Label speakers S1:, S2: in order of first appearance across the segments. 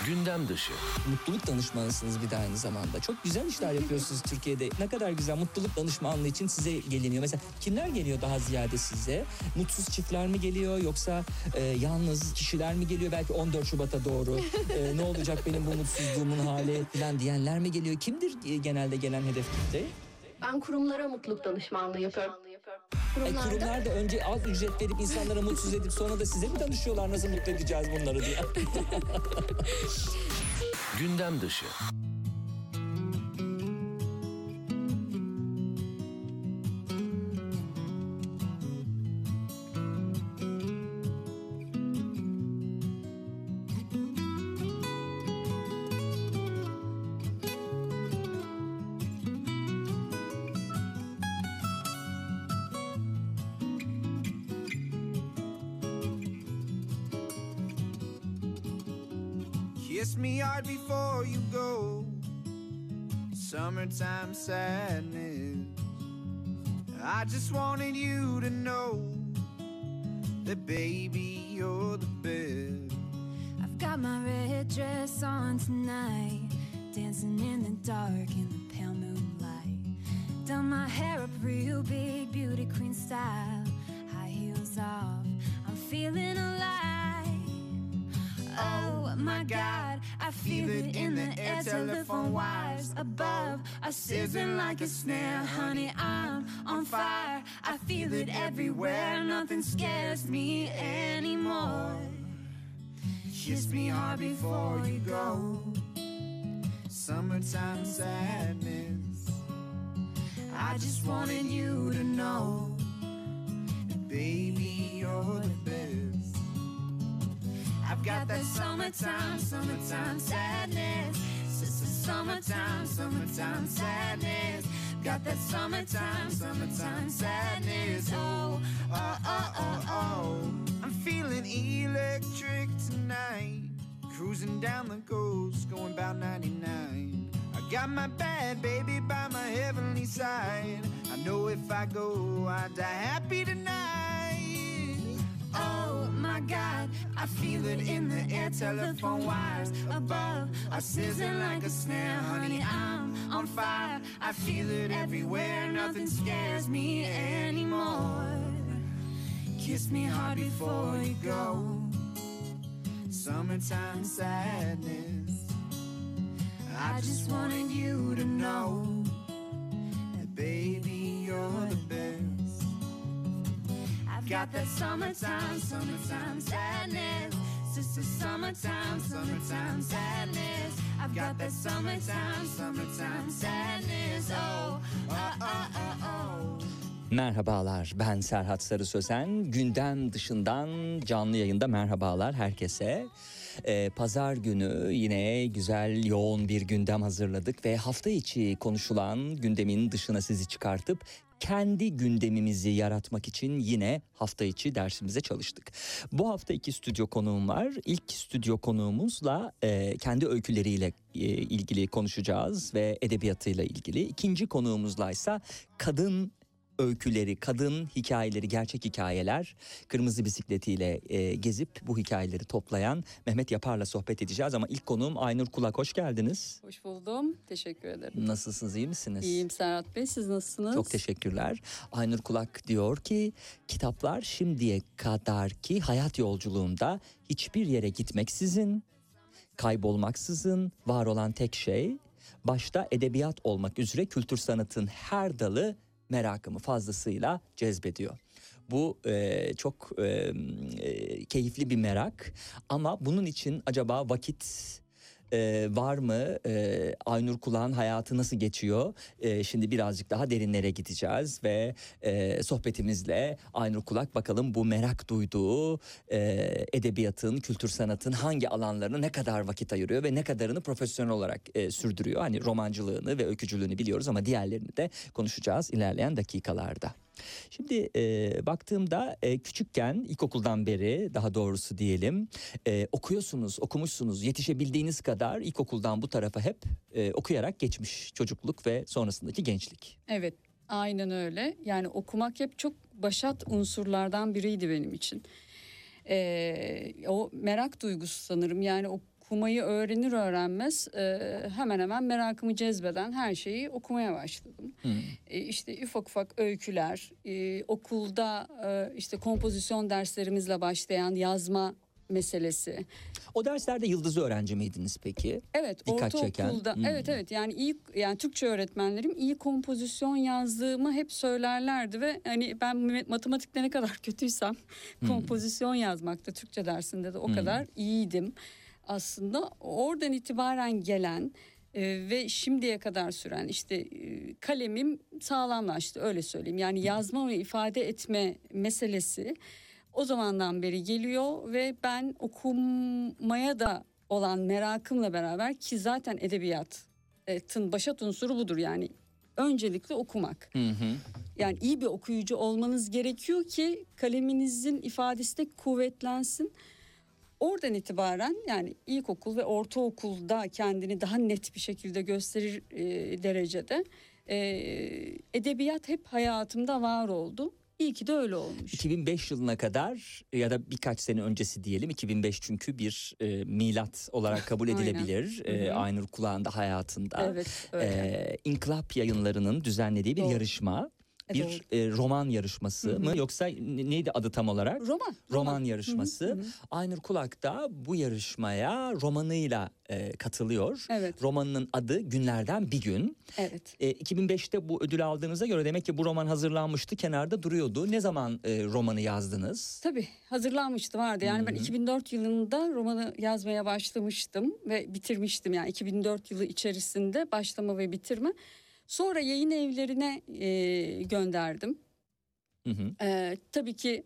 S1: Gündem dışı.
S2: Mutluluk danışmanısınız bir de aynı zamanda. Çok güzel işler yapıyorsunuz Türkiye'de. Ne kadar güzel, mutluluk danışmanlığı için size geliniyor. Mesela kimler geliyor daha ziyade size? Mutsuz çiftler mi geliyor yoksa yalnız kişiler mi geliyor? Belki 14 Şubat'a doğru ne olacak benim bu mutsuzluğumun hali falan diyenler mi geliyor? Kimdir genelde gelen hedef kitle?
S3: Ben kurumlara mutluluk danışmanlığı yapıyorum.
S2: Kurumlar da önce az ücret verip insanlara mutsuz edip sonra da size mi danışıyorlar nasıl mutlu edeceğiz bunları diye?
S1: Gündem dışı.
S4: Kiss me hard before you go. Summertime sadness. I just wanted you to know that baby you're the best.
S5: I've got my red dress on tonight, dancing in the dark in the pale moonlight. Done my hair up real big, beauty queen style, high heels off, I'm feeling alive. Oh my God, I feel it in the air. Telephone wires above are sizzling like a snare. Honey, I'm on fire. I feel it everywhere. Nothing scares me anymore. Kiss me hard before you go.
S4: Summertime sadness.
S5: I just wanted you to know
S4: that baby you're the best.
S5: I've got that summertime sadness. Summertime sadness. Got that summertime sadness. Oh, oh, oh, oh, oh.
S4: I'm feeling electric tonight. Cruising down the coast, going about 99. I got my bad baby by my heavenly side. I know if I go, I die happy tonight.
S5: Oh my God, I feel it in the air. Telephone wires above are sizzling like a snare. Honey, I'm on fire. I feel it everywhere. Nothing scares me anymore. Kiss me hard before you go.
S4: Summertime sadness.
S5: I just wanted you to know
S4: that baby you're the best.
S5: I've got that summertime sadness. Sister, summertime sadness. I've got that summertime sadness. Oh, oh, oh, oh, oh.
S2: Merhabalar, ben Serhat Sarı Sözen. Gündem dışından canlı yayında merhabalar herkese. Pazar günü yine güzel yoğun bir gündem hazırladık ve hafta içi konuşulan gündemin dışına sizi çıkartıp kendi gündemimizi yaratmak için yine hafta içi dersimize çalıştık. Bu hafta 2 stüdyo konuğum var. İlk stüdyo konuğumuzla kendi öyküleriyle ilgili konuşacağız ve edebiyatıyla ilgili. İkinci konuğumuzla ise kadın öyküleri, kadın hikayeleri, gerçek hikayeler, kırmızı bisikletiyle gezip bu hikayeleri toplayan Mehmet Yapar'la sohbet edeceğiz. Ama ilk konuğum Aynur Kulak, hoş geldiniz.
S6: Hoş buldum, teşekkür ederim.
S2: Nasılsınız, iyi misiniz?
S6: İyiyim Serhat Bey, siz nasılsınız?
S2: Çok teşekkürler. Aynur Kulak diyor ki, kitaplar şimdiye kadarki hayat yolculuğumda hiçbir yere gitmeksizin, kaybolmaksızın var olan tek şey, başta edebiyat olmak üzere kültür sanatın her dalı merakımı fazlasıyla cezbediyor. Bu çok keyifli bir merak ama bunun için acaba vakit var mı? Aynur Kulak'ın hayatı nasıl geçiyor? Şimdi birazcık daha derinlere gideceğiz ve sohbetimizle Aynur Kulak bakalım bu merak duyduğu edebiyatın, kültür sanatın hangi alanlarına ne kadar vakit ayırıyor ve ne kadarını profesyonel olarak sürdürüyor. Hani romancılığını ve öykücülüğünü biliyoruz ama diğerlerini de konuşacağız ilerleyen dakikalarda. Şimdi baktığımda küçükken, ilkokuldan beri daha doğrusu diyelim, okuyorsunuz, okumuşsunuz, yetişebildiğiniz kadar ilkokuldan bu tarafa hep okuyarak geçmiş çocukluk ve sonrasındaki gençlik.
S6: Evet, aynen öyle. Yani okumak hep çok başat unsurlardan biriydi benim için. O merak duygusu sanırım, yani okumayı öğrenir öğrenmez hemen hemen merakımı cezbeden her şeyi okumaya başladım. İşte ufak ufak öyküler, okulda işte kompozisyon derslerimizle başlayan yazma meselesi.
S2: O derslerde yıldızı öğrenci miydiniz peki?
S6: Evet,
S2: Dikkat
S6: ortaokulda.
S2: çeken.
S6: Evet yani yani Türkçe öğretmenlerim iyi kompozisyon yazdığımı hep söylerlerdi ve hani ben matematikte ne kadar kötüysem kompozisyon yazmakta Türkçe dersinde de o kadar iyiydim. Aslında oradan itibaren gelen ve şimdiye kadar süren işte kalemim sağlamlaştı, öyle söyleyeyim. Yani yazma ve ifade etme meselesi o zamandan beri geliyor ve ben okumaya da olan merakımla beraber, ki zaten edebiyatın başat unsuru budur, yani öncelikle okumak. Yani iyi bir okuyucu olmanız gerekiyor ki kaleminizin ifadesi de kuvvetlensin. Oradan itibaren yani ilkokul ve ortaokulda kendini daha net bir şekilde gösterir derecede edebiyat hep hayatımda var oldu. İyi ki de öyle olmuş.
S2: 2005 yılına kadar ya da birkaç sene öncesi diyelim. 2005 çünkü bir milat olarak kabul edilebilir. Aynur Kulağ'ın da hayatında.
S6: Evet, öyle.
S2: İnkılap Yayınları'nın düzenlediği bir
S6: Doğru.
S2: yarışma. Bir roman yarışması mı yoksa neydi adı tam olarak? Roman yarışması. Aynur Kulak da bu yarışmaya romanıyla katılıyor.
S6: Evet.
S2: Romanının adı Günlerden Bir Gün.
S6: Evet.
S2: 2005'te bu ödülü aldığınıza göre demek ki bu roman hazırlanmıştı, kenarda duruyordu. Ne zaman romanı yazdınız?
S6: Tabii hazırlanmıştı, vardı. Yani ben 2004 yılında romanı yazmaya başlamıştım ve bitirmiştim. Yani 2004 yılı içerisinde başlama ve bitirme. Sonra yayın evlerine gönderdim. Tabii ki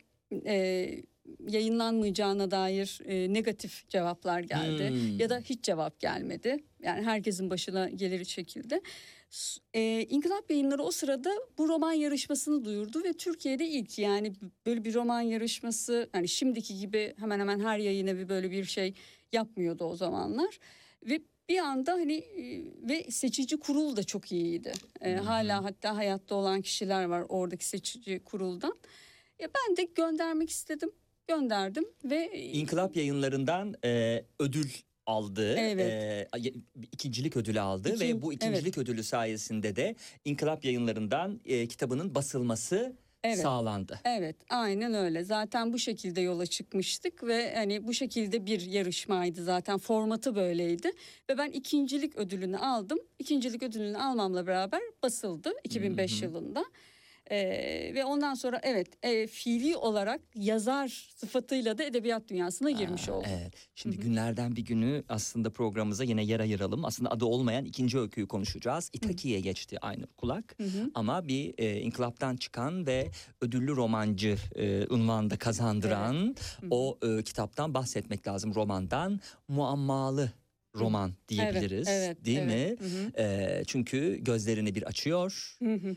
S6: yayınlanmayacağına dair negatif cevaplar geldi. Ya da hiç cevap gelmedi. Yani herkesin başına gelir şekilde. İnkılap Yayınları o sırada bu roman yarışmasını duyurdu ve Türkiye'de ilk, yani böyle bir roman yarışması, yani şimdiki gibi hemen hemen her yayın evi böyle bir şey yapmıyordu o zamanlar. Ve bir anda hani ve seçici kurul da çok iyiydi. Hala hatta hayatta olan kişiler var oradaki seçici kuruldan. Ben de göndermek istedim. Gönderdim ve
S2: İnkılap Yayınları'ndan ödül aldı.
S6: Evet.
S2: İkincilik ödülü aldı ve bu ikincilik ödülü sayesinde de İnkılap Yayınları'ndan kitabının basılması sağlandı.
S6: Evet, aynen öyle. Zaten bu şekilde yola çıkmıştık ve hani bu şekilde bir yarışmaydı, zaten formatı böyleydi ve ben ikincilik ödülünü aldım. İkincilik ödülünü almamla beraber basıldı 2005 yılında. Ve ondan sonra fiili olarak yazar sıfatıyla da edebiyat dünyasına girmiş oldum.
S2: Evet. Şimdi Günlerden Bir Günü aslında programımıza yine yer ayıralım. Aslında adı olmayan ikinci öyküyü konuşacağız. İtaki'ye geçti Aynur Kulak. Ama bir inkılaptan çıkan ve ödüllü romancı unvanı da kazandıran o kitaptan bahsetmek lazım, romandan. Muammalı roman diyebiliriz, değil mi? Çünkü gözlerini bir açıyor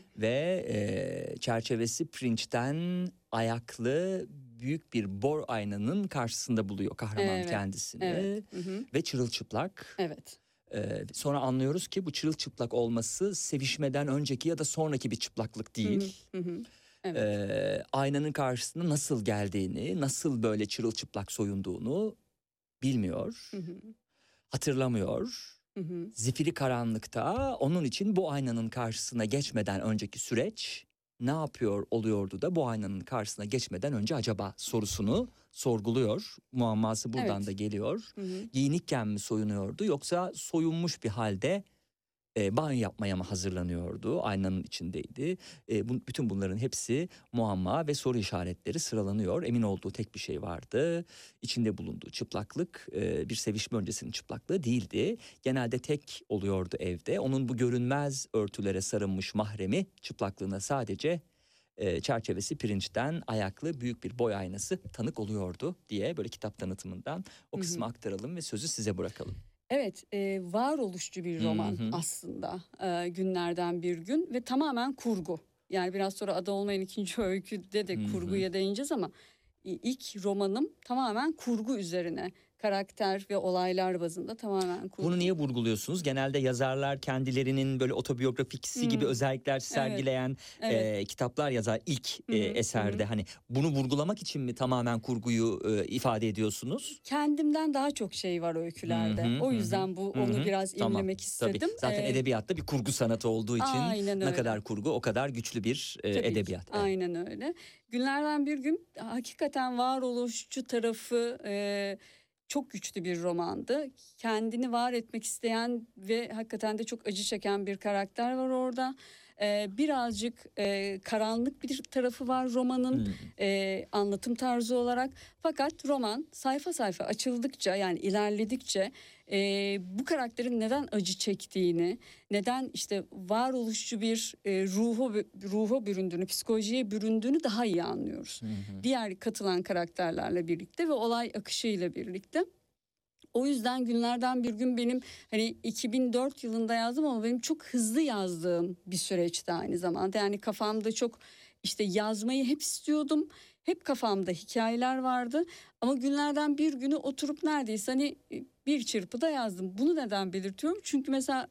S2: ve çerçevesi pirinçten ayaklı büyük bir bor aynanın karşısında buluyor kahraman kendisini ve çırılçıplak.
S6: Evet.
S2: Sonra anlıyoruz ki bu çırılçıplak olması sevişmeden önceki ya da sonraki bir çıplaklık değil. Aynanın karşısına nasıl geldiğini, nasıl böyle çırılçıplak soyunduğunu bilmiyor. Hatırlamıyor. Zifiri karanlıkta onun için bu aynanın karşısına geçmeden önceki süreç ne yapıyor oluyordu da bu aynanın karşısına geçmeden önce acaba sorusunu sorguluyor. Muamması buradan da geliyor. Giyinikken mi soyunuyordu yoksa soyunmuş bir halde banyo yapmaya mı hazırlanıyordu? Aynanın içindeydi. Bütün bunların hepsi muamma ve soru işaretleri sıralanıyor. Emin olduğu tek bir şey vardı. İçinde bulunduğu çıplaklık bir sevişme öncesinin çıplaklığı değildi. Genelde tek oluyordu evde. Onun bu görünmez örtülere sarılmış mahremi çıplaklığına sadece çerçevesi pirinçten ayaklı büyük bir boy aynası tanık oluyordu diye böyle kitap tanıtımından o kısmı aktaralım ve sözü size bırakalım.
S6: Evet, varoluşçu bir roman aslında, Günlerden Bir Gün ve tamamen kurgu. Yani biraz sonra adı olmayan ikinci öyküde de kurguya değineceğiz ama ilk romanım tamamen kurgu üzerine. karakter ve olaylar bazında tamamen kurdum.
S2: Bunu niye vurguluyorsunuz? Genelde yazarlar kendilerinin böyle otobiyografiksi gibi özellikler sergileyen kitaplar yazar ilk eserde. Hani bunu vurgulamak için mi tamamen kurguyu ifade ediyorsunuz?
S6: Kendimden daha çok şey var öykülerde. O yüzden onu biraz imlemek istedim.
S2: Tabii. Zaten edebiyatta bir kurgu sanatı olduğu için
S6: Aynen
S2: ne
S6: öyle.
S2: kadar kurgu o kadar güçlü bir
S6: Tabii ki,
S2: edebiyat. Evet.
S6: aynen öyle. Günlerden bir gün hakikaten varoluşçu tarafı çok güçlü bir romandı. Kendini var etmek isteyen ve hakikaten de çok acı çeken bir karakter var orada. Birazcık karanlık bir tarafı var romanın anlatım tarzı olarak. Fakat roman sayfa sayfa açıldıkça, yani ilerledikçe bu karakterin neden acı çektiğini, neden işte varoluşçu bir ruha büründüğünü, psikolojiye büründüğünü daha iyi anlıyoruz. Diğer katılan karakterlerle birlikte ve olay akışıyla birlikte. O yüzden günlerden bir gün benim hani 2004 yılında yazdım ama benim çok hızlı yazdığım bir süreçti aynı zamanda. Yani kafamda çok işte yazmayı hep istiyordum. Hep kafamda hikayeler vardı ama günlerden bir günü oturup neredeyse hani bir çırpıda yazdım. Bunu neden belirtiyorum? Çünkü mesela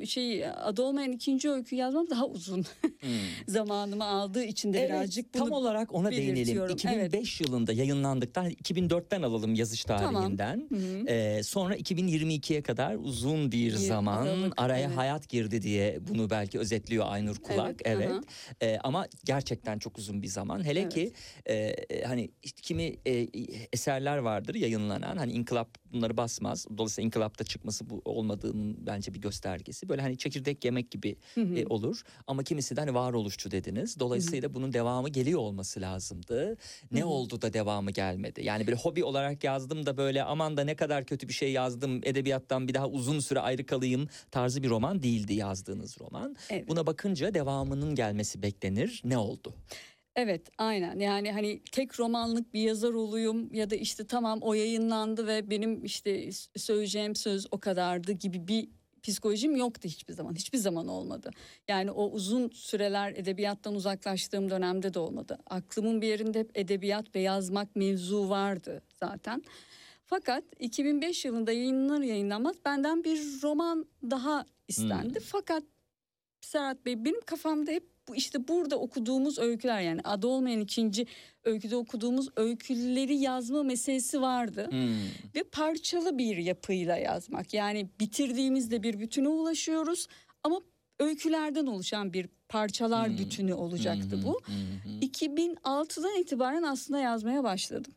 S6: adı olmayan ikinci öykü yazmam daha uzun zamanımı aldığı için de birazcık bunu
S2: tam olarak ona değinelim.
S6: belirtiyorum.
S2: 2005 yılında yayınlandıktan 2004'ten alalım yazış tarihinden. Sonra 2022'ye kadar uzun bir zaman
S6: aralık,
S2: araya hayat girdi diye bunu belki özetliyor Aynur Kulak. Evet. Ama gerçekten çok uzun bir zaman. Hele ki hani kimi eserler vardır yayınlanan, hani İnkılap bunları basmaz. Dolayısıyla İnkılap'ta çıkması bu olmadığının bence bir göstergesi. Böyle hani çekirdek yemek gibi olur. Ama kimisi de hani varoluşçu dediniz. Dolayısıyla bunun devamı geliyor olması lazımdı. Ne oldu da devamı gelmedi? Yani bir hobi olarak yazdım da böyle aman da ne kadar kötü bir şey yazdım, edebiyattan bir daha uzun süre ayrı kalayım tarzı bir roman değildi yazdığınız roman.
S6: Evet.
S2: Buna bakınca devamının gelmesi beklenir. Ne oldu?
S6: Evet, aynen. Yani hani tek romanlık bir yazar olayım ya da işte tamam o yayınlandı ve benim işte söyleyeceğim söz o kadardı gibi bir psikolojim yoktu hiçbir zaman. Hiçbir zaman olmadı. Yani o uzun süreler edebiyattan uzaklaştığım dönemde de olmadı. Aklımın bir yerinde hep edebiyat ve yazmak mevzu vardı zaten. Fakat 2005 yılında yayınlanmaz benden bir roman daha istendi. Fakat Serhat Bey, benim kafamda hep bu işte burada okuduğumuz öyküler, yani adı olmayan ikinci öyküde okuduğumuz öyküleri yazma meselesi vardı. Ve parçalı bir yapıyla yazmak, yani bitirdiğimizde bir bütüne ulaşıyoruz ama öykülerden oluşan bir parçalar bütünü olacaktı bu. 2006'dan itibaren aslında yazmaya başladım.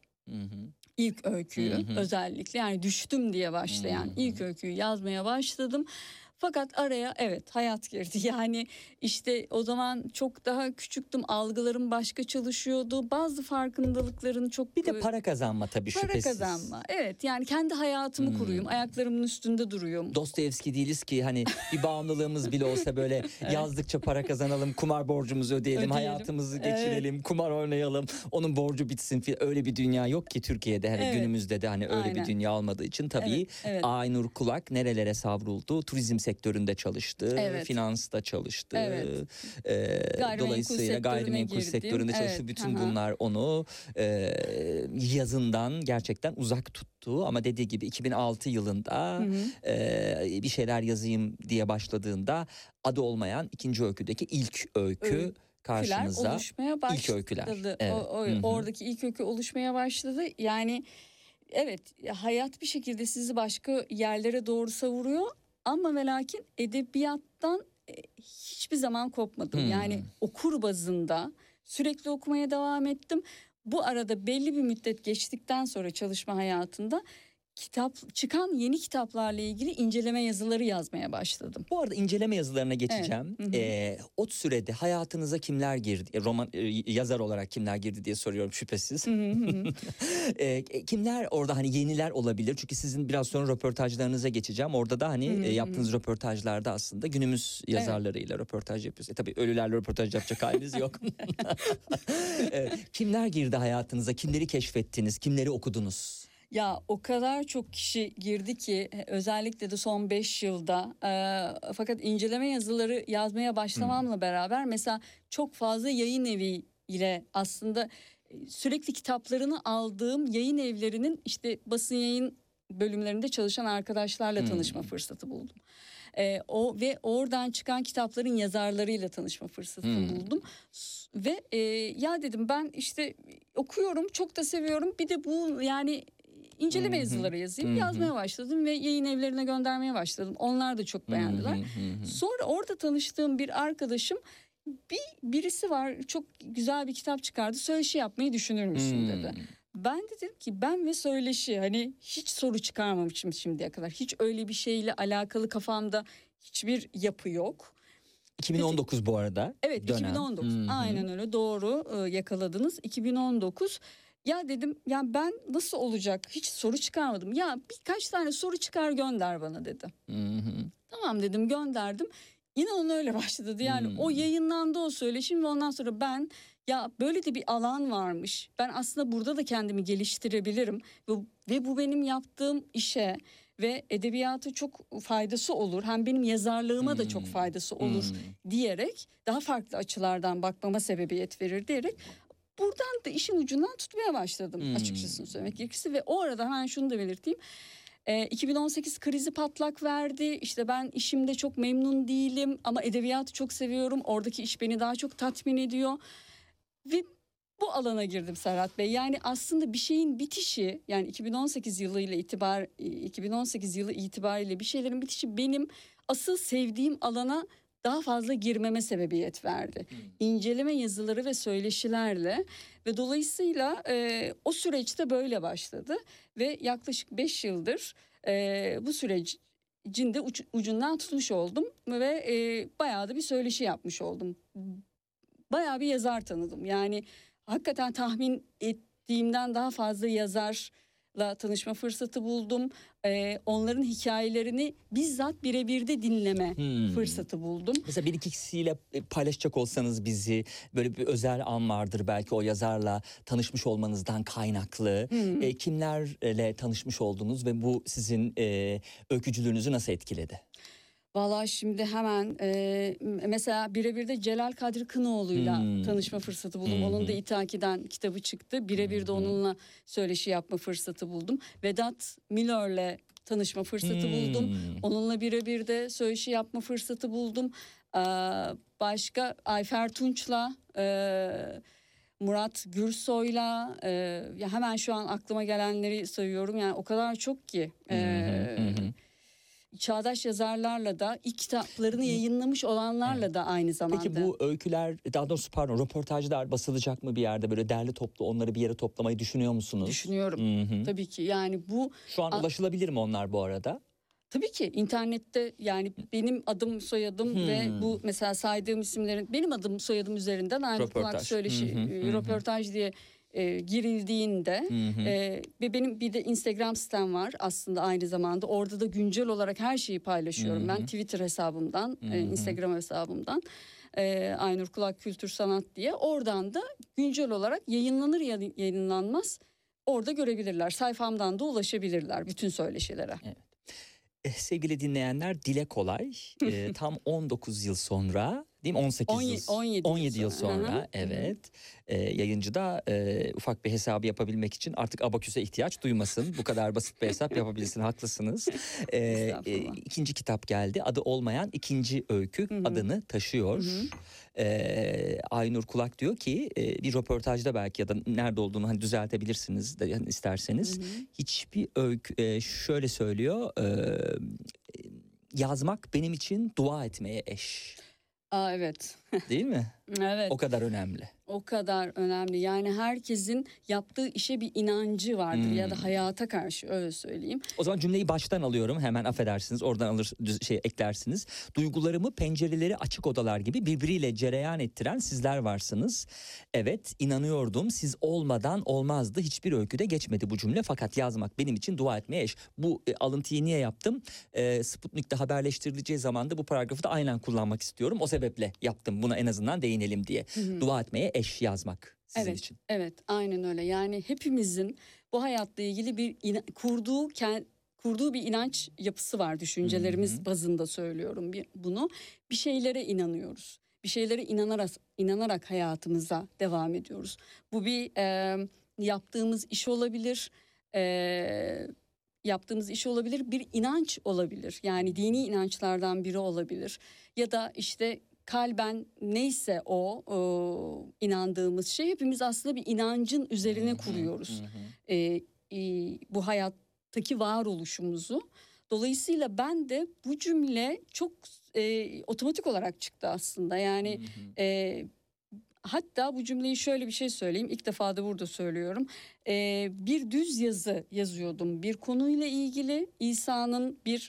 S6: İlk öyküyü özellikle, yani düştüm diye başlayan ilk öyküyü yazmaya başladım. Fakat araya hayat girdi. Yani işte o zaman çok daha küçüktüm. Algılarım başka çalışıyordu. Bazı farkındalıkların çok...
S2: Bir de para kazanma tabii şüphesiz.
S6: Para kazanma. Evet, yani kendi hayatımı kuruyum. Ayaklarımın üstünde duruyum.
S2: Dostoyevski değiliz ki hani bir bağımlılığımız bile olsa böyle yazdıkça para kazanalım, kumar borcumuzu ödeyelim, hayatımızı geçirelim, kumar oynayalım, onun borcu bitsin filan. Öyle bir dünya yok ki Türkiye'de, hani günümüzde de hani öyle bir dünya olmadığı için tabii Aynur Kulak nerelere savruldu? Turizm sektöründe çalıştı, finansta çalıştı. Dolayısıyla gayrimenkul sektöründe çalıştı. Bütün bunlar onu yazından gerçekten uzak tuttu. Ama dediği gibi 2006 yılında bir şeyler yazayım diye başladığında adı olmayan ikinci öyküdeki ilk öykü karşınıza.
S6: Oluşmaya başladı.
S2: İlk öyküler.
S6: Oradaki ilk öykü oluşmaya başladı. Yani hayat bir şekilde sizi başka yerlere doğru savuruyor. Ama ve lakin edebiyattan hiçbir zaman kopmadım. Yani okur bazında sürekli okumaya devam ettim. Bu arada belli bir müddet geçtikten sonra çalışma hayatında çıkan yeni kitaplarla ilgili inceleme yazıları yazmaya başladım.
S2: Bu arada inceleme yazılarına geçeceğim. O sürede hayatınıza kimler girdi? Roman yazar olarak kimler girdi diye soruyorum şüphesiz. Kimler orada hani yeniler olabilir? Çünkü sizin biraz sonra röportajlarınıza geçeceğim. Orada da hani yaptığınız röportajlarda aslında günümüz yazarlarıyla röportaj yapıyorsunuz. Tabii ölülerle röportaj yapacak haliniz yok. Kimler girdi hayatınıza? Kimleri keşfettiniz? Kimleri okudunuz?
S6: Ya o kadar çok kişi girdi ki özellikle de son 5 yılda fakat inceleme yazıları yazmaya başlamamla beraber mesela çok fazla yayın evi ile aslında sürekli kitaplarını aldığım yayın evlerinin işte basın yayın bölümlerinde çalışan arkadaşlarla tanışma fırsatı buldum. Ve oradan çıkan kitapların yazarlarıyla tanışma fırsatı buldum. Ve ya dedim ben işte okuyorum, çok da seviyorum. Bir de bu yani inceleme yazıları yazayım. Yazmaya başladım ve yayın evlerine göndermeye başladım. Onlar da çok beğendiler. Sonra orada tanıştığım bir arkadaşım birisi var, çok güzel bir kitap çıkardı. Söyleşi yapmayı düşünür müsün dedi. Ben de dedim ki ben ve söyleşi, hani hiç soru çıkarmamışım şimdiye kadar. Hiç öyle bir şeyle alakalı kafamda hiçbir yapı yok.
S2: 2019 bu arada.
S6: Evet,
S2: dönem.
S6: 2019. Aynen öyle, doğru yakaladınız. 2019. Ya dedim ya ben nasıl olacak, hiç soru çıkarmadım. Ya birkaç tane soru çıkar gönder bana dedi. Tamam dedim, gönderdim. İnanın öyle başladı. Yani o yayınlandı o söyleşim ve ondan sonra ben ya böyle de bir alan varmış. Ben aslında burada da kendimi geliştirebilirim ve bu benim yaptığım işe ve edebiyata çok faydası olur. Hem benim yazarlığıma da çok faydası olur diyerek daha farklı açılardan bakmama sebebiyet verir diyerek buradan da işin ucundan tutmaya başladım açıkçası söylemek gerekirse. Ve o arada hemen şunu da belirteyim. 2018 krizi patlak verdi. İşte ben işimde çok memnun değilim ama edebiyatı çok seviyorum. Oradaki iş beni daha çok tatmin ediyor. Ve bu alana girdim Serhat Bey. Yani aslında bir şeyin bitişi, yani 2018 yılı itibariyle bir şeylerin bitişi benim asıl sevdiğim alana daha fazla girmeme sebebiyet verdi. İnceleme yazıları ve söyleşilerle ve dolayısıyla o süreçte böyle başladı ve yaklaşık 5 yıldır bu sürecin de ucundan tutmuş oldum ve bayağı da bir söyleşi yapmış oldum. Bayağı bir yazar tanıdım. Yani hakikaten tahmin ettiğimden daha fazla yazarla tanışma fırsatı buldum. Onların hikayelerini bizzat birebir de dinleme fırsatı buldum.
S2: Mesela bir ikisiyle paylaşacak olsanız bizi, böyle bir özel an vardır belki o yazarla tanışmış olmanızdan kaynaklı. Kimlerle tanışmış oldunuz ve bu sizin öykücülüğünüzü nasıl etkiledi?
S6: Vallahi şimdi hemen mesela birebir de Celal Kadri Kınoğlu'yla tanışma fırsatı buldum. Onun da İthaki'den kitabı çıktı. Birebir de onunla söyleşi yapma fırsatı buldum. Vedat Milor'le tanışma fırsatı buldum. Onunla birebir de söyleşi yapma fırsatı buldum. Başka Ayfer Tunç'la, Murat Gürsoy'la, ya hemen şu an aklıma gelenleri sayıyorum. Yani o kadar çok ki. Çağdaş yazarlarla da, ilk kitaplarını yayınlamış olanlarla da aynı zamanda.
S2: Peki bu öyküler, daha doğrusu pardon, röportajlar basılacak mı bir yerde, böyle derli toplu onları bir yere toplamayı düşünüyor musunuz?
S6: Düşünüyorum. Tabii ki yani bu...
S2: Şu an ulaşılabilir mi onlar bu arada?
S6: Tabii ki internette, yani benim adım soyadım ve bu mesela saydığım isimlerin benim adım soyadım üzerinden aynı kulak söyleşi röportaj diye girildiğinde ve benim bir de Instagram sitem var aslında aynı zamanda. Orada da güncel olarak her şeyi paylaşıyorum. Ben Twitter hesabımdan, Instagram hesabımdan, Aynur Kulak Kültür Sanat diye, oradan da güncel olarak yayınlanır ya yayınlanmaz orada görebilirler. Sayfamdan da ulaşabilirler bütün söyleşilere.
S2: Evet. Sevgili dinleyenler, dile kolay. Tam 19 yıl sonra, değil mi? 17 yıl sonra evet. Yayıncı da ufak bir hesabı yapabilmek için artık abaküse ihtiyaç duymasın. Bu kadar basit bir hesap yapabilsin, haklısınız. İkinci kitap geldi. Adı olmayan ikinci öykü adını taşıyor. Aynur Kulak diyor ki bir röportajda belki, ya da nerede olduğunu hani düzeltebilirsiniz de yani isterseniz. Hiçbir öykü, şöyle söylüyor, yazmak benim için dua etmeye eş.
S6: Evet.
S2: Değil mi?
S6: Evet.
S2: O kadar önemli.
S6: O kadar önemli. Yani herkesin yaptığı işe bir inancı vardır ya da hayata karşı, öyle söyleyeyim.
S2: O zaman cümleyi baştan alıyorum. Hemen affedersiniz. Oradan eklersiniz. Duygularımı pencereleri açık odalar gibi birbiriyle cereyan ettiren sizler varsınız. Evet, inanıyordum. Siz olmadan olmazdı. Hiçbir öyküde geçmedi bu cümle. Fakat yazmak benim için dua etmeye eş. Bu alıntıyı niye yaptım? Sputnik'te haberleştirileceği zaman da bu paragrafı da aynen kullanmak istiyorum. O sebeple yaptım. Buna en azından değinelim diye. Dua etmeye eş yazmak sizin için. Evet, aynen öyle. Yani hepimizin bu hayatla ilgili bir kurduğu bir inanç yapısı var. Düşüncelerimiz bazında söylüyorum bunu. Bir şeylere inanıyoruz. Bir şeylere inanarak hayatımıza devam ediyoruz. Bu bir yaptığımız iş olabilir.
S6: yaptığımız iş olabilir, bir inanç olabilir. Yani dini inançlardan biri olabilir. Ya da işte kalben neyse o inandığımız şey, hepimiz aslında bir inancın üzerine kuruyoruz. Bu hayattaki varoluşumuzu. Dolayısıyla ben de bu cümle çok otomatik olarak çıktı aslında. Yani hatta bu cümleyi şöyle bir şey söyleyeyim. İlk defa da burada söylüyorum. Bir düz yazı yazıyordum. Bir konuyla ilgili İsa'nın bir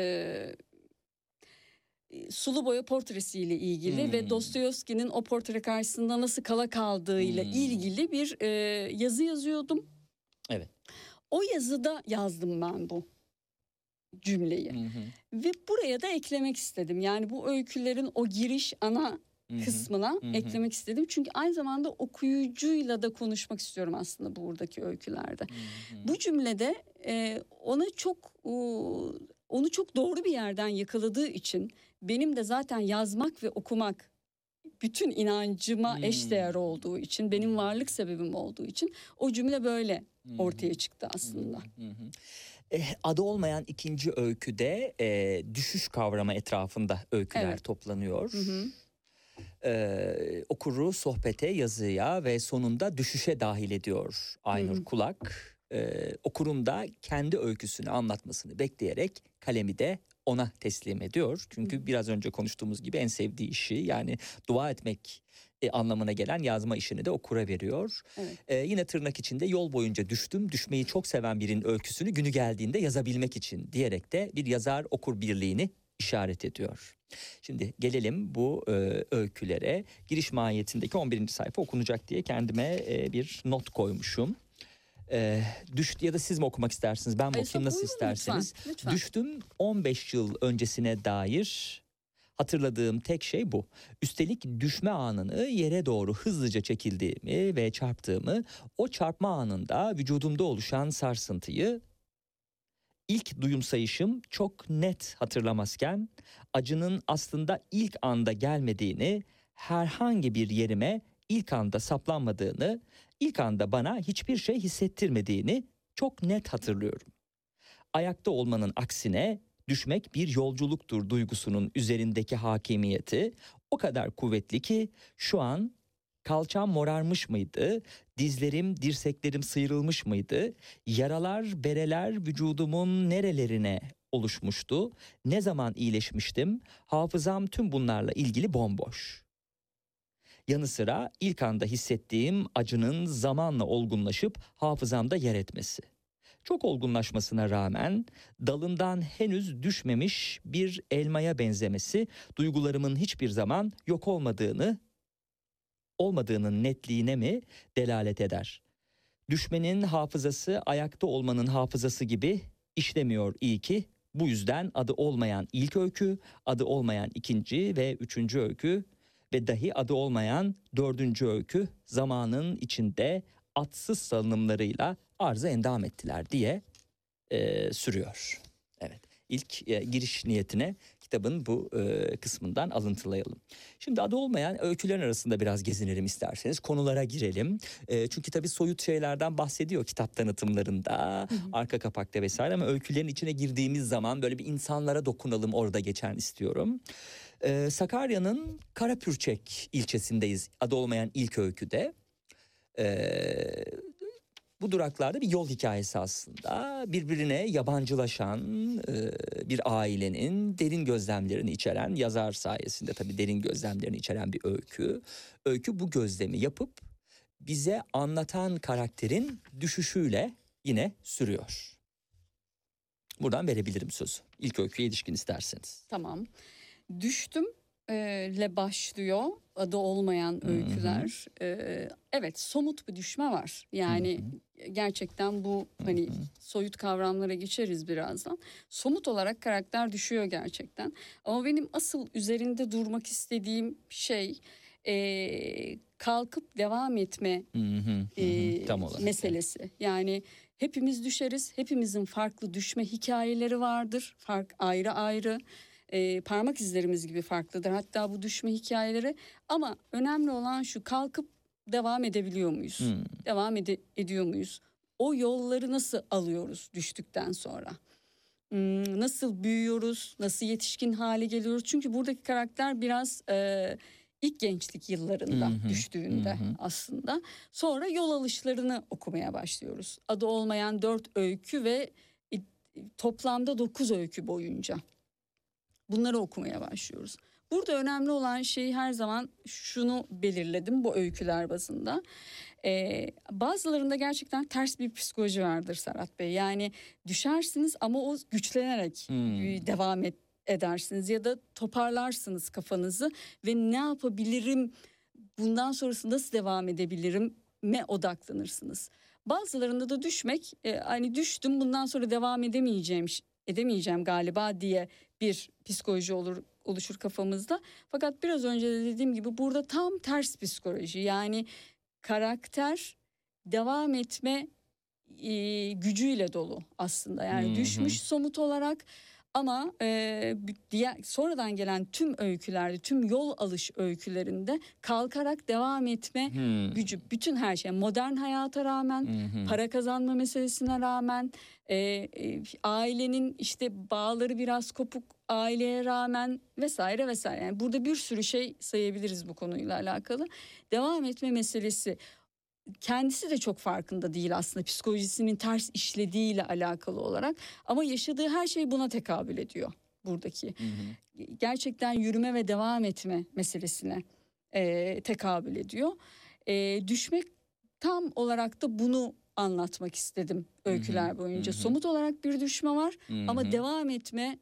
S6: sulu boya portresiyle ilgili ve Dostoyevski'nin o portre karşısında nasıl kala kaldığıyla ilgili bir yazı yazıyordum.
S2: Evet.
S6: O yazıda yazdım ben bu cümleyi. Ve buraya da eklemek istedim. Yani bu öykülerin o giriş ana kısmına eklemek istedim. Çünkü aynı zamanda okuyucuyla da konuşmak istiyorum aslında buradaki öykülerde. Bu cümlede onu çok doğru bir yerden yakaladığı için, benim de zaten yazmak ve okumak bütün inancıma eşdeğer olduğu için, benim varlık sebebim olduğu için o cümle böyle ortaya çıktı aslında.
S2: Adı olmayan ikinci öyküde düşüş kavramı etrafında öyküler toplanıyor. Okuru sohbete, yazıya ve sonunda düşüşe dahil ediyor Aynur Kulak. Okurun da kendi öyküsünü anlatmasını bekleyerek kalemi de ona teslim ediyor. Çünkü biraz önce konuştuğumuz gibi en sevdiği işi, yani dua etmek anlamına gelen yazma işini de okura veriyor. Yine tırnak içinde yol boyunca düştüm, düşmeyi çok seven birinin öyküsünü günü geldiğinde yazabilmek için diyerek de bir yazar okur birliğini işaret ediyor. Şimdi gelelim bu öykülere. Giriş mahiyetindeki 11. sayfa okunacak diye kendime bir not koymuşum. Düştü ya da siz mi okumak istersiniz? Ben mi okuyayım, nasıl isterseniz.
S6: Lütfen.
S2: Düştüm 15 yıl öncesine dair hatırladığım tek şey bu. Üstelik düşme anını yere doğru hızlıca çekildiğimi ve çarptığımı, o çarpma anında vücudumda oluşan sarsıntıyı ilk duyumsayışım çok net hatırlamazken, acının aslında ilk anda gelmediğini, herhangi bir yerime ilk anda saplanmadığını, ilk anda bana hiçbir şey hissettirmediğini çok net hatırlıyorum. Ayakta olmanın aksine düşmek bir yolculuktur duygusunun üzerindeki hakimiyeti o kadar kuvvetli ki şu an kalçam morarmış mıydı, dizlerim, dirseklerim sıyrılmış mıydı, yaralar, bereler vücudumun nerelerine oluşmuştu, ne zaman iyileşmiştim, hafızam tüm bunlarla ilgili bomboş. Yanı sıra ilk anda hissettiğim acının zamanla olgunlaşıp hafızamda yer etmesi. Çok olgunlaşmasına rağmen dalından henüz düşmemiş bir elmaya benzemesi duygularımın hiçbir zaman yok olmadığının netliğine mi delalet eder? Düşmenin hafızası ayakta olmanın hafızası gibi işlemiyor iyi ki. Bu yüzden adı olmayan ilk öykü, adı olmayan ikinci ve üçüncü öykü ve dahi adı olmayan dördüncü öykü zamanın içinde atsız salınımlarıyla arıza endam ettiler diye sürüyor. Evet, ilk giriş niyetine kitabın bu kısmından alıntılayalım. Şimdi adı olmayan öykülerin arasında biraz gezinelim isterseniz. Konulara girelim. Çünkü tabii soyut şeylerden bahsediyor kitap tanıtımlarında, arka kapakta vesaire, ama öykülerin içine girdiğimiz zaman böyle bir insanlara dokunalım, orada geçen istiyorum. Sakarya'nın Karapürçek ilçesindeyiz adı olmayan ilk öyküde. Bu duraklarda bir yol hikayesi aslında. Birbirine yabancılaşan bir ailenin derin gözlemlerini içeren, yazar sayesinde tabii derin gözlemlerini içeren bir öykü. Öykü bu gözlemi yapıp bize anlatan karakterin düşüşüyle yine sürüyor. Buradan verebilirim sözü. İlk öyküye ilişkin isterseniz.
S6: Tamam. Düştüm ile başlıyor adı olmayan öyküler. Evet, somut bir düşme var. Yani gerçekten bu hani soyut kavramlara geçeriz birazdan. Somut olarak karakter düşüyor gerçekten. Ama benim asıl üzerinde durmak istediğim şey kalkıp devam etme
S2: Tam olarak
S6: meselesi. Yani hepimiz düşeriz. Hepimizin farklı düşme hikayeleri vardır. Ayrı ayrı. Parmak izlerimiz gibi farklıdır. Hatta bu düşme hikayeleri, ama önemli olan şu: kalkıp devam edebiliyor muyuz? Devam ediyor muyuz? o yolları nasıl alıyoruz düştükten sonra? Nasıl büyüyoruz, nasıl yetişkin hale geliyoruz? Çünkü buradaki karakter biraz ilk gençlik yıllarında düştüğünde aslında. Sonra yol alışlarını okumaya başlıyoruz. Adı olmayan 4 öykü ve toplamda 9 öykü boyunca bunları okumaya başlıyoruz. Burada önemli olan şey, her zaman şunu belirledim bu öyküler bazında. Bazılarında gerçekten ters bir psikoloji vardır Serhat Bey. Yani düşersiniz ama o güçlenerek devam edersiniz ya da toparlarsınız kafanızı ve ne yapabilirim, bundan sonrası nasıl devam edebilirim odaklanırsınız. Bazılarında da düşmek hani düştüm, bundan sonra devam edemeyeceğim galiba diye bir psikoloji oluşur kafamızda. Fakat biraz önce de dediğim gibi burada tam ters psikoloji, yani karakter devam etme gücüyle dolu aslında. Yani düşmüş somut olarak ama sonradan gelen tüm öykülerde, tüm yol alış öykülerinde kalkarak devam etme gücü. Bütün her şey, modern hayata rağmen, para kazanma meselesine rağmen, ailenin işte bağları biraz kopuk aileye rağmen vesaire vesaire. Yani burada bir sürü şey sayabiliriz bu konuyla alakalı. Devam etme meselesi. Kendisi de çok farkında değil aslında psikolojisinin ters işlediğiyle alakalı olarak, ama yaşadığı her şey buna tekabül ediyor buradaki. Gerçekten yürüme ve devam etme meselesine tekabül ediyor. Düşmek tam olarak da bunu anlatmak istedim öyküler boyunca. Somut olarak bir düşme var ama devam etme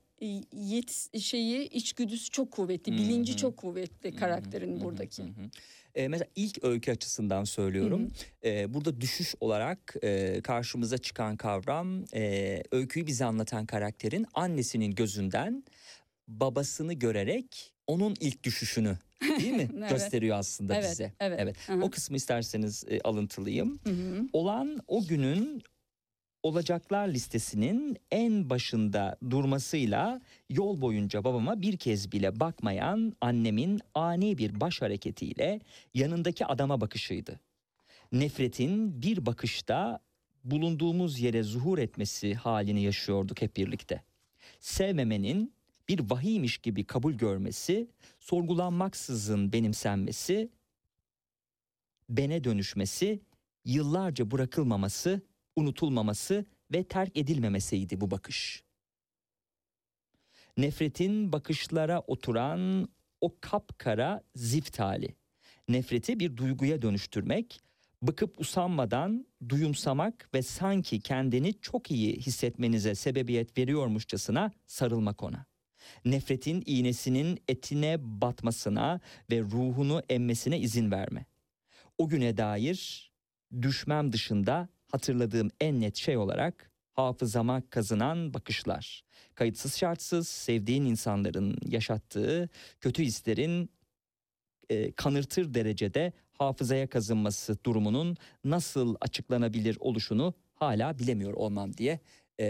S6: içgüdüsü çok kuvvetli, bilinci çok kuvvetli karakterin buradaki.
S2: Mesela ilk öykü açısından söylüyorum. Burada düşüş olarak karşımıza çıkan kavram, öyküyü bize anlatan karakterin annesinin gözünden babasını görerek onun ilk düşüşünü, değil mi?
S6: Evet.
S2: Gösteriyor aslında bize. Evet. O kısmı isterseniz alıntılayayım. Olan o günün olacaklar listesinin en başında durmasıyla yol boyunca babama bir kez bile bakmayan annemin ani bir baş hareketiyle yanındaki adama bakışıydı. Nefretin bir bakışta bulunduğumuz yere zuhur etmesi halini yaşıyorduk hep birlikte. Sevmemenin bir vahiymiş gibi kabul görmesi, sorgulanmaksızın benimsenmesi, bene dönüşmesi, yıllarca bırakılmaması, unutulmaması ve terk edilmemesiydi bu bakış. Nefretin bakışlara oturan o kapkara zift hali. Nefreti bir duyguya dönüştürmek, bıkıp usanmadan duyumsamak ve sanki kendini çok iyi hissetmenize sebebiyet veriyormuşçasına sarılmak ona. Nefretin iğnesinin etine batmasına ve ruhunu emmesine izin verme. O güne dair düşmem dışında hatırladığım en net şey olarak hafızama kazınan bakışlar. Kayıtsız şartsız sevdiğin insanların yaşattığı kötü hislerin kanırtır derecede hafızaya kazınması durumunun nasıl açıklanabilir oluşunu hala bilemiyor olmam diye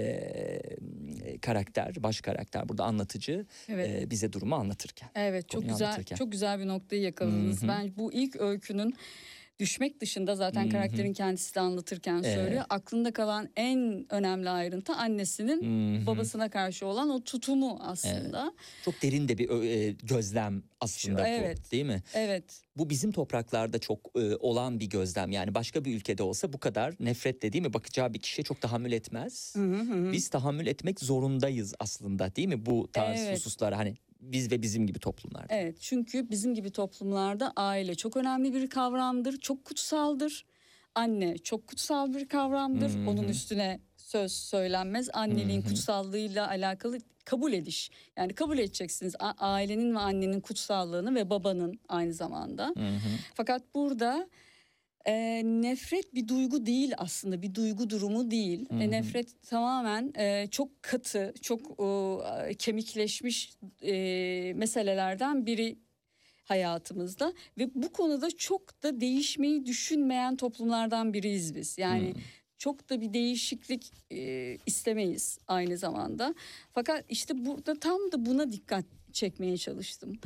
S2: baş karakter burada anlatıcı bize durumu anlatırken.
S6: Evet, çok güzel
S2: anlatırken.
S6: Çok güzel bir noktayı yakaladınız. Ben bu ilk öykünün düşmek dışında zaten karakterin kendisi de anlatırken söylüyor. Aklında kalan en önemli ayrıntı annesinin babasına karşı olan o tutumu aslında.
S2: Çok derin de bir gözlem aslında bu, değil mi?
S6: Evet.
S2: Bu bizim topraklarda çok olan bir gözlem. Yani başka bir ülkede olsa bu kadar nefretle, değil mi, bakacağı bir kişiye çok tahammül etmez. Biz tahammül etmek zorundayız aslında, değil mi, bu tarz hususlara, hani biz ve bizim gibi toplumlarda.
S6: Evet, çünkü bizim gibi toplumlarda aile çok önemli bir kavramdır, çok kutsaldır. Anne çok kutsal bir kavramdır. Onun üstüne söz söylenmez. Anneliğin kutsallığıyla alakalı kabul ediş. Yani kabul edeceksiniz ailenin ve annenin kutsallığını ve babanın aynı zamanda. Fakat burada nefret bir duygu değil aslında, bir duygu durumu değil. Nefret tamamen çok katı, çok kemikleşmiş meselelerden biri hayatımızda ve bu konuda çok da değişmeyi düşünmeyen toplumlardan biriyiz biz. Yani çok da bir değişiklik istemeyiz aynı zamanda. Fakat işte burada tam da buna dikkat çekmeye çalıştım.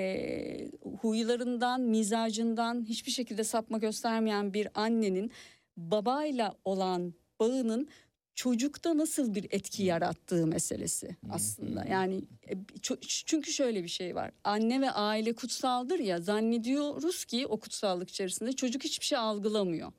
S6: Huylarından, mizacından hiçbir şekilde sapma göstermeyen bir annenin babayla olan bağının çocukta nasıl bir etki yarattığı meselesi aslında. Yani çünkü şöyle bir şey var. Anne ve aile kutsaldır ya, zannediyoruz ki o kutsallık içerisinde çocuk hiçbir şey algılamıyor.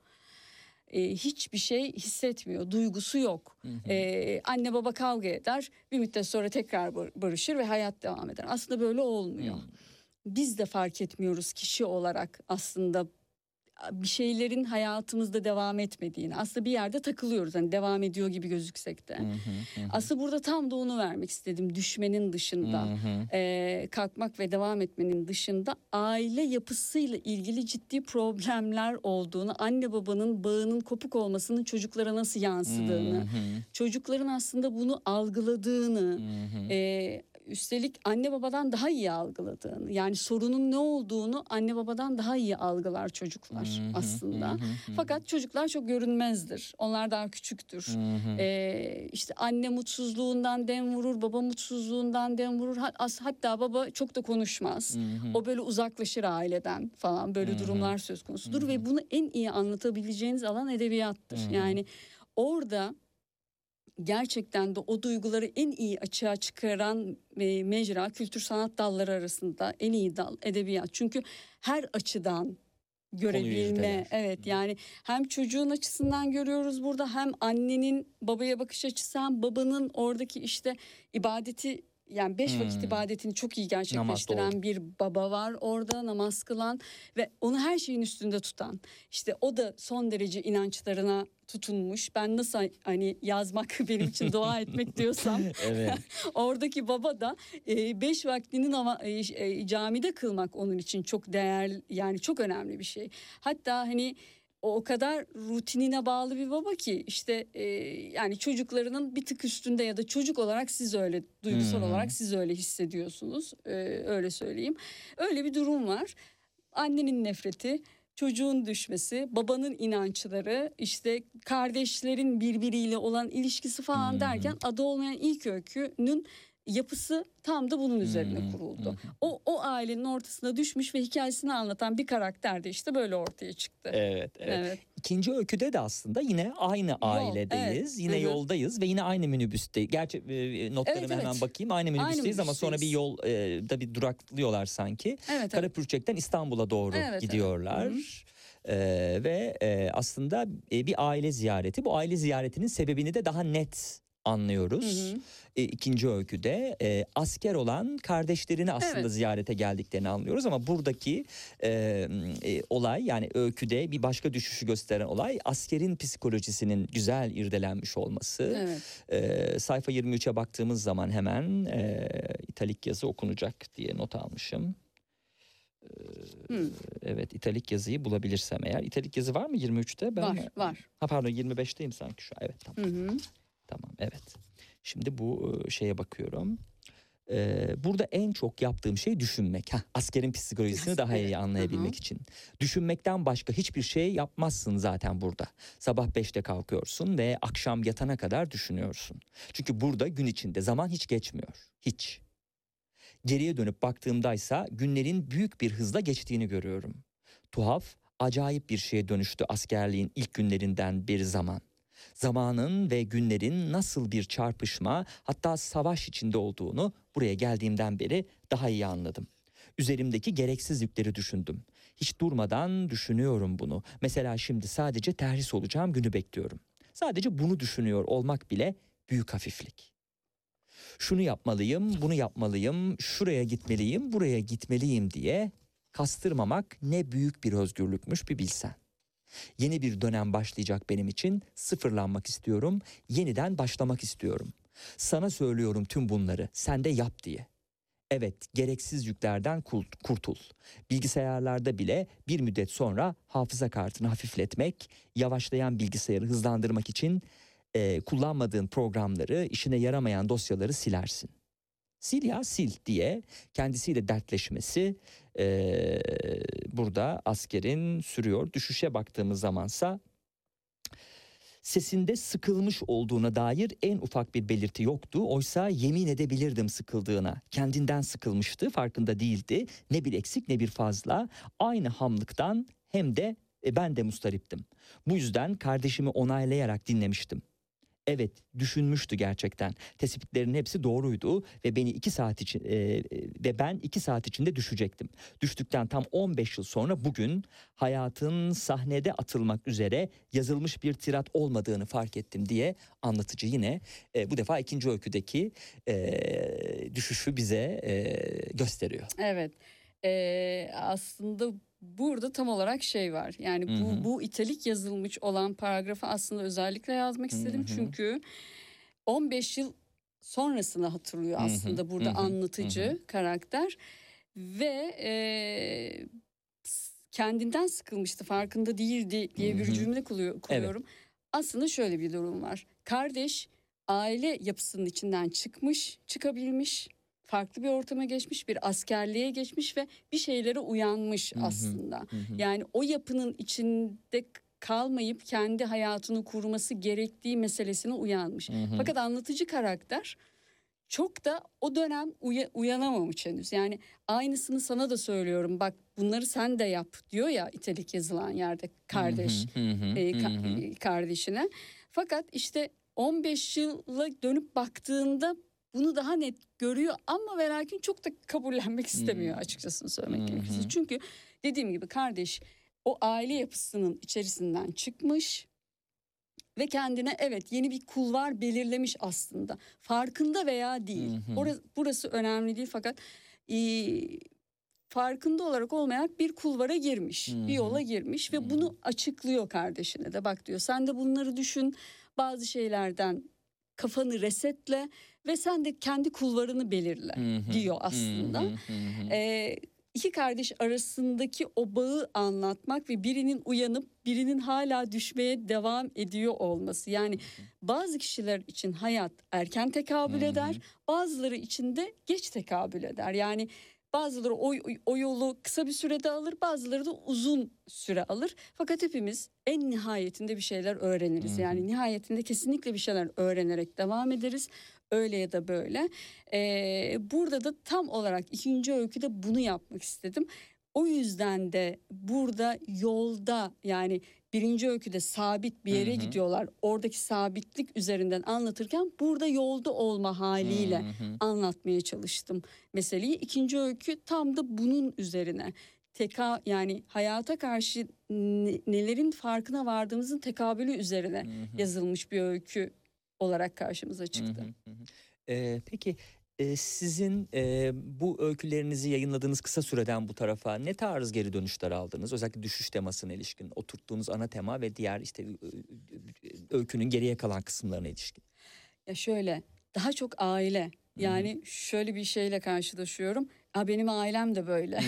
S6: Hiçbir şey hissetmiyor, duygusu yok. Anne baba kavga eder, bir müddet sonra tekrar barışır ve hayat devam eder. Aslında böyle olmuyor. Biz de fark etmiyoruz kişi olarak aslında bir şeylerin hayatımızda devam etmediğini. Aslında bir yerde takılıyoruz, hani devam ediyor gibi gözüksek de. Aslında burada tam da onu vermek istedim. Düşmenin dışında, kalkmak ve devam etmenin dışında aile yapısıyla ilgili ciddi problemler olduğunu, anne babanın bağının kopuk olmasının çocuklara nasıl yansıdığını, çocukların aslında bunu algıladığını, üstelik anne babadan daha iyi algıladığını, yani sorunun ne olduğunu anne babadan daha iyi algılar çocuklar aslında. Fakat çocuklar çok görünmezdir. Onlar daha küçüktür. İşte anne mutsuzluğundan dem vurur, baba mutsuzluğundan dem vurur. Hatta baba çok da konuşmaz. O böyle uzaklaşır aileden falan, böyle durumlar söz konusudur ve bunu en iyi anlatabileceğiniz alan edebiyattır. Yani orada gerçekten de o duyguları en iyi açığa çıkaran mecra kültür sanat dalları arasında en iyi dal edebiyat. Çünkü her açıdan görebilme, evet, yani hem çocuğun açısından görüyoruz burada, hem annenin babaya bakış açısı, hem babanın oradaki işte ibadeti, yani 5 vakit ibadetini çok iyi gerçekleştiren bir baba var orada, namaz kılan ve onu her şeyin üstünde tutan. İşte o da son derece inançlarına tutunmuş. Ben nasıl hani yazmak benim için dua etmek diyorsam oradaki baba da 5 vaktinin ama camide kılmak onun için çok değerli, yani çok önemli bir şey. Hatta hani o kadar rutinine bağlı bir baba ki işte yani çocuklarının bir tık üstünde, ya da çocuk olarak siz öyle, duygusal olarak siz öyle hissediyorsunuz, öyle söyleyeyim. Öyle bir durum var. Annenin nefreti, çocuğun düşmesi, babanın inançları, işte kardeşlerin birbiriyle olan ilişkisi falan derken adı olmayan ilk öykünün yapısı tam da bunun üzerine kuruldu. O ailenin ortasına düşmüş ve hikayesini anlatan bir karakter de işte böyle ortaya çıktı.
S2: Evet. İkinci öyküde de aslında yine aynı ailedeyiz. Yine yoldayız ve yine aynı minibüsteyiz. Gerçi notlarıma hemen bakayım. Aynı minibüsteyiz ama sonra bir yolda bir duraklıyorlar sanki. Karapürçek'ten İstanbul'a doğru gidiyorlar. Ve aslında bir aile ziyareti. Bu aile ziyaretinin sebebini de daha net anlıyoruz. İkinci öyküde asker olan kardeşlerini aslında ziyarete geldiklerini anlıyoruz ama buradaki olay, yani öyküde bir başka düşüşü gösteren olay askerin psikolojisinin güzel irdelenmiş olması. Sayfa 23'e baktığımız zaman hemen italik yazı okunacak diye not almışım. Evet, italik yazıyı bulabilirsem eğer. İtalik yazı var mı 23'te?
S6: Var.
S2: Ha pardon, 25'teyim sanki şu an. Evet, tamam. Tamam, evet. Şimdi bu şeye bakıyorum. Burada en çok yaptığım şey düşünmek. Askerin psikolojisini daha iyi anlayabilmek için. Düşünmekten başka hiçbir şey yapmazsın zaten burada. Sabah 5'te kalkıyorsun ve akşam yatana kadar düşünüyorsun. Çünkü burada gün içinde zaman hiç geçmiyor. Hiç. Geriye dönüp baktığımdaysa günlerin büyük bir hızla geçtiğini görüyorum. Tuhaf, acayip bir şeye dönüştü askerliğin ilk günlerinden beri zaman. Zamanın ve günlerin nasıl bir çarpışma, hatta savaş içinde olduğunu buraya geldiğimden beri daha iyi anladım. Üzerimdeki gereksiz yükleri düşündüm. Hiç durmadan düşünüyorum bunu. Mesela şimdi sadece terhis olacağım günü bekliyorum. Sadece bunu düşünüyor olmak bile büyük hafiflik. Şunu yapmalıyım, bunu yapmalıyım, şuraya gitmeliyim, buraya gitmeliyim diye kastırmamak ne büyük bir özgürlükmüş bir bilsen. Yeni bir dönem başlayacak benim için, sıfırlanmak istiyorum, yeniden başlamak istiyorum. Sana söylüyorum tüm bunları, sen de yap diye. Evet, gereksiz yüklerden kurtul. Bilgisayarlarda bile bir müddet sonra hafıza kartını hafifletmek, yavaşlayan bilgisayarı hızlandırmak için kullanmadığın programları, işine yaramayan dosyaları silersin. Sil ya sil diye kendisiyle dertleşmesi burada askerin sürüyor. Düşüşe baktığımız zamansa sesinde sıkılmış olduğuna dair en ufak bir belirti yoktu. Oysa yemin edebilirdim sıkıldığına. Kendinden sıkılmıştı, farkında değildi. Ne bir eksik ne bir fazla. Aynı hamlıktan hem de Ben de mustariptim. Bu yüzden kardeşimi onaylayarak dinlemiştim. Evet, düşünmüştü gerçekten. Tespitlerin hepsi doğruydu ve beni 2 saat için ve ben 2 saat içinde düşecektim. Düştükten tam 15 yıl sonra bugün hayatın sahnede atılmak üzere yazılmış bir tirat olmadığını fark ettim diye anlatıcı yine bu defa ikinci öyküdeki düşüşü bize gösteriyor.
S6: Evet. Aslında burada tam olarak şey var. Yani bu italik yazılmış olan paragrafı aslında özellikle yazmak istedim. Çünkü 15 yıl sonrasını hatırlıyor aslında burada anlatıcı karakter. Ve kendinden sıkılmıştı, farkında değildi diye bir cümle kuruyorum. Evet. Aslında şöyle bir durum var. Kardeş aile yapısının içinden çıkabilmiş, farklı bir ortama geçmiş, bir askerliğe geçmiş ve bir şeylere uyanmış aslında. Yani o yapının içinde kalmayıp kendi hayatını kurması gerektiği meselesine uyanmış. Fakat anlatıcı karakter çok da o dönem uyanamamış henüz. Yani aynısını sana da söylüyorum, bak bunları sen de yap diyor ya italik yazılan yerde kardeş kardeşine. Fakat işte 15 yıla dönüp baktığında bunu daha net görüyor ama ve lakin çok da kabullenmek istemiyor açıkçası söylemek gerekirse. Çünkü dediğim gibi kardeş o aile yapısının içerisinden çıkmış ve kendine evet yeni bir kulvar belirlemiş aslında. Farkında veya değil. Burası önemli değil fakat farkında olarak olmayan bir kulvara girmiş. Bir yola girmiş ve bunu açıklıyor kardeşine de. Bak diyor, sen de bunları düşün, bazı şeylerden kafanı resetle ve sen de kendi kulvarını belirle diyor aslında. İki kardeş arasındaki o bağı anlatmak ve birinin uyanıp birinin hala düşmeye devam ediyor olması. Yani bazı kişiler için hayat erken tekabül eder, bazıları için de geç tekabül eder. Yani bazıları o yolu kısa bir sürede alır, bazıları da uzun süre alır. Fakat hepimiz en nihayetinde bir şeyler öğreniriz. Yani nihayetinde kesinlikle bir şeyler öğrenerek devam ederiz. Öyle ya da böyle. Burada da tam olarak ikinci öyküde bunu yapmak istedim. O yüzden de burada yolda, yani birinci öyküde sabit bir yere gidiyorlar. Oradaki sabitlik üzerinden anlatırken burada yolda olma haliyle anlatmaya çalıştım meseleyi. İkinci öykü tam da bunun üzerine. Yani hayata karşı nelerin farkına vardığımızın tekabülü üzerine yazılmış bir öykü olarak karşımıza çıktı.
S2: Peki sizin bu öykülerinizi yayınladığınız kısa süreden bu tarafa ne tarz geri dönüşler aldınız? Özellikle düşüş temasına ilişkin, oturttuğunuz ana tema ve diğer işte öykünün geriye kalan kısımlarına ilişkin.
S6: Ya şöyle, daha çok aile. Yani şöyle bir şeyle karşılaşıyorum. Benim ailem de böyle.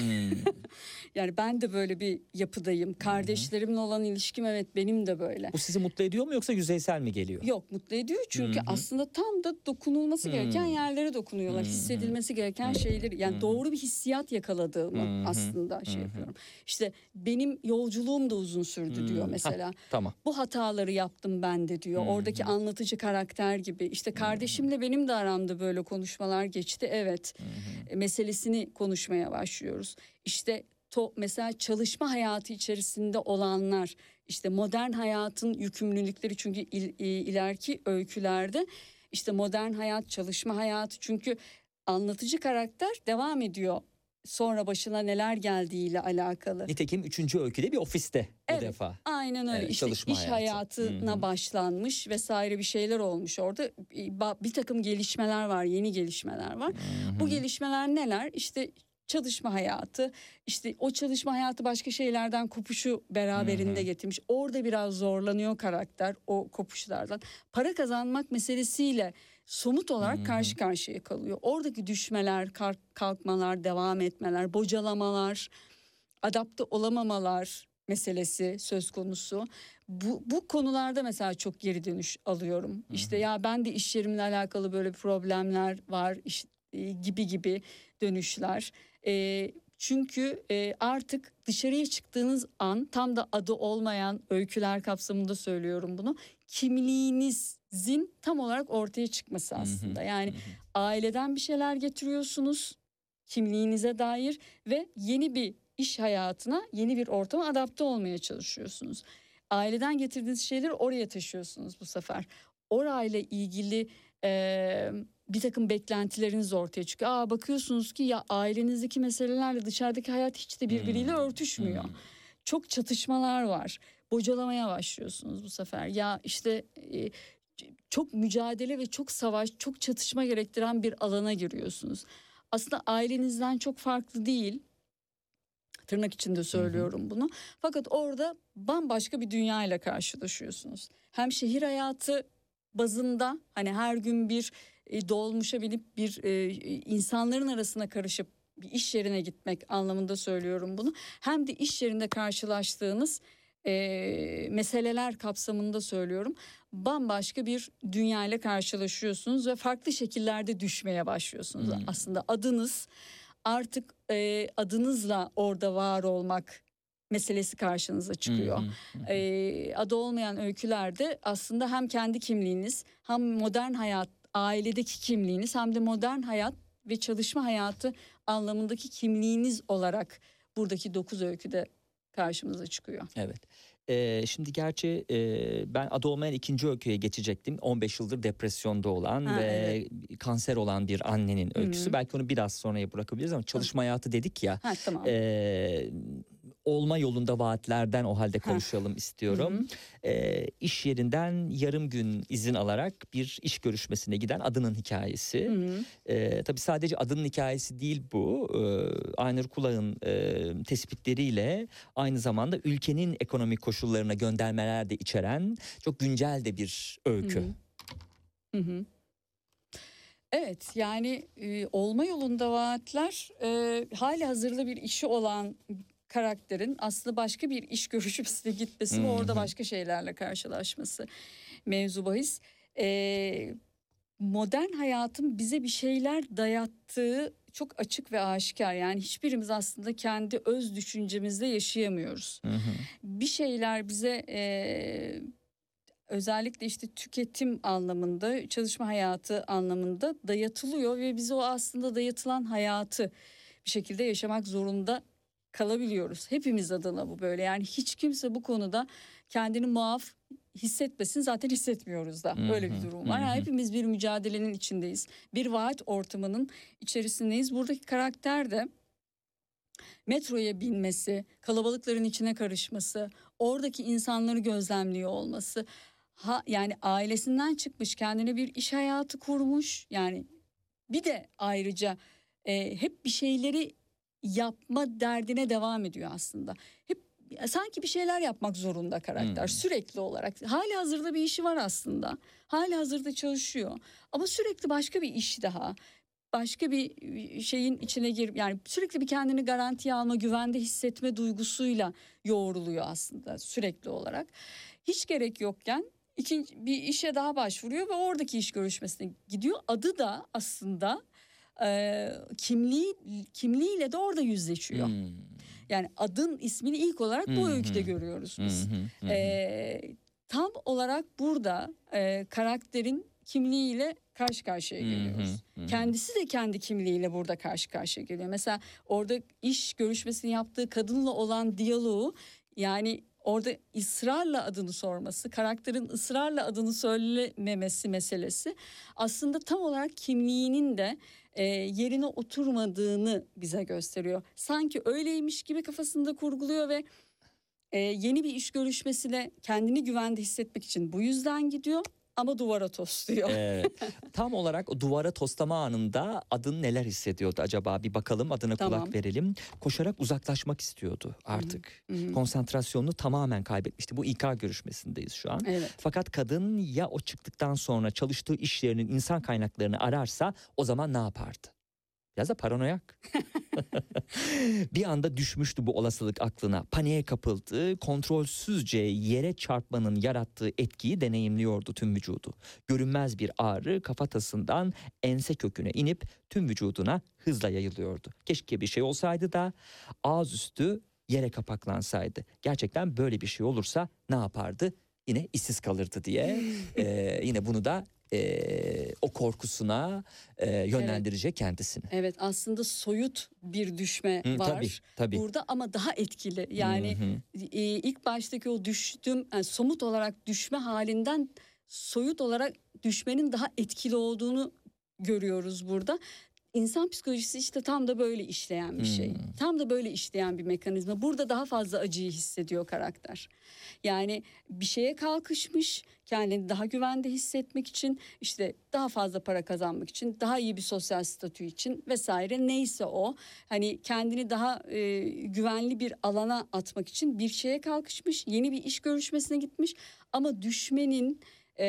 S6: Yani ben de böyle bir yapıdayım. Kardeşlerimle olan ilişkim evet benim de böyle.
S2: Bu sizi mutlu ediyor mu yoksa yüzeysel mi geliyor?
S6: Yok, mutlu ediyor çünkü aslında tam da dokunulması gereken yerlere dokunuyorlar. Hissedilmesi gereken şeyleri, yani doğru bir hissiyat yakaladığımı aslında şey yapıyorum. İşte benim yolculuğum da uzun sürdü diyor mesela.
S2: Tamam.
S6: Bu hataları yaptım ben de diyor. Oradaki anlatıcı karakter gibi. İşte kardeşimle benim de aramda böyle konuşmalar geçti. Evet. Meselesini konuşmaya başlıyoruz. İşte mesela çalışma hayatı içerisinde olanlar, işte modern hayatın yükümlülükleri, çünkü ileriki öykülerde işte modern hayat, çalışma hayatı, çünkü anlatıcı karakter devam ediyor. Sonra başına neler geldiğiyle alakalı.
S2: Nitekim 3. öyküde bir ofiste bu defa.
S6: Aynen öyle.
S2: Evet,
S6: işte
S2: çalışma
S6: iş hayatına başlanmış vesaire bir şeyler olmuş orada. Bir takım gelişmeler var, yeni gelişmeler var. Bu gelişmeler neler? İşte çalışma hayatı, işte o çalışma hayatı başka şeylerden kopuşu beraberinde getirmiş. Orada biraz zorlanıyor karakter o kopuşlardan. Para kazanmak meselesiyle somut olarak karşı karşıya kalıyor. Oradaki düşmeler, kalkmalar, devam etmeler, bocalamalar, adapte olamamalar meselesi söz konusu. Bu konularda mesela çok geri dönüş alıyorum. İşte ya ben de iş yerimle alakalı böyle problemler var gibi dönüşler. Çünkü artık dışarıya çıktığınız an, tam da adı olmayan öyküler kapsamında söylüyorum bunu, kimliğinizin tam olarak ortaya çıkması aslında. Yani aileden bir şeyler getiriyorsunuz kimliğinize dair ve yeni bir iş hayatına, yeni bir ortama adapte olmaya çalışıyorsunuz. Aileden getirdiğiniz şeyleri oraya taşıyorsunuz bu sefer. Orayla ilgili bir takım beklentileriniz ortaya çıkıyor. Bakıyorsunuz ki ya ailenizdeki meselelerle dışarıdaki hayat hiç de birbiriyle örtüşmüyor. Çok çatışmalar var. Bocalamaya başlıyorsunuz bu sefer. Ya işte çok mücadele ve çok savaş, çok çatışma gerektiren bir alana giriyorsunuz. Aslında ailenizden çok farklı değil. Tırnak içinde söylüyorum bunu. Fakat orada bambaşka bir dünya ile karşılaşıyorsunuz. Hem şehir hayatı bazında, hani her gün bir dolmuşa binip bir insanların arasına karışıp bir iş yerine gitmek anlamında söylüyorum bunu. Hem de iş yerinde karşılaştığınız meseleler kapsamında söylüyorum. Bambaşka bir dünya ile karşılaşıyorsunuz ve farklı şekillerde düşmeye başlıyorsunuz. Aslında adınız artık adınızla orada var olmak meselesi karşınıza çıkıyor. Adı olmayan öykülerde aslında hem kendi kimliğiniz, hem modern hayat, ailedeki kimliğiniz, hem de modern hayat ve çalışma hayatı anlamındaki kimliğiniz olarak buradaki 9 öyküde karşımıza çıkıyor.
S2: Evet. Şimdi gerçi ben adı olmayan ikinci öyküye geçecektim. 15 yıldır depresyonda olan ve kanser olan bir annenin öyküsü. Belki onu biraz sonraya bırakabiliriz ama çalışma hayatı dedik ya.
S6: Tamam.
S2: Olma yolunda vaatlerden o halde konuşalım istiyorum. İş yerinden yarım gün izin alarak bir iş görüşmesine giden Adının hikayesi. Tabii sadece Adının hikayesi değil bu. Aynur Kulak'ın tespitleriyle aynı zamanda ülkenin ekonomik koşullarına göndermeler de içeren çok güncel de bir öykü.
S6: Evet, yani olma yolunda vaatler hali hazırda bir işi olan karakterin aslında başka bir iş görüşmesine gitmesi ve orada başka şeylerle karşılaşması mevzu bahis. Modern hayatın bize bir şeyler dayattığı çok açık ve aşikar. Yani hiçbirimiz aslında kendi öz düşüncemizde yaşayamıyoruz. Bir şeyler bize özellikle işte tüketim anlamında, çalışma hayatı anlamında dayatılıyor ve biz o aslında dayatılan hayatı bir şekilde yaşamak zorunda kalabiliyoruz. Hepimiz adına bu böyle. Yani hiç kimse bu konuda kendini muaf hissetmesin, zaten hissetmiyoruz da. Öyle bir durum var. Yani hepimiz bir mücadelenin içindeyiz. Bir vaat ortamının içerisindeyiz. Buradaki karakter de metroya binmesi, kalabalıkların içine karışması, oradaki insanları gözlemliyor olması. Yani ailesinden çıkmış, kendine bir iş hayatı kurmuş. Yani bir de ayrıca hep bir şeyleri yapma derdine devam ediyor aslında. Hep sanki bir şeyler yapmak zorunda karakter sürekli olarak. Hali hazırda bir işi var aslında. Hali hazırda çalışıyor. Ama sürekli başka bir iş daha. Başka bir şeyin içine girip, yani sürekli bir kendini garantiye alma, güvende hissetme duygusuyla yoğruluyor aslında sürekli olarak. Hiç gerek yokken bir işe daha başvuruyor ve oradaki iş görüşmesine gidiyor. Adı da aslında kimliğiyle de orada yüzleşiyor. Yani adın ismini ilk olarak bu öyküde görüyoruz biz. Tam olarak burada karakterin kimliğiyle karşı karşıya geliyoruz. Kendisi de kendi kimliğiyle burada karşı karşıya geliyor. Mesela orada iş görüşmesini yaptığı kadınla olan diyaloğu, yani orada ısrarla adını sorması, karakterin ısrarla adını söylememesi meselesi aslında tam olarak kimliğinin de yerine oturmadığını bize gösteriyor. Sanki öyleymiş gibi kafasında kurguluyor ve yeni bir iş görüşmesine kendini güvende hissetmek için bu yüzden gidiyor. Ama duvara tosluyor.
S2: Tam olarak o duvara toslama anında Adın neler hissediyordu acaba? Bir bakalım, Adına kulak verelim. Koşarak uzaklaşmak istiyordu artık. Konsantrasyonunu tamamen kaybetmişti. Bu İK görüşmesindeyiz şu an. Fakat kadın ya o çıktıktan sonra çalıştığı iş yerinin insan kaynaklarını ararsa o zaman ne yapardı? Biraz da paranoyak. Bir anda düşmüştü bu olasılık aklına. Paniğe kapıldı. Kontrolsüzce yere çarpmanın yarattığı etkiyi deneyimliyordu tüm vücudu. Görünmez bir ağrı kafatasından ense köküne inip tüm vücuduna hızla yayılıyordu. Keşke bir şey olsaydı da ağızüstü yere kapaklansaydı. Gerçekten böyle bir şey olursa ne yapardı? Yine işsiz kalırdı diye yine bunu da o korkusuna yönlendirecek kendisini.
S6: Evet, aslında soyut bir düşme
S2: Hı,
S6: var
S2: tabii.
S6: burada ama daha etkili. Yani ilk baştaki o düştüm, yani somut olarak düşme halinden soyut olarak düşmenin daha etkili olduğunu görüyoruz burada. İnsan psikolojisi işte tam da böyle işleyen bir şey. Tam da böyle işleyen bir mekanizma. Burada daha fazla acıyı hissediyor karakter. Yani bir şeye kalkışmış, kendini daha güvende hissetmek için, işte daha fazla para kazanmak için, daha iyi bir sosyal statü için vesaire, neyse o. Hani kendini daha güvenli bir alana atmak için bir şeye kalkışmış, yeni bir iş görüşmesine gitmiş ama düşmenin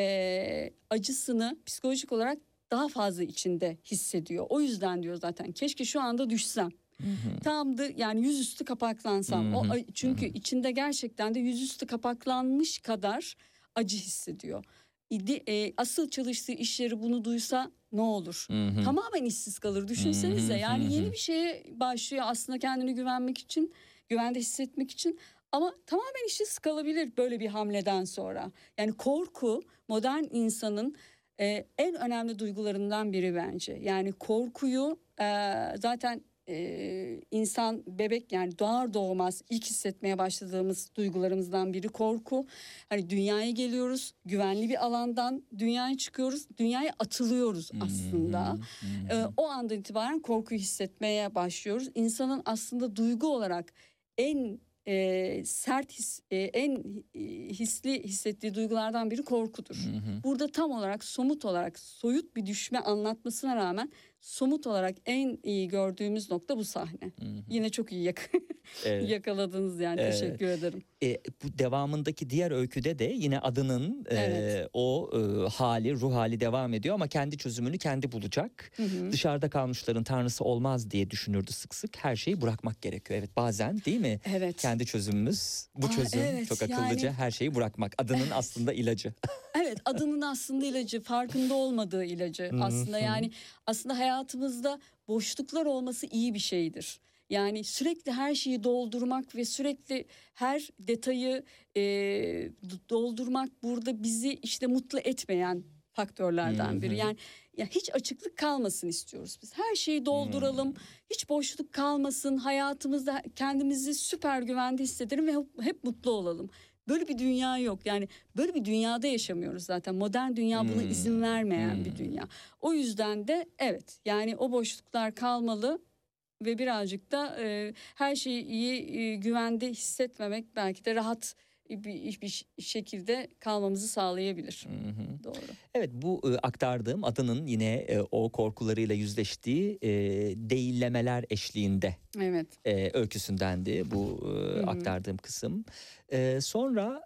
S6: acısını psikolojik olarak daha fazla içinde hissediyor. O yüzden diyor zaten keşke şu anda düşsem. Tam da yani yüzüstü kapaklansam. Çünkü içinde gerçekten de yüzüstü kapaklanmış kadar acı hissediyor. Asıl çalıştığı iş yeri bunu duysa ne olur? Tamamen işsiz kalır. Düşünsenize, yani yeni bir şeye başlıyor aslında kendini güvende hissetmek için. Ama tamamen işsiz kalabilir böyle bir hamleden sonra. Yani korku modern insanın en önemli duygularından biri bence. Yani korkuyu zaten insan bebek, yani doğar doğmaz ilk hissetmeye başladığımız duygularımızdan biri korku. Hani dünyaya geliyoruz, güvenli bir alandan dünyaya çıkıyoruz, dünyaya atılıyoruz aslında. O andan itibaren korkuyu hissetmeye başlıyoruz. İnsanın aslında duygu olarak en sert en hisli hissettiği duygulardan biri korkudur. Burada tam olarak somut olarak soyut bir düşme anlatmasına rağmen somut olarak en iyi gördüğümüz nokta bu sahne. Yine çok iyi yakaladınız yani. Evet. Teşekkür ederim.
S2: Bu devamındaki diğer öyküde de yine adının o hali, ruh hali devam ediyor ama kendi çözümünü kendi bulacak. Dışarıda kalmışların tanrısı olmaz diye düşünürdü sık sık. Her şeyi bırakmak gerekiyor. Evet, bazen değil mi?
S6: Evet.
S2: Kendi çözümümüz bu çözüm.
S6: Evet,
S2: çok akıllıca,
S6: yani
S2: her şeyi bırakmak. Adının aslında ilacı.
S6: Evet, adının aslında ilacı, farkında olmadığı ilacı aslında. Yani aslında hayatımızda boşluklar olması iyi bir şeydir. Yani sürekli her şeyi doldurmak ve sürekli her detayı doldurmak burada bizi işte mutlu etmeyen faktörlerden biri. Yani ya hiç açıklık kalmasın istiyoruz biz. Her şeyi dolduralım, hiç boşluk kalmasın, hayatımızda kendimizi süper güvende hissedelim ve hep mutlu olalım. Böyle bir dünya yok. Yani böyle bir dünyada yaşamıyoruz zaten. Modern dünya buna izin vermeyen bir dünya. O yüzden de evet, yani o boşluklar kalmalı ve birazcık da her şeyi iyi güvende hissetmemek belki de rahat bir şekilde kalmamızı sağlayabilir. Doğru.
S2: Evet, bu aktardığım adının yine o korkularıyla yüzleştiği değillemeler eşliğinde öyküsündendi bu aktardığım kısım. Sonra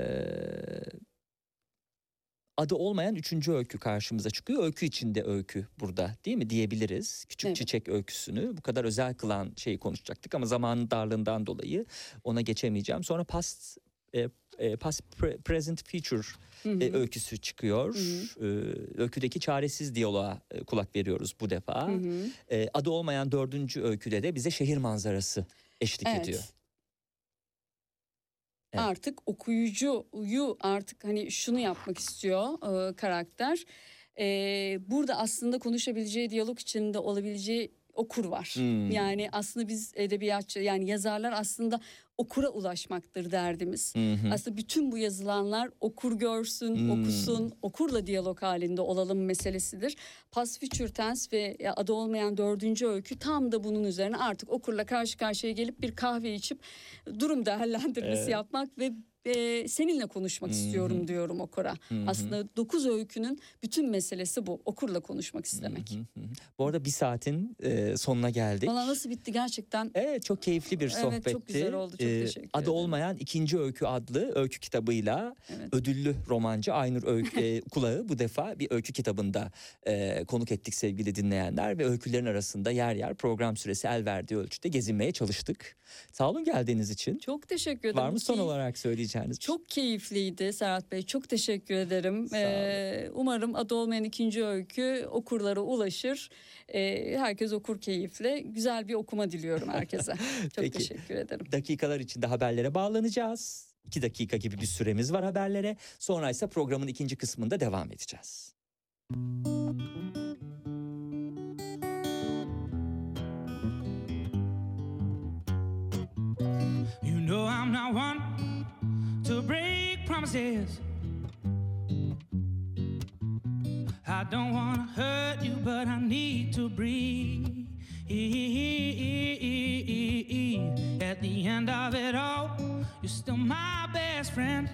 S2: adı olmayan 3. öykü karşımıza çıkıyor. Öykü içinde öykü burada, değil mi diyebiliriz. Küçük Çiçek öyküsünü bu kadar özel kılan şeyi konuşacaktık ama zamanın darlığından dolayı ona geçemeyeceğim. Sonra Past Present Future öyküsü çıkıyor. Öyküdeki çaresiz diyaloğa kulak veriyoruz bu defa. Adı olmayan 4. öyküde de bize şehir manzarası eşlik ediyor.
S6: Evet. Artık okuyucuyu artık hani şunu yapmak istiyor karakter. Burada aslında konuşabileceği, diyalog içinde olabileceği okur var. Yani aslında biz edebiyatçı, yani yazarlar aslında okura ulaşmaktır derdimiz. Aslında bütün bu yazılanlar okur görsün, okusun, okurla diyalog halinde olalım meselesidir. Past Future Tense ve adı olmayan 4. öykü tam da bunun üzerine, artık okurla karşı karşıya gelip bir kahve içip durum değerlendirmesi yapmak ve seninle konuşmak istiyorum diyorum okura. Aslında 9 öykünün bütün meselesi bu. Okurla konuşmak istemek.
S2: Bu arada bir saatin sonuna geldik.
S6: Valla nasıl bitti gerçekten.
S2: Evet, çok keyifli bir sohbetti.
S6: Evet, çok güzel oldu. Çok teşekkür ederim.
S2: Adı olmayan 2. öykü adlı öykü kitabıyla ödüllü romancı Aynur Kulağı bu defa bir öykü kitabında konuk ettik sevgili dinleyenler ve öykülerin arasında yer yer program süresi el verdiği ölçüde gezinmeye çalıştık. Sağ olun geldiğiniz için.
S6: Çok teşekkür ederim.
S2: Var mı son olarak söyleyeceğiniz?
S6: Çok keyifliydi Serhat Bey. Çok teşekkür ederim. Umarım adı olmayan 2. öykü okurlara ulaşır. Herkes okur keyifle. Güzel bir okuma diliyorum herkese. Çok
S2: Peki.
S6: Teşekkür ederim.
S2: Dakikalar içinde haberlere bağlanacağız. 2 dakika gibi bir süremiz var haberlere. Sonra ise programın ikinci kısmında devam edeceğiz.
S1: You know I'm not one to break promises. I don't want to hurt you, but I need to breathe. At the end of it all, you're still my best friend.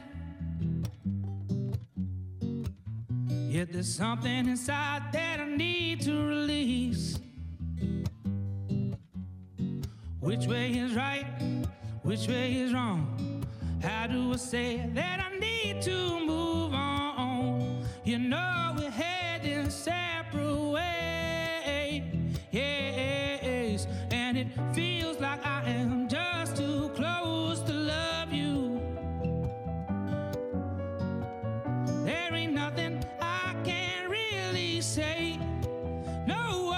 S1: Yet there's something inside that I need to release. Which way is right? Which way is wrong? How do I say that I need to move on? You know we're heading separate ways, and it feels like I am just too close to love you. There ain't nothing I can really say. No,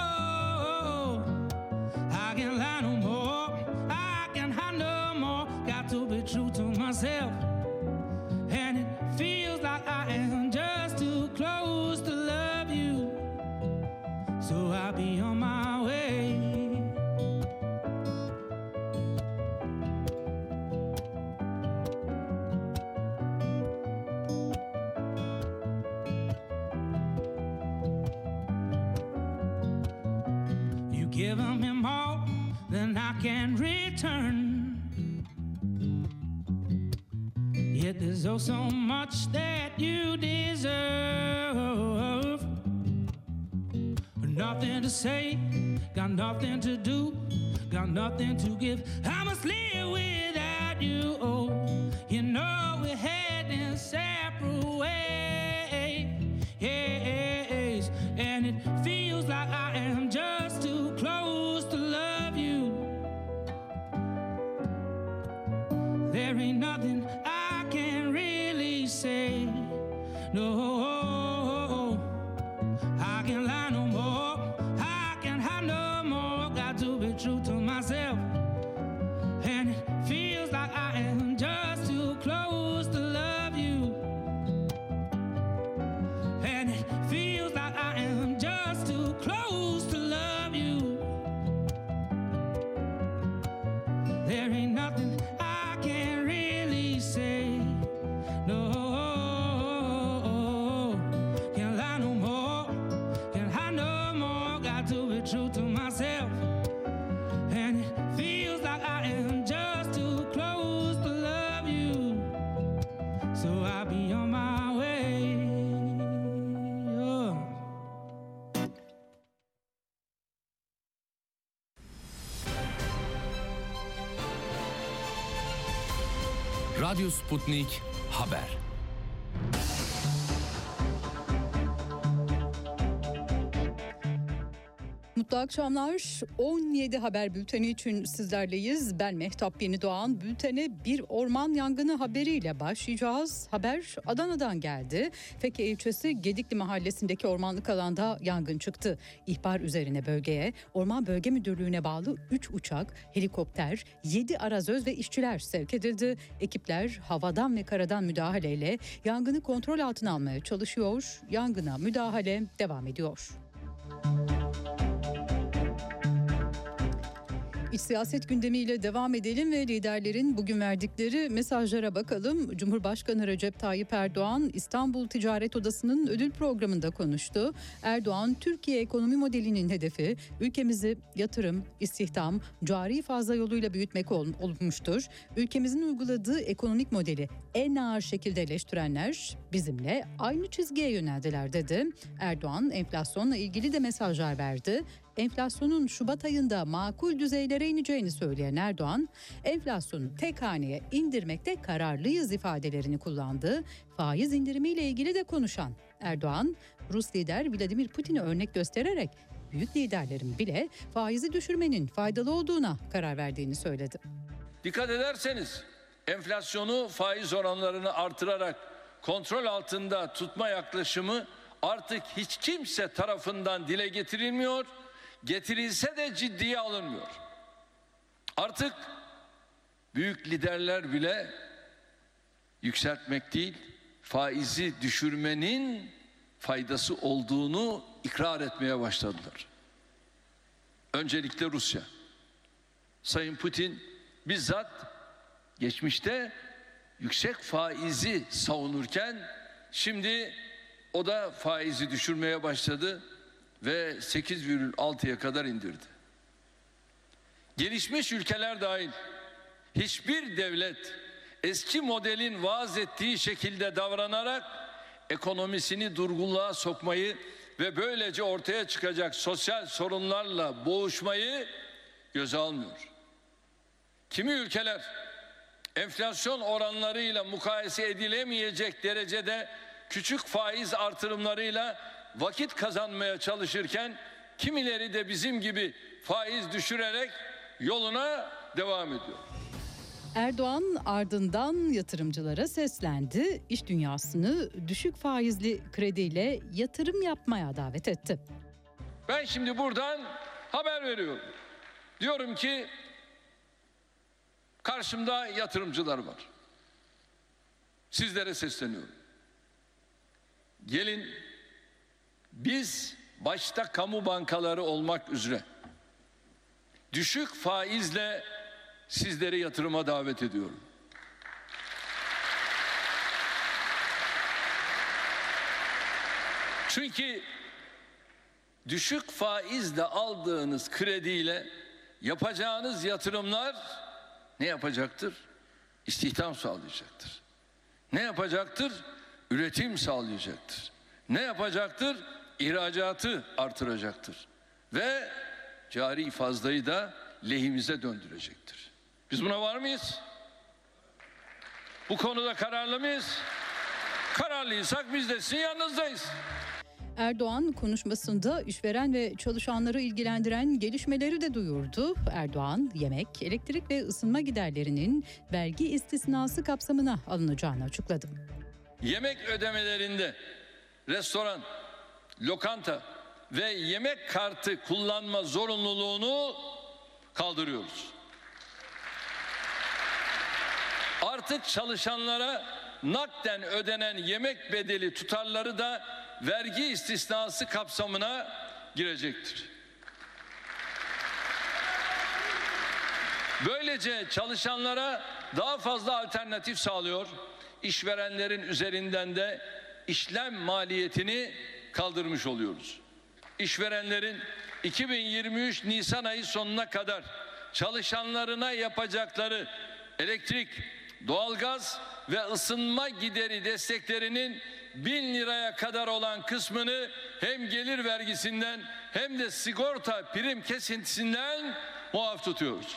S1: I can't lie no more. I can't hide no more. Got to be true to myself. And it feels like I am just too close to love you. So I'll be on my way. You given me more than I can return. Yet there's oh so much that you deserve. Nothing to say, got nothing to do, got nothing to give. I must live without you. Oh, you know we're heading separate ways, and it feels like I am just too close to love you. There ain't nothing I can really say. No, I can't lie no more. I can't hide no more. Got to be true to myself. And it feels like I am just too close to love you. And it feels like I am just too close to love you. There ain't nothing I can really say. No, can't lie no more. Can't hide no more. Got to be true to myself. And it feels like I am just too close to love you. So I'll be on my way. Oh.
S7: Radyo Sputnik Haber.
S8: Mutlu akşamlar. 17 haber bülteni için sizlerleyiz. Ben Mehtap Yenidoğan. Bültene bir orman yangını haberiyle başlayacağız. Haber Adana'dan geldi. Feke ilçesi Gedikli mahallesindeki ormanlık alanda yangın çıktı. İhbar üzerine bölgeye Orman Bölge Müdürlüğü'ne bağlı 3 uçak, helikopter, 7 arazöz ve işçiler sevk edildi. Ekipler havadan ve karadan müdahaleyle yangını kontrol altına almaya çalışıyor. Yangına müdahale devam ediyor. İç siyaset gündemiyle devam edelim ve liderlerin bugün verdikleri mesajlara bakalım. Cumhurbaşkanı Recep Tayyip Erdoğan İstanbul Ticaret Odası'nın ödül programında konuştu. Erdoğan, Türkiye ekonomi modelinin hedefi ülkemizi yatırım, istihdam, cari fazla yoluyla büyütmek olmuştur. Ülkemizin uyguladığı ekonomik modeli en ağır şekilde eleştirenler bizimle aynı çizgiye yöneldiler dedi. Erdoğan enflasyonla ilgili de mesajlar verdi. Enflasyonun Şubat ayında makul düzeylere ineceğini söyleyen Erdoğan, enflasyonu tek haneye indirmekte kararlıyız ifadelerini kullandı. Faiz indirimiyle ilgili de konuşan Erdoğan, Rus lider Vladimir Putin'e örnek göstererek büyük liderlerin bile faizi düşürmenin faydalı olduğuna karar verdiğini söyledi.
S9: Dikkat ederseniz enflasyonu, faiz oranlarını artırarak kontrol altında tutma yaklaşımı artık hiç kimse tarafından dile getirilmiyor. Getirilse de ciddiye alınmıyor. Artık büyük liderler bile yükseltmek değil, faizi düşürmenin faydası olduğunu ikrar etmeye başladılar. Öncelikle Rusya. Sayın Putin bizzat geçmişte yüksek faizi savunurken şimdi o da faizi düşürmeye başladı ve 8,6'ya kadar indirdi. Gelişmiş ülkeler dahil hiçbir devlet eski modelin vaaz ettiği şekilde davranarak ekonomisini durgunluğa sokmayı ve böylece ortaya çıkacak sosyal sorunlarla boğuşmayı göze almıyor. Kimi ülkeler enflasyon oranlarıyla mukayese edilemeyecek derecede küçük faiz artırımlarıyla vakit kazanmaya çalışırken kimileri de bizim gibi faiz düşürerek yoluna devam ediyor.
S8: Erdoğan ardından yatırımcılara seslendi. İş dünyasını düşük faizli krediyle yatırım yapmaya davet etti.
S9: Ben şimdi buradan haber veriyorum. Diyorum ki karşımda yatırımcılar var. Sizlere sesleniyorum. Gelin biz başta kamu bankaları olmak üzere düşük faizle sizleri yatırıma davet ediyorum. Çünkü düşük faizle aldığınız krediyle yapacağınız yatırımlar ne yapacaktır? İstihdam sağlayacaktır. Ne yapacaktır? Üretim sağlayacaktır. Ne yapacaktır? İhracatı artıracaktır. Ve cari fazlayı da lehimize döndürecektir. Biz buna var mıyız? Bu konuda kararlı mıyız? Kararlıysak biz de sizin yanınızdayız.
S8: Erdoğan konuşmasında işveren ve çalışanları ilgilendiren gelişmeleri de duyurdu. Erdoğan, yemek, elektrik ve ısınma giderlerinin vergi istisnası kapsamına alınacağını açıkladı.
S9: Yemek ödemelerinde restoran, lokanta ve yemek kartı kullanma zorunluluğunu kaldırıyoruz. Artık çalışanlara nakden ödenen yemek bedeli tutarları da vergi istisnası kapsamına girecektir. Böylece çalışanlara daha fazla alternatif sağlıyor, işverenlerin üzerinden de işlem maliyetini kaldırmış oluyoruz. İşverenlerin 2023 Nisan ayı sonuna kadar çalışanlarına yapacakları elektrik, doğalgaz ve ısınma gideri desteklerinin 1.000 liraya kadar olan kısmını hem gelir vergisinden hem de sigorta prim kesintisinden muaf tutuyoruz.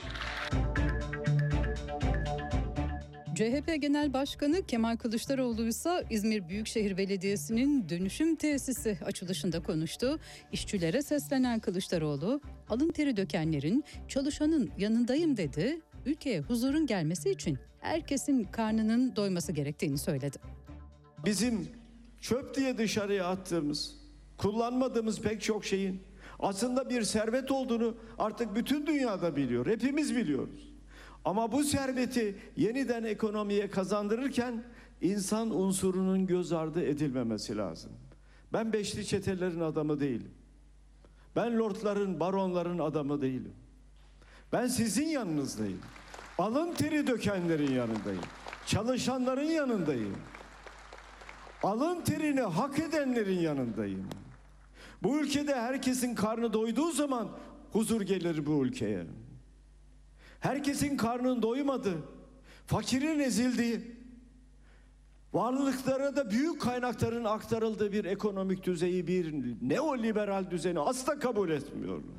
S8: CHP Genel Başkanı Kemal Kılıçdaroğlu ise İzmir Büyükşehir Belediyesi'nin dönüşüm tesisi açılışında konuştu. İşçilere seslenen Kılıçdaroğlu, alın teri dökenlerin, çalışanın yanındayım dedi. Ülkeye huzurun gelmesi için herkesin karnının doyması gerektiğini söyledi.
S10: Bizim çöp diye dışarıya attığımız, kullanmadığımız pek çok şeyin aslında bir servet olduğunu artık bütün dünyada biliyor. Hepimiz biliyoruz. Ama bu serveti yeniden ekonomiye kazandırırken insan unsurunun göz ardı edilmemesi lazım. Ben beşli çetelerin adamı değilim. Ben lordların, baronların adamı değilim. Ben sizin yanınızdayım. Alın teri dökenlerin yanındayım. Çalışanların yanındayım. Alın terini hak edenlerin yanındayım. Bu ülkede herkesin karnı doyduğu zaman huzur gelir bu ülkeye. Herkesin karnının doymadı, fakirin ezildiği, varlıklara da büyük kaynakların aktarıldığı bir ekonomik düzeyi, bir neoliberal düzeni asla kabul etmiyorum.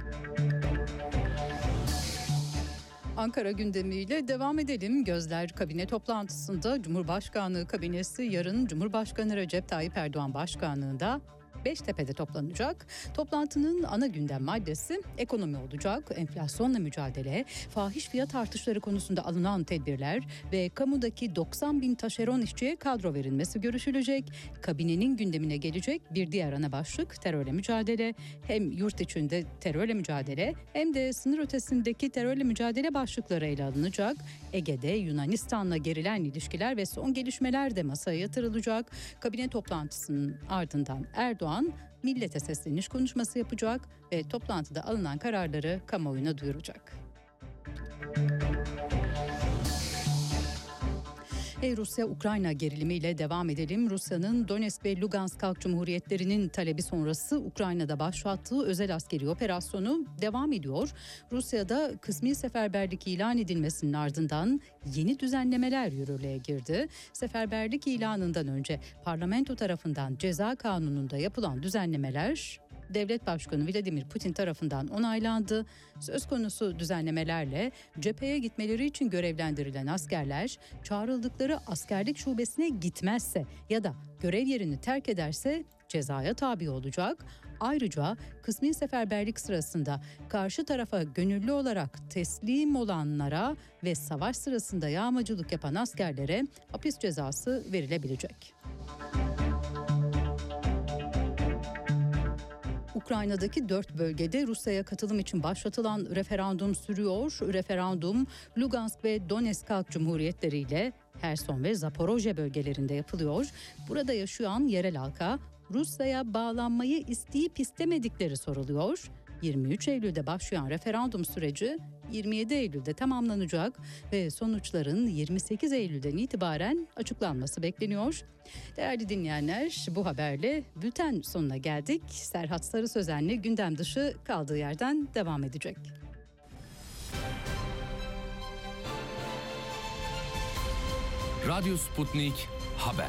S8: Ankara gündemiyle devam edelim. Gözler kabine toplantısında Cumhurbaşkanlığı kabinesi yarın Cumhurbaşkanı Recep Tayyip Erdoğan başkanlığında Beştepe'de toplanacak. Toplantının ana gündem maddesi ekonomi olacak. Enflasyonla mücadele, fahiş fiyat artışları konusunda alınan tedbirler ve kamudaki 90 bin taşeron işçiye kadro verilmesi görüşülecek. Kabinenin gündemine gelecek bir diğer ana başlık terörle mücadele. Hem yurt içinde terörle mücadele hem de sınır ötesindeki terörle mücadele başlıkları ele alınacak. Ege'de Yunanistan'la gerilen ilişkiler ve son gelişmeler de masaya yatırılacak. Kabine toplantısının ardından Erdoğan millete sesleniş konuşması yapacak ve toplantıda alınan kararları kamuoyuna duyuracak. Rusya-Ukrayna gerilimiyle devam edelim. Rusya'nın Donetsk ve Lugansk Halk Cumhuriyetlerinin talebi sonrası Ukrayna'da başlattığı özel askeri operasyonu devam ediyor. Rusya'da kısmi seferberlik ilan edilmesinin ardından yeni düzenlemeler yürürlüğe girdi. Seferberlik ilanından önce parlamento tarafından ceza kanununda yapılan düzenlemeler Devlet Başkanı Vladimir Putin tarafından onaylandı. Söz konusu düzenlemelerle cepheye gitmeleri için görevlendirilen askerler çağrıldıkları askerlik şubesine gitmezse ya da görev yerini terk ederse cezaya tabi olacak. Ayrıca kısmi seferberlik sırasında karşı tarafa gönüllü olarak teslim olanlara ve savaş sırasında yağmacılık yapan askerlere hapis cezası verilebilecek. Ukrayna'daki 4 bölgede Rusya'ya katılım için başlatılan referandum sürüyor. Referandum Lugansk ve Donetsk Halk Cumhuriyetleri ile Herson ve Zaporojye bölgelerinde yapılıyor. Burada yaşayan yerel halka Rusya'ya bağlanmayı isteyip istemedikleri soruluyor. 23 Eylül'de başlayan referandum süreci 27 Eylül'de tamamlanacak ve sonuçların 28 Eylül'den itibaren açıklanması bekleniyor. Değerli dinleyenler, bu haberle bülten sonuna geldik. Serhat Sarı Sözen'le gündem dışı kaldığı yerden devam edecek.
S7: Radyo Sputnik Haber.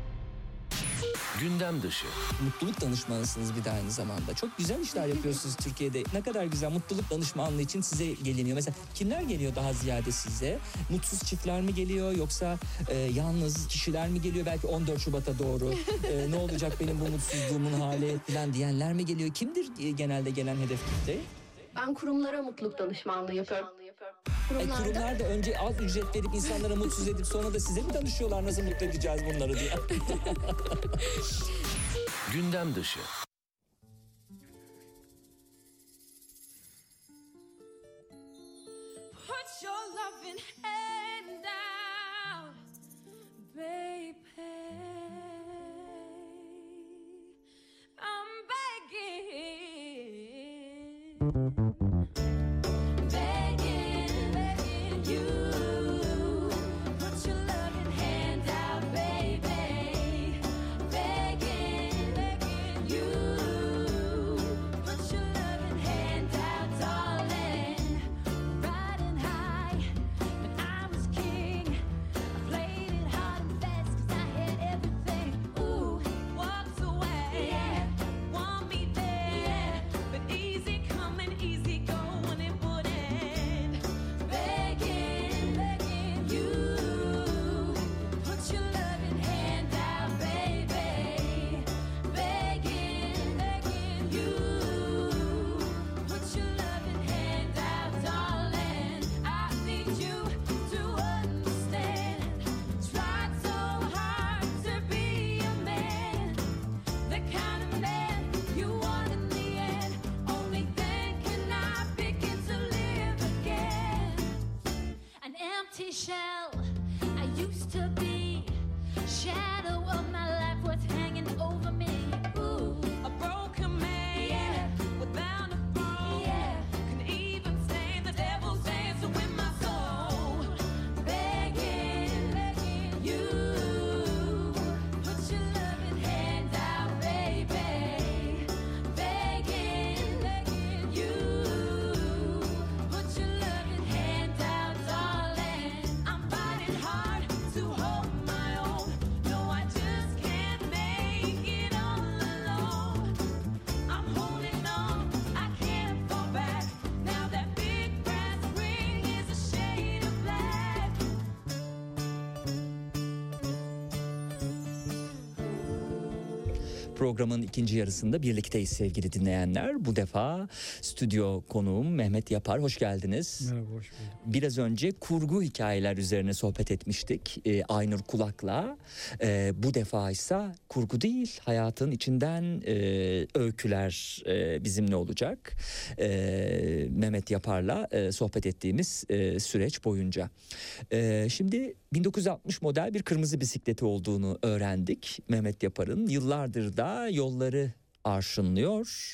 S7: Gündem dışı.
S2: Mutluluk danışmanısınız bir de aynı zamanda. Çok güzel işler yapıyorsunuz Türkiye'de. Ne kadar güzel, mutluluk danışmanlığı için size geliniyor. Mesela kimler geliyor daha ziyade size? Mutsuz çiftler mi geliyor yoksa yalnız kişiler mi geliyor? Belki 14 Şubat'a doğru ne olacak benim bu mutsuzluğumun hali falan diyenler mi geliyor? Kimdir genelde gelen hedef kitle?
S3: Ben kurumlara mutluluk danışmanlığı yapıyorum.
S2: Kurumlar da önce az ücret verip insanlara mutsuz edip sonra da size mi danışıyorlar nasıl mutlu edeceğiz bunları diye?
S7: Gündem dışı.
S5: Put your loving hand down, baby. I'm begging. Shell I used to be, shadow of my life was hanging over me. Ooh, a broken man, yeah, without a throne, yeah, can even stand the devil's dance with my soul. Begging, begging you, put your loving hand out, baby. Begging, begging you, put your loving hand out, darling. I'm fighting hard to hold
S2: Programın ikinci yarısında birlikteyiz sevgili dinleyenler. Bu defa stüdyo konuğum Mehmet Yapar. Hoş geldiniz.
S11: Merhaba, hoş bulduk.
S2: Biraz önce kurgu hikayeler üzerine sohbet etmiştik Aynur Kulak'la. Bu defa ise kurgu değil, hayatın içinden öyküler bizimle olacak. Mehmet Yapar'la sohbet ettiğimiz süreç boyunca. Şimdi 1960 model bir kırmızı bisikleti olduğunu öğrendik Mehmet Yapar'ın. Yıllardır da yolları arşınlıyor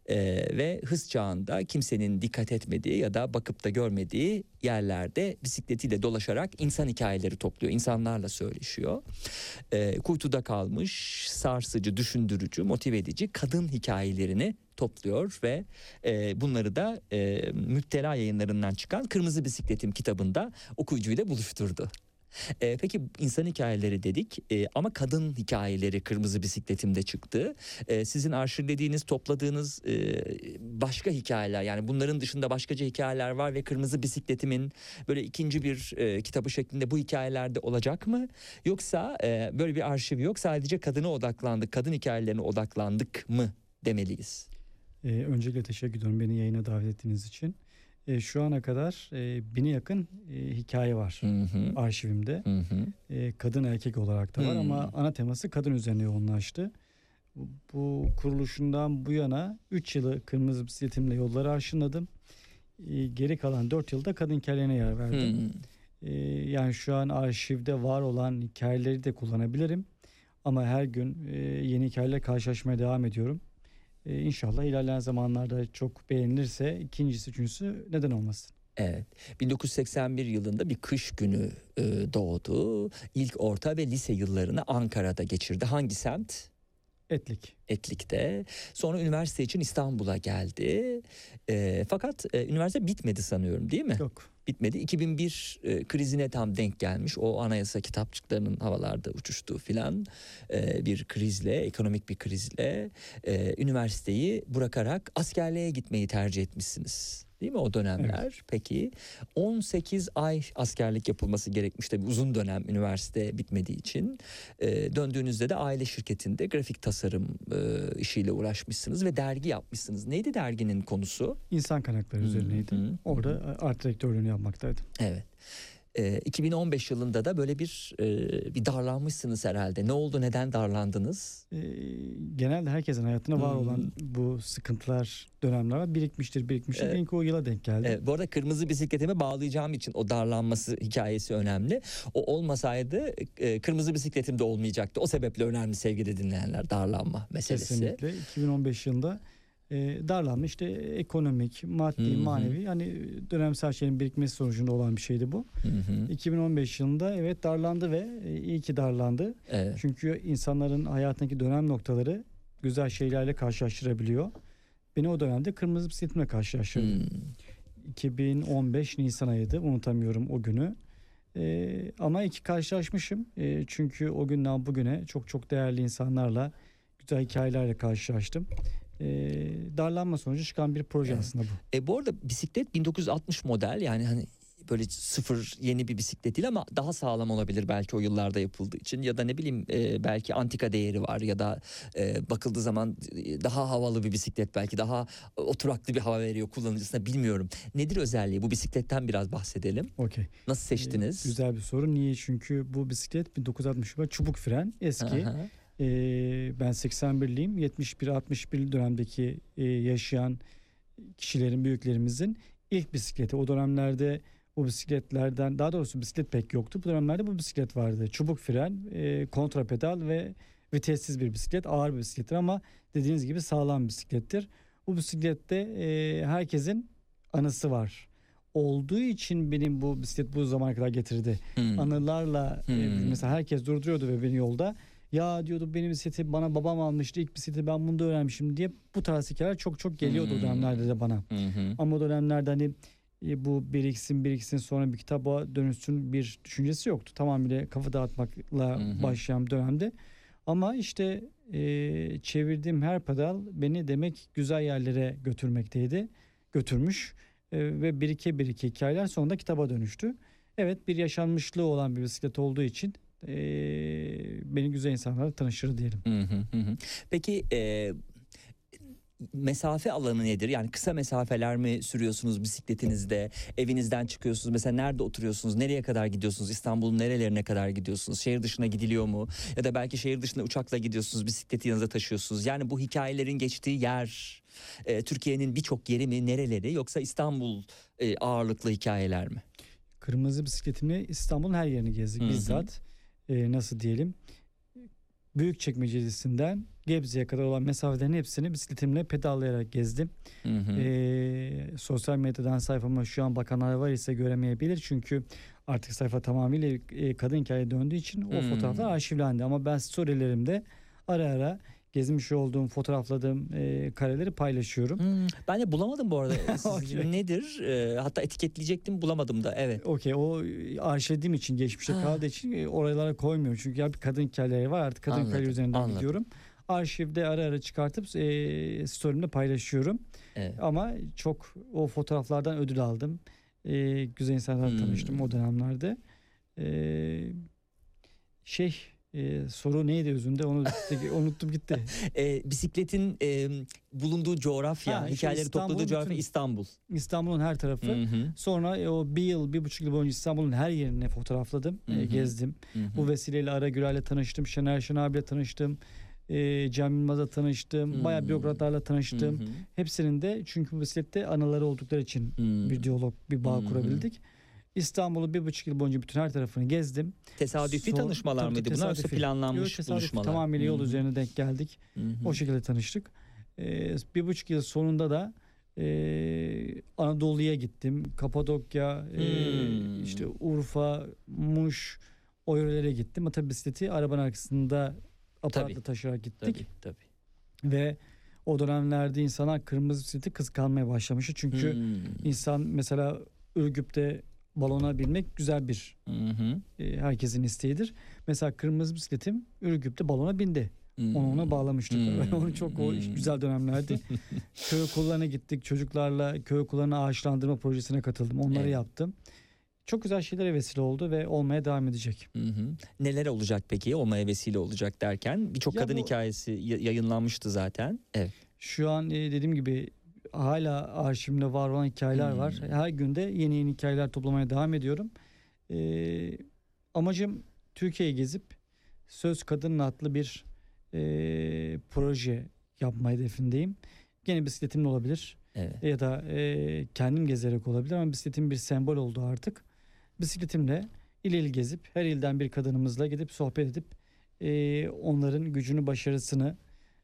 S2: ve hız çağında kimsenin dikkat etmediği ya da bakıp da görmediği yerlerde bisikletiyle dolaşarak insan hikayeleri topluyor. İnsanlarla söyleşiyor. Kuytuda kalmış, sarsıcı, düşündürücü, motive edici kadın hikayelerini topluyor ve bunları da Müptela Yayınlarından çıkan Kırmızı Bisikletim kitabında okuyucuyla buluşturdu. Peki insan hikayeleri dedik ama kadın hikayeleri Kırmızı Bisikletim'de çıktı. Sizin arşivlediğiniz, topladığınız başka hikayeler, yani bunların dışında başkaca hikayeler var ve Kırmızı Bisikletim'in böyle ikinci bir kitabı şeklinde bu hikayelerde olacak mı? Yoksa böyle bir arşiv yok, sadece kadına odaklandık, kadın hikayelerine odaklandık mı demeliyiz?
S11: Öncelikle teşekkür ediyorum beni yayına davet ettiğiniz için. Şu ana kadar 1000'e yakın hikaye var arşivimde. Kadın erkek olarak da var ama ana teması kadın üzerine yoğunlaştı. Bu kuruluşundan bu yana 3 yılı Kırmızı Bisikletimle yolları arşınladım. Geri kalan 4 yılda kadın hikayelerine yer verdim. Yani şu an arşivde var olan hikayeleri de kullanabilirim. Ama her gün yeni hikayelerle karşılaşmaya devam ediyorum. İnşallah ilerleyen zamanlarda çok beğenilirse ikincisi, üçüncüsü neden olmasın?
S2: Evet. 1981 yılında bir kış günü doğdu. İlk orta ve lise yıllarını Ankara'da geçirdi. Hangi semt?
S11: Etlik.
S2: Etlik'te. Sonra üniversite için İstanbul'a geldi. Fakat üniversite bitmedi sanıyorum, değil mi?
S11: Yok.
S2: Bitmedi. 2001 krizine tam denk gelmiş. O anayasa kitapçıklarının havalarda uçuştuğu filan bir krizle, ekonomik bir krizle üniversiteyi bırakarak askerliğe gitmeyi tercih etmişsiniz. Değil mi o dönemler? Evet. Peki 18 ay askerlik yapılması gerekmiş, tabii uzun dönem üniversite bitmediği için. Döndüğünüzde de aile şirketinde grafik tasarım işiyle uğraşmışsınız ve dergi yapmışsınız. Neydi derginin konusu?
S11: İnsan kaynakları üzerineydi. Orada art direktörlüğünü yapmaktaydım.
S2: Evet. 2015 yılında da böyle bir darlanmışsınız herhalde. Ne oldu, neden darlandınız?
S11: Genelde herkesin hayatında var olan bu sıkıntılar, dönemler var. Birikmiştir. Belki o yıla denk geldi.
S2: Bu arada Kırmızı Bisikletime bağlayacağım için o darlanması hikayesi önemli. O olmasaydı Kırmızı Bisikletim de olmayacaktı. O sebeple önemli sevgili dinleyenler, darlanma meselesi.
S11: Kesinlikle. 2015 yılında darlanma, işte ekonomik, maddi, manevi, yani dönemsel şeyin birikmesi sonucunda olan bir şeydi bu. 2015 yılında evet darlandı ve iyi ki darlandı. Evet. Çünkü insanların hayatındaki dönem noktaları güzel şeylerle karşılaştırabiliyor. Beni o dönemde Kırmızı Bisikletimle karşılaştırdı. 2015 Nisan ayıydı, unutamıyorum o günü. Ama iyi ki karşılaşmışım. Çünkü o günden bugüne çok çok değerli insanlarla, güzel hikayelerle karşılaştım. Darlanma sonucu çıkan bir proje aslında bu.
S2: Bu arada bisiklet 1960 model, yani hani böyle sıfır yeni bir bisiklet değil ama daha sağlam olabilir belki o yıllarda yapıldığı için, ya da ne bileyim belki antika değeri var ya da bakıldığı zaman daha havalı bir bisiklet, belki daha oturaklı bir hava veriyor kullanıcısına, bilmiyorum. Nedir özelliği? Bu bisikletten biraz bahsedelim.
S11: Okay.
S2: Nasıl seçtiniz?
S11: Güzel bir soru. Niye? Çünkü bu bisiklet 1960 çubuk fren, eski. Ben 81'liyim. 71-61 dönemdeki yaşayan kişilerin, büyüklerimizin ilk bisikleti. O dönemlerde bu bisikletlerden, daha doğrusu bisiklet pek yoktu. Bu dönemlerde bu bisiklet vardı. Çubuk fren, kontrapedal ve vitessiz bir bisiklet. Ağır bir bisiklettir ama dediğiniz gibi sağlam bir bisiklettir. Bu bisiklette herkesin anısı var. Olduğu için benim bu bisiklet bu zamana kadar getirdi. Anılarla mesela herkes durduruyordu ve beni yolda. Ya diyordu, benim bisikleti bana babam almıştı, ilk bisikleti ben bunu da öğrenmişim diye, bu tarz hikayeler çok çok geliyordu o dönemlerde de bana. Ama o dönemlerde hani bu biriksin sonra bir kitaba dönüşsün bir düşüncesi yoktu. Tamamıyla kafa dağıtmakla başlayan dönemde. Ama işte çevirdiğim her pedal beni demek güzel yerlere götürmekteydi. Götürmüş ve birike hikayeler sonunda kitaba dönüştü. Evet, bir yaşanmışlığı olan bir bisiklet olduğu için beni güzel insanlarla tanıştırır diyelim.
S2: Peki mesafe alanı nedir? Yani kısa mesafeler mi sürüyorsunuz bisikletinizde? Evinizden çıkıyorsunuz. Mesela nerede oturuyorsunuz? Nereye kadar gidiyorsunuz? İstanbul'un nerelerine kadar gidiyorsunuz? Şehir dışına gidiliyor mu? Ya da belki şehir dışına uçakla gidiyorsunuz, bisikleti yanınıza taşıyorsunuz. Yani bu hikayelerin geçtiği yer Türkiye'nin birçok yeri mi, nereleri, yoksa İstanbul ağırlıklı hikayeler mi?
S11: Kırmızı bisikletimle İstanbul'un her yerini gezdik bizzat. Nasıl diyelim? Büyükçekmece'sinden Gebze'ye kadar olan mesafelerin hepsini bisikletimle pedallayarak gezdim. Sosyal medyadan sayfama şu an bakanlar var ise göremeyebilir. Çünkü artık sayfa tamamıyla kadın hikayeye döndüğü için o fotoğraflar arşivlendi. Ama ben storylerimde ara ara gezmiş olduğum, fotoğrafladığım kareleri paylaşıyorum.
S2: Ben de bulamadım bu arada. Nedir? Hatta etiketleyecektim, bulamadım da. Evet.
S11: Okey, o arşivlediğim için, geçmişte kaldığı için oralara koymuyorum. Çünkü ya bir kadın hikayeleri var, artık kadın hikayeleri üzerinden gidiyorum. Arşivde ara ara çıkartıp story'imde paylaşıyorum. Evet. Ama çok o fotoğraflardan ödül aldım. Güzel insanlarla tanıştım o dönemlerde. Soru neydi özünde, onu unuttum gitti.
S2: Bisikletin bulunduğu coğrafya, hikayeleri topladığı coğrafya İstanbul.
S11: İstanbul'un her tarafı. Sonra o 1,5 yıl boyunca İstanbul'un her yerine fotoğrafladım, gezdim. Bu vesileyle Ara Gürel'le tanıştım, Şener Şen abiyle tanıştım. Cem Yılmaz'la tanıştım. Bayağı bürokratlarla tanıştım. Hepsinin de, çünkü bu bisiklette anıları oldukları için bir diyalog, bir bağ kurabildik. İstanbul'u 1,5 yıl boyunca bütün her tarafını gezdim.
S2: Tesadüfi tanışmalar mıydı bunlar, yoksa planlanmış buluşmalar?
S11: Tamamıyla yol üzerine denk geldik. O şekilde tanıştık. 1,5 yıl sonunda da Anadolu'ya gittim. Kapadokya, işte Urfa, Muş, o yörelere gittim. Tabii bisikleti arabanın arkasında aparatla taşıyarak gittik.
S2: Tabii.
S11: Ve o dönemlerde insanlar kırmızı bisikleti kıskanmaya başlamıştı. Çünkü insan mesela Ürgüp'te balona binmek güzel bir herkesin isteğidir. Mesela kırmızı bisikletim Ürgüp'te balona bindi. Ona bağlamıştık. Onu çok güzel dönemlerdi. Köy okullarına gittik. Çocuklarla köy okullarına ağaçlandırma projesine katıldım. Onları yaptım. Çok güzel şeylere vesile oldu ve olmaya devam edecek.
S2: Neler olacak peki olmaya vesile olacak derken? Birçok kadın hikayesi yayınlanmıştı zaten. Evet.
S11: Şu an dediğim gibi hala arşivimde var olan hikayeler var. Her günde yeni hikayeler toplamaya devam ediyorum. Amacım Türkiye'yi gezip Söz Kadın adlı bir proje yapma hedefindeyim. Gene bisikletimle olabilir. Evet. Ya da kendim gezerek olabilir, ama bisikletim bir sembol oldu artık. Bisikletimle il il gezip her ilden bir kadınımızla gidip sohbet edip onların gücünü, başarısını,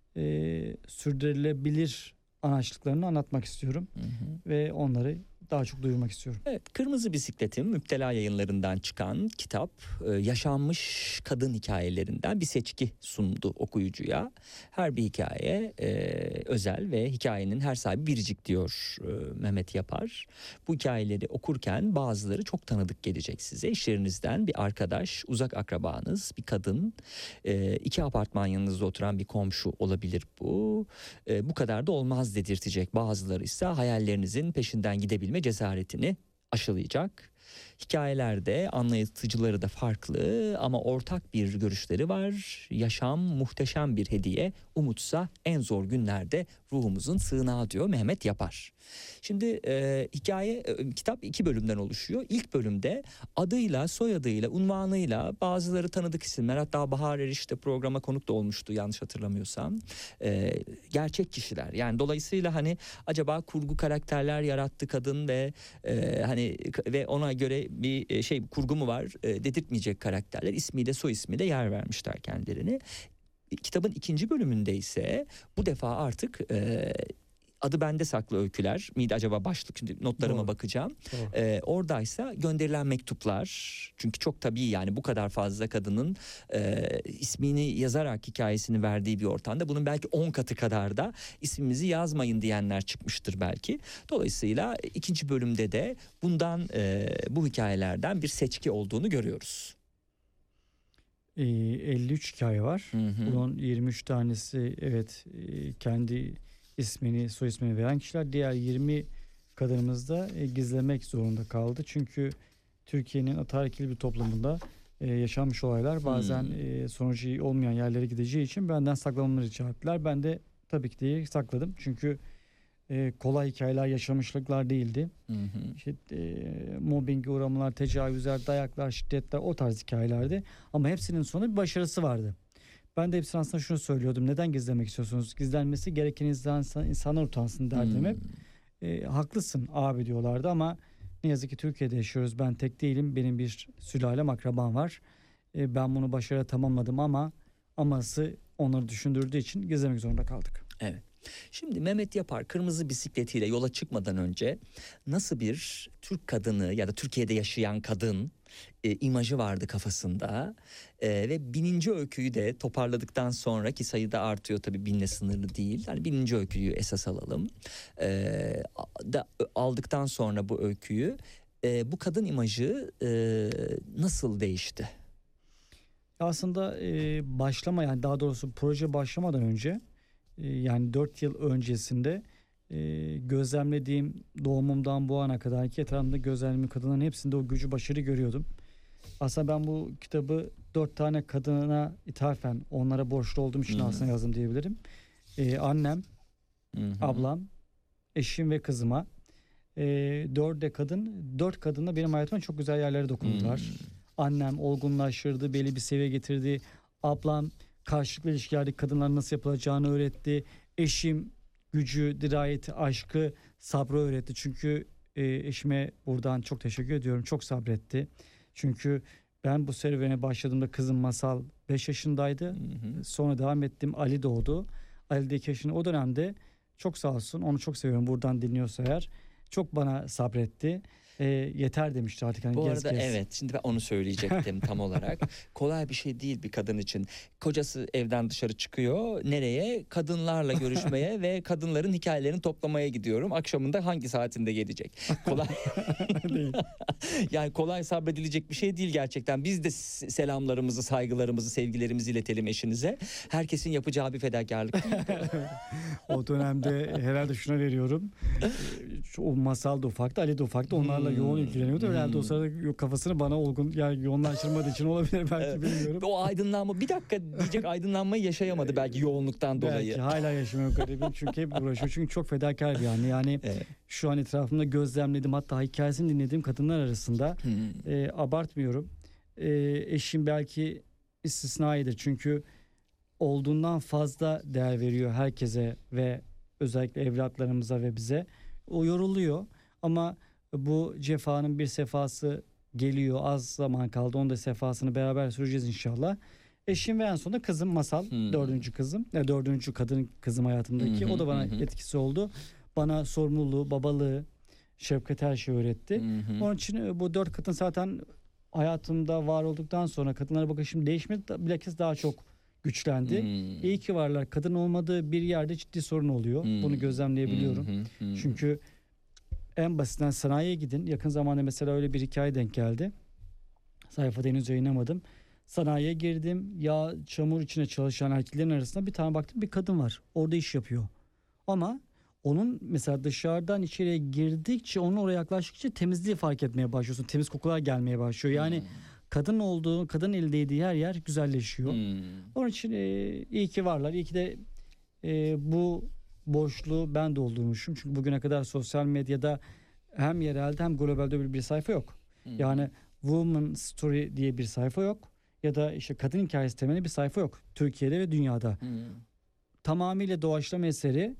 S11: sürdürülebilir anaçlıklarını anlatmak istiyorum. Ve onları daha çok duyurmak istiyorum.
S2: Evet, Kırmızı Bisikletim Müptela Yayınları'ndan çıkan kitap yaşanmış kadın hikayelerinden bir seçki sundu okuyucuya. Her bir hikaye özel ve hikayenin her sahibi biricik diyor Mehmet Yapar. Bu hikayeleri okurken bazıları çok tanıdık gelecek size. İş yerinizden bir arkadaş, uzak akrabanız, bir kadın, 2 apartman yanınızda oturan bir komşu olabilir bu. Bu kadar da olmaz dedirtecek. Bazıları ise hayallerinizin peşinden gidebilme cesaretini aşılayacak. Hikayelerde anlatıcıları da farklı ama ortak bir görüşleri var. Yaşam muhteşem bir hediye, umutsa en zor günlerde ruhumuzun sığınağı diyor Mehmet Yapar. Şimdi kitap 2 bölümden oluşuyor. İlk bölümde adıyla, soyadıyla, unvanıyla, bazıları tanıdık isimler, hatta Bahar Eriş de programa konuk da olmuştu yanlış hatırlamıyorsam. Gerçek kişiler. Yani dolayısıyla hani acaba kurgu karakterler yarattı kadın ve ve ona göre bir kurgu mu var dedirtmeyecek karakterler, ismiyle soy ismiyle yer vermişler kendilerini. Kitabın 2. bölümünde ise bu defa artık adı bende saklı öyküler miydi acaba başlık, şimdi notlarıma bakacağım. Oradaysa gönderilen mektuplar, çünkü çok tabii yani bu kadar fazla kadının ismini yazarak hikayesini verdiği bir ortamda bunun belki 10 katı kadar da ismimizi yazmayın diyenler çıkmıştır belki. Dolayısıyla 2. bölümde de bu hikayelerden bir seçki olduğunu görüyoruz.
S11: 53 hikaye var. Bunun 23 tanesi kendi ismini, soy ismini veren kişiler. Diğer 20 kadınımız da gizlemek zorunda kaldı. Çünkü Türkiye'nin ataerkil bir toplumunda yaşanmış olaylar bazen sonucu iyi olmayan yerlere gideceği için benden saklamamı rica ettiler. Ben de tabii ki de sakladım. Çünkü kolay hikayeler, yaşamışlıklar değildi. İşte, mobbinge uğramalar, tecavüzler, dayaklar, şiddetler, o tarz hikayelerdi. Ama hepsinin sonunda bir başarısı vardı. Ben de hepsine aslında şunu söylüyordum. Neden gizlemek istiyorsunuz? Gizlenmesi gereken insanlar utansın derdim hep. Haklısın abi diyorlardı ama ne yazık ki Türkiye'de yaşıyoruz. Ben tek değilim. Benim bir sülalem, akrabam var. Ben bunu başarıyla tamamladım ama aması onları düşündürdüğü için gizlemek zorunda kaldık.
S2: Evet. Şimdi Mehmet Yapar kırmızı bisikletiyle yola çıkmadan önce nasıl bir Türk kadını ya da Türkiye'de yaşayan kadın imajı vardı kafasında ve 1000. öyküyü de toparladıktan sonra, ki sayıda artıyor tabii, 1000'le sınırlı değil. Hani 1000. öyküyü esas alalım. Aldıktan sonra bu öyküyü bu kadın imajı nasıl değişti?
S11: Aslında yani daha doğrusu proje başlamadan önce, yani 4 yıl öncesinde gözlemlediğim, doğumumdan bu ana kadar ki etrafımda gözlemlediğim kadınların hepsinde o gücü, başarı görüyordum. Aslında ben bu kitabı 4 tane kadına ithafen, onlara borçlu olduğum için aslında yazdım diyebilirim. Annem, ablam, eşim ve kızıma. 4 kadınla benim hayatıma çok güzel yerlere dokundular. Annem olgunlaştırdı, belli bir seviye getirdi. Ablam karşılıklı ilişkilerdeki kadınların nasıl yapılacağını öğretti. Eşim gücü, dirayeti, aşkı, sabrı öğretti. Çünkü eşime buradan çok teşekkür ediyorum. Çok sabretti. Çünkü ben bu serüvene başladığımda kızım Masal 5 yaşındaydı. Sonra devam ettim. Ali doğdu. Ali de 2 yaşında. O dönemde çok sağ olsun, onu çok seviyorum. Buradan dinliyorsa eğer, çok bana sabretti. Yeter demişti artık. Hani
S2: bu
S11: gez.
S2: Evet, şimdi ben onu söyleyecektim tam olarak. Kolay bir şey değil bir kadın için. Kocası evden dışarı çıkıyor. Nereye? Kadınlarla görüşmeye ve kadınların hikayelerini toplamaya gidiyorum. Akşamında hangi saatinde gelecek? Kolay. Yani kolay sabredilecek bir şey değil gerçekten. Biz de selamlarımızı, saygılarımızı, sevgilerimizi iletelim eşinize. Herkesin yapacağı bir fedakarlık değil.
S11: O dönemde herhalde şuna veriyorum. O Masal da ufaktı, Ali de ufaktı. Onlarla yoğun ilgileniyordu. Herhalde o sırada kafasını bana yani yoğunlaştırmadığı için olabilir belki, bilmiyorum.
S2: O aydınlanma, bir dakika diyecek aydınlanmayı yaşayamadı belki yoğunluktan dolayı.
S11: Belki hala yaşamıyor garibim, çünkü hep uğraşıyor. Çünkü çok fedakar bir anne. Yani şu an etrafımda gözlemledim, hatta hikayesini dinlediğim kadınlar arasında abartmıyorum. Eşim belki istisnaidir. Çünkü olduğundan fazla değer veriyor herkese ve özellikle evlatlarımıza ve bize. O yoruluyor ama bu cefanın bir sefası geliyor. Az zaman kaldı. Onun da sefasını beraber süreceğiz inşallah. Eşim ve en sonunda kızım Masal. 4. kızım. 4. kadın kızım hayatımdaki. O da bana etkisi oldu. Bana sorumluluğu, babalığı, şefkat, her şeyi öğretti. Onun için bu 4 kadın zaten hayatımda var olduktan sonra kadınlara bakışım değişmedi. Bilakis daha çok güçlendi. İyi ki varlar. Kadın olmadığı bir yerde ciddi sorun oluyor. Bunu gözlemleyebiliyorum. Çünkü en basitinden sanayiye gidin. Yakın zamanda mesela öyle bir hikaye denk geldi. Sayfada henüz yayınlamadım. Sanayiye girdim. Yağ, çamur içine çalışan erkeklerin arasında bir tane baktım, bir kadın var. Orada iş yapıyor. Ama onun mesela dışarıdan içeriye girdikçe, onun oraya yaklaştıkça temizliği fark etmeye başlıyorsun. Temiz kokular gelmeye başlıyor. Yani kadın olduğu, kadın eli değdiği her yer güzelleşiyor. Onun için iyi ki varlar. İyi ki de bu boşluğu ben doldurmuşum. Çünkü bugüne kadar sosyal medyada hem yerelde hem globalde bir sayfa yok. Yani Woman Story diye bir sayfa yok. Ya da işte kadın hikayesi temelli bir sayfa yok. Türkiye'de ve dünyada. Tamamıyla doğaçlama eseri,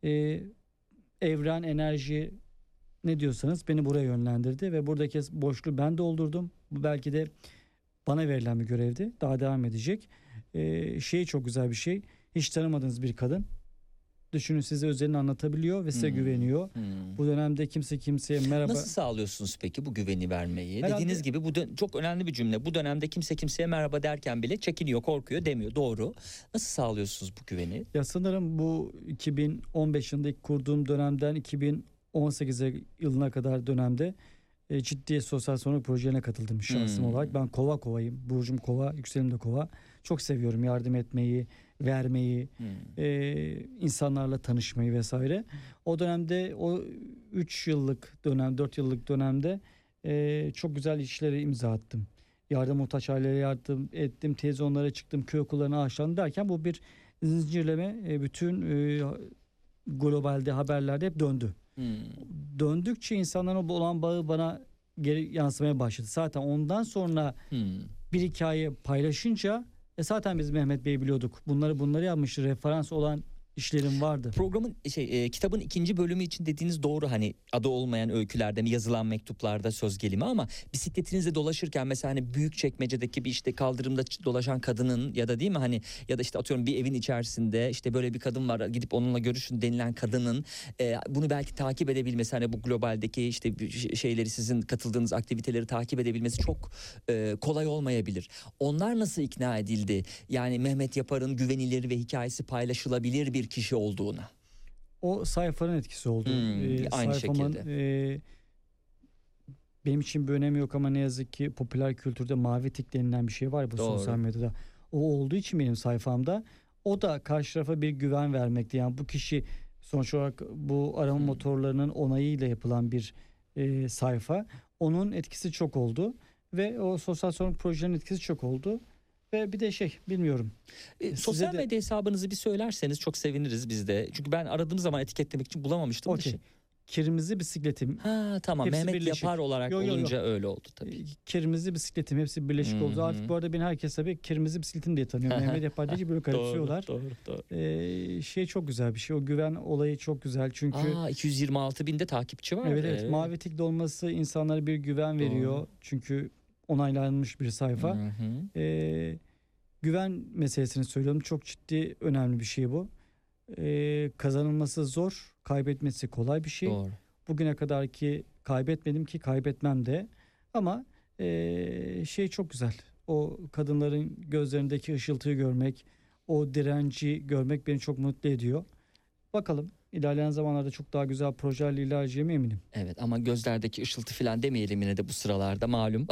S11: evren, enerji, ne diyorsanız beni buraya yönlendirdi ve buradaki boşluğu ben doldurdum. Bu belki de bana verilen bir görevdi. Daha devam edecek. Çok güzel bir şey. Hiç tanımadığınız bir kadın. Düşünün, size özelini anlatabiliyor ve size güveniyor. Bu dönemde kimse kimseye merhaba...
S2: Nasıl sağlıyorsunuz peki bu güveni vermeyi? Herhalde... Dediğiniz gibi bu çok önemli bir cümle. Bu dönemde kimse kimseye merhaba derken bile çekiniyor, korkuyor demiyor. Doğru. Nasıl sağlıyorsunuz bu güveni?
S11: Ya sanırım bu 2015 yılında ilk kurduğum dönemden 2018 yılına kadar dönemde ciddi sosyal sorumluluk projelerine katıldım şahsım olarak. Ben kovayım. Burcum kova, yükselenim de kova. Çok seviyorum yardım etmeyi, vermeyi, insanlarla tanışmayı vesaire. O dönemde, o 3 yıllık dönem, 4 yıllık dönemde çok güzel işlere imza attım. yardım muhtaç ailelere yardım ettim, televizyonlara çıktım, köy okullarına ağaçlandım derken bu bir zincirleme bütün globalde haberlerde hep döndü. Döndükçe insanların olan bağı bana geri yansımaya başladı. Zaten ondan sonra bir hikaye paylaşınca zaten biz Mehmet Bey'i biliyorduk. Bunları yapmıştı. Referans olan işlerim vardı.
S2: Programın kitabın 2. bölümü için dediğiniz doğru, hani adı olmayan öykülerde mi, yazılan mektuplarda söz gelimi, ama bisikletinizle dolaşırken mesela hani Büyükçekmece'deki bir işte kaldırımda dolaşan kadının ya da değil mi hani, ya da işte atıyorum bir evin içerisinde işte böyle bir kadın var, gidip onunla görüşün denilen kadının bunu belki takip edebilmesi, hani bu globaldeki işte şeyleri, sizin katıldığınız aktiviteleri takip edebilmesi çok kolay olmayabilir. Onlar nasıl ikna edildi? Yani Mehmet Yapar'ın güvenilir ve hikayesi paylaşılabilir bir kişi olduğuna.
S11: O sayfanın etkisi oldu.
S2: Aynı şekilde.
S11: Benim için bir önemi yok ama ne yazık ki popüler kültürde mavi tik denilen bir şey var bu sosyal medyada. O olduğu için benim sayfamda, o da karşı tarafa bir güven vermekti. Yani bu kişi sonuç olarak bu arama motorlarının onayıyla yapılan bir sayfa. Onun etkisi çok oldu ve o sosyal sorumluluk projelerinin etkisi çok oldu. Ve bir de bilmiyorum.
S2: Sosyal medya hesabınızı bir söylerseniz çok seviniriz biz de. Çünkü ben aradığım zaman etiketlemek için bulamamıştım.
S11: Okay. Kırmızı bisikletim.
S2: Tamam, Mehmet birleşik. Yapar olarak olunca öyle oldu tabii.
S11: Kırmızı bisikletim hepsi birleşik oldu. Artık bu arada beni herkes tabii kırmızı bisikletim diye tanıyor. Mehmet Yapar diye böyle karıştırıyorlar. Doğru. Çok güzel bir şey. O güven olayı çok güzel çünkü.
S2: 226 binde takipçi var.
S11: Evet. Mavi tikli olması insanlara bir güven veriyor. Çünkü onaylanmış bir sayfa. Güven meselesini söylüyorum. Çok ciddi, önemli bir şey bu. Kazanılması zor, kaybetmesi kolay bir şey.
S2: Doğru.
S11: Bugüne kadar ki kaybetmedim ki kaybetmem de. Ama çok güzel. O kadınların gözlerindeki ışıltıyı görmek, o direnci görmek beni çok mutlu ediyor. Bakalım. İlerleyen zamanlarda çok daha güzel projelerle ilerleyeceğime eminim.
S2: Evet, ama gözlerdeki ışıltı falan demeyelim yine de bu sıralarda malum.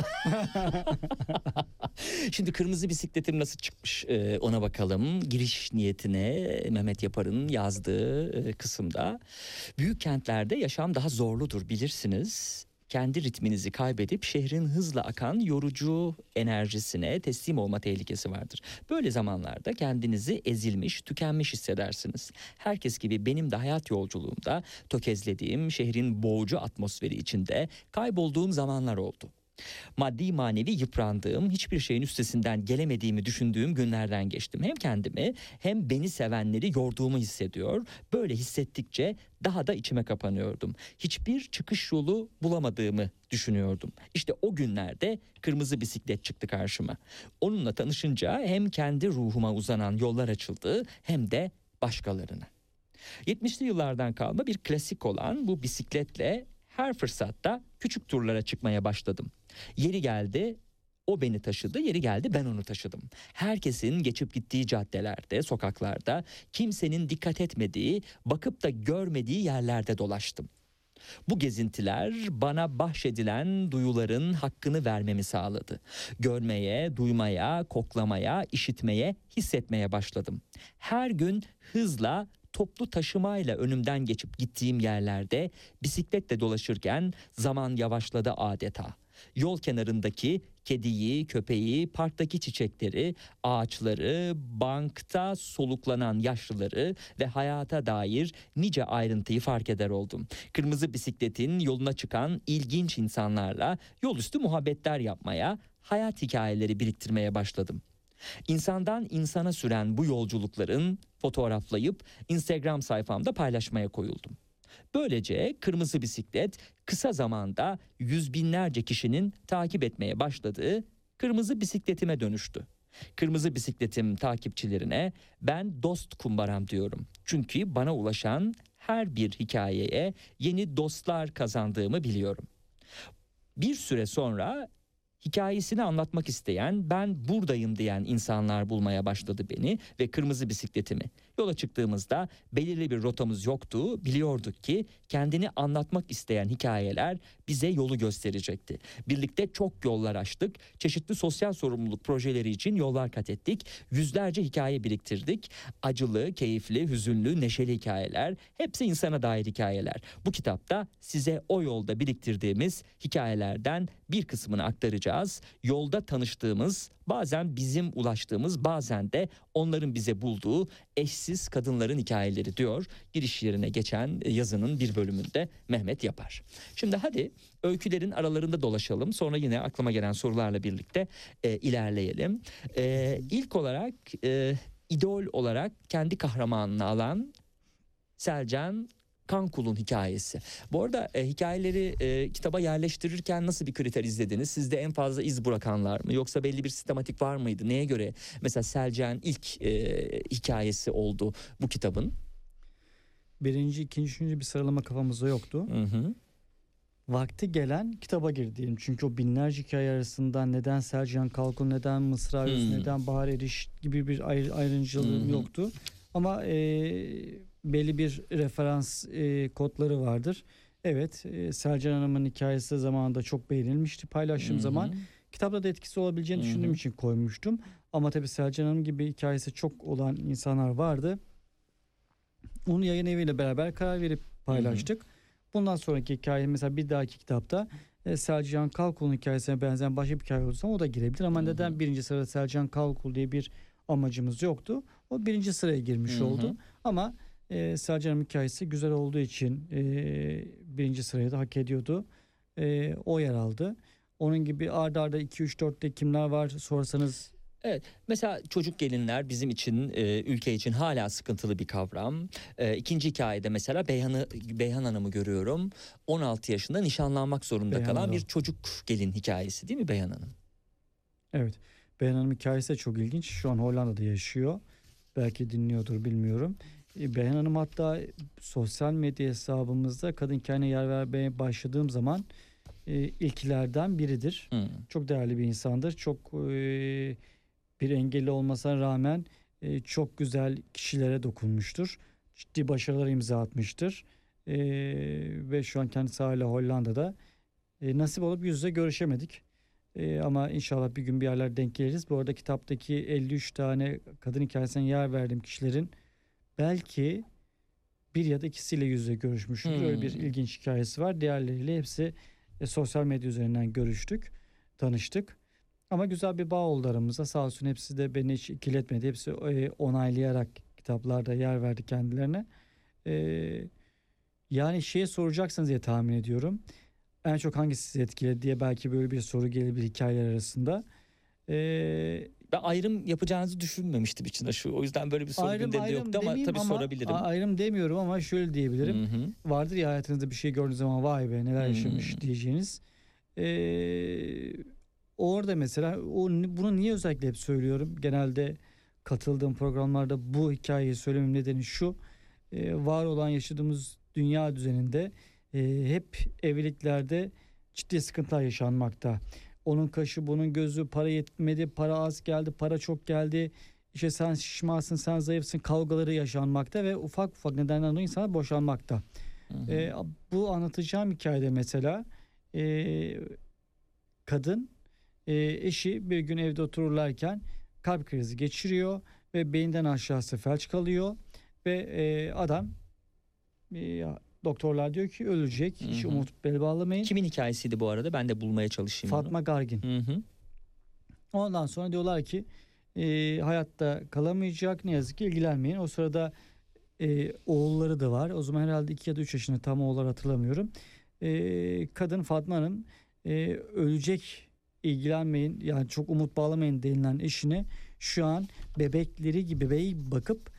S2: Şimdi kırmızı bisikletim nasıl çıkmış ona bakalım. Giriş niyetine Mehmet Yapar'ın yazdığı kısımda. Büyük kentlerde yaşam daha zorludur bilirsiniz. Kendi ritminizi kaybedip şehrin hızla akan yorucu enerjisine teslim olma tehlikesi vardır. Böyle zamanlarda kendinizi ezilmiş, tükenmiş hissedersiniz. Herkes gibi benim de hayat yolculuğumda tökezlediğim şehrin boğucu atmosferi içinde kaybolduğum zamanlar oldu. Maddi manevi yıprandığım, hiçbir şeyin üstesinden gelemediğimi düşündüğüm günlerden geçtim. Hem kendimi hem beni sevenleri yorduğumu hissediyor. Böyle hissettikçe daha da içime kapanıyordum. Hiçbir çıkış yolu bulamadığımı düşünüyordum. İşte o günlerde kırmızı bisiklet çıktı karşıma. Onunla tanışınca hem kendi ruhuma uzanan yollar açıldı hem de başkalarına. 70'li yıllardan kalma bir klasik olan bu bisikletle her fırsatta küçük turlara çıkmaya başladım. Yeri geldi o beni taşıdı, yeri geldi ben onu taşıdım. Herkesin geçip gittiği caddelerde, sokaklarda, kimsenin dikkat etmediği, bakıp da görmediği yerlerde dolaştım. Bu gezintiler bana bahşedilen duyuların hakkını vermemi sağladı. Görmeye, duymaya, koklamaya, işitmeye, hissetmeye başladım. Her gün hızla, toplu taşımayla önümden geçip gittiğim yerlerde bisikletle dolaşırken zaman yavaşladı adeta. Yol kenarındaki kediyi, köpeği, parktaki çiçekleri, ağaçları, bankta soluklanan yaşlıları ve hayata dair nice ayrıntıyı fark eder oldum. Kırmızı bisikletin yoluna çıkan ilginç insanlarla yolüstü muhabbetler yapmaya, hayat hikayeleri biriktirmeye başladım. İnsandan insana süren bu yolculukların fotoğraflayıp Instagram sayfamda paylaşmaya koyuldum. Böylece kırmızı bisiklet kısa zamanda yüz binlerce kişinin takip etmeye başladığı kırmızı bisikletime dönüştü. Kırmızı bisikletim takipçilerine ben dost kumbaram diyorum. Çünkü bana ulaşan her bir hikayeye yeni dostlar kazandığımı biliyorum. Bir süre sonra hikayesini anlatmak isteyen, ben buradayım diyen insanlar bulmaya başladı beni ve kırmızı bisikletimi. Yola çıktığımızda belirli bir rotamız yoktu. Biliyorduk ki kendini anlatmak isteyen hikayeler bize yolu gösterecekti. Birlikte çok yollar açtık. Çeşitli sosyal sorumluluk projeleri için yollar kat ettik. Yüzlerce hikaye biriktirdik. Acılı, keyifli, hüzünlü, neşeli hikayeler. Hepsi insana dair hikayeler. Bu kitapta size o yolda biriktirdiğimiz hikayelerden bir kısmını aktaracağım. konuşacağız. Yolda tanıştığımız, bazen bizim ulaştığımız, bazen de onların bize bulduğu eşsiz kadınların hikayeleri diyor giriş yerine geçen yazının bir bölümünde Mehmet Yapar. Şimdi hadi öykülerin aralarında dolaşalım. Sonra yine aklıma gelen sorularla birlikte ilerleyelim. İlk olarak idol olarak kendi kahramanını alan Selcan Kankul'un hikayesi. Bu arada hikayeleri kitaba yerleştirirken nasıl bir kriter izlediniz? Sizde en fazla iz bırakanlar mı? Yoksa belli bir sistematik var mıydı? Neye göre mesela Selcan ilk hikayesi oldu bu kitabın?
S11: Birinci, ikinci, üçüncü bir sıralama kafamızda yoktu. Vakti gelen kitaba girdiğim. Çünkü o binlerce hikaye arasında neden Selcan Kalkun, neden Mısra Öz, neden Bahar Eriş gibi bir ayrımcılığım yoktu. Ama belli bir referans kodları vardır. Evet, Selcan Hanım'ın hikayesi zamanında çok beğenilmişti. Paylaştığım zaman kitapta da etkisi olabileceğini düşündüğüm için koymuştum. Ama tabii Selcan Hanım gibi hikayesi çok olan insanlar vardı. Onu yayın eviyle beraber karar verip paylaştık. Bundan sonraki hikaye mesela bir dahaki kitapta Selcan Kalkul'un hikayesine benzeyen başka bir hikaye olursa o da girebilir. Ama neden birinci sırada Selcan Kalkul diye bir amacımız yoktu. O birinci sıraya girmiş oldu. Ama Selcan'ın hikayesi güzel olduğu için birinci sırayı da hak ediyordu. O yer aldı. Onun gibi arda arda 2-3-4'te kimler var sorsanız.
S2: Evet, mesela çocuk gelinler bizim için, ülke için hala sıkıntılı bir kavram. İkinci hikayede mesela Beyhan Hanım'ı görüyorum. 16 yaşında nişanlanmak zorunda kalan bir çocuk gelin hikayesi değil mi Beyhan Hanım?
S11: Evet, Beyhan Hanım hikayesi de çok ilginç. Şu an Hollanda'da yaşıyor. Belki dinliyordur, bilmiyorum. Beyhan Hanım hatta sosyal medya hesabımızda kadın hikayene yer vermeye başladığım zaman ilklerden biridir. Çok değerli bir insandır. Çok bir engelli olmasına rağmen çok güzel kişilere dokunmuştur. Ciddi başarılar imza atmıştır. Ve şu an kendisi hala Hollanda'da. Nasip olup yüz yüze görüşemedik. Ama inşallah bir gün bir yerler denk geliriz. Bu arada kitaptaki 53 tane kadın hikayesine yer verdiğim kişilerin belki bir ya da ikisiyle yüz yüze görüşmüşümdür. Öyle bir ilginç hikayesi var. Diğerleriyle hepsi sosyal medya üzerinden görüştük, tanıştık. Ama güzel bir bağ oldu aramızda. Sağ olsun hepsi de beni hiç ikiletmedi. Hepsi onaylayarak kitaplarda yer verdi kendilerine. Yani şeye soracaksınız diye tahmin ediyorum. En çok hangisi sizi etkiledi diye belki böyle bir soru gelebilir hikayeler arasında.
S2: Ben ayrım yapacağınızı düşünmemiştim içinde şu. O yüzden böyle bir soru gündemde yoktu ama tabii sorabilirim.
S11: Ayrım demiyorum ama şöyle diyebilirim. Vardır ya hayatınızda bir şey gördüğünüz zaman vay be neler yaşamış diyeceğiniz. Orada mesela bunu niye özellikle hep söylüyorum? Genelde katıldığım programlarda bu hikayeyi söylemem nedeni şu. Var olan yaşadığımız dünya düzeninde hep evliliklerde ciddi sıkıntılar yaşanmakta. Onun kaşı, bunun gözü, para yetmedi, para az geldi, para çok geldi. İşte sen şişmansın, sen zayıfsın kavgaları yaşanmakta ve ufak ufak nedenlerden dolayı insanlar boşanmakta. Bu anlatacağım hikayede mesela kadın eşi bir gün evde otururlarken kalp krizi geçiriyor ve beyinden aşağısı felç kalıyor ve adam doktorlar diyor ki ölecek. Hiç umut bel bağlamayın.
S2: Kimin hikayesiydi bu arada? Ben de bulmaya çalışayım.
S11: Fatma
S2: bunu.
S11: Gargin. Ondan sonra diyorlar ki hayatta kalamayacak. Ne yazık ki ilgilenmeyin. O sırada oğulları da var. O zaman herhalde 2 ya da 3 yaşında tam oğulları hatırlamıyorum. Kadın Fatma Hanım ölecek, ilgilenmeyin yani çok umut bağlamayın denilen eşine şu an bebekleri gibi bebeği bakıp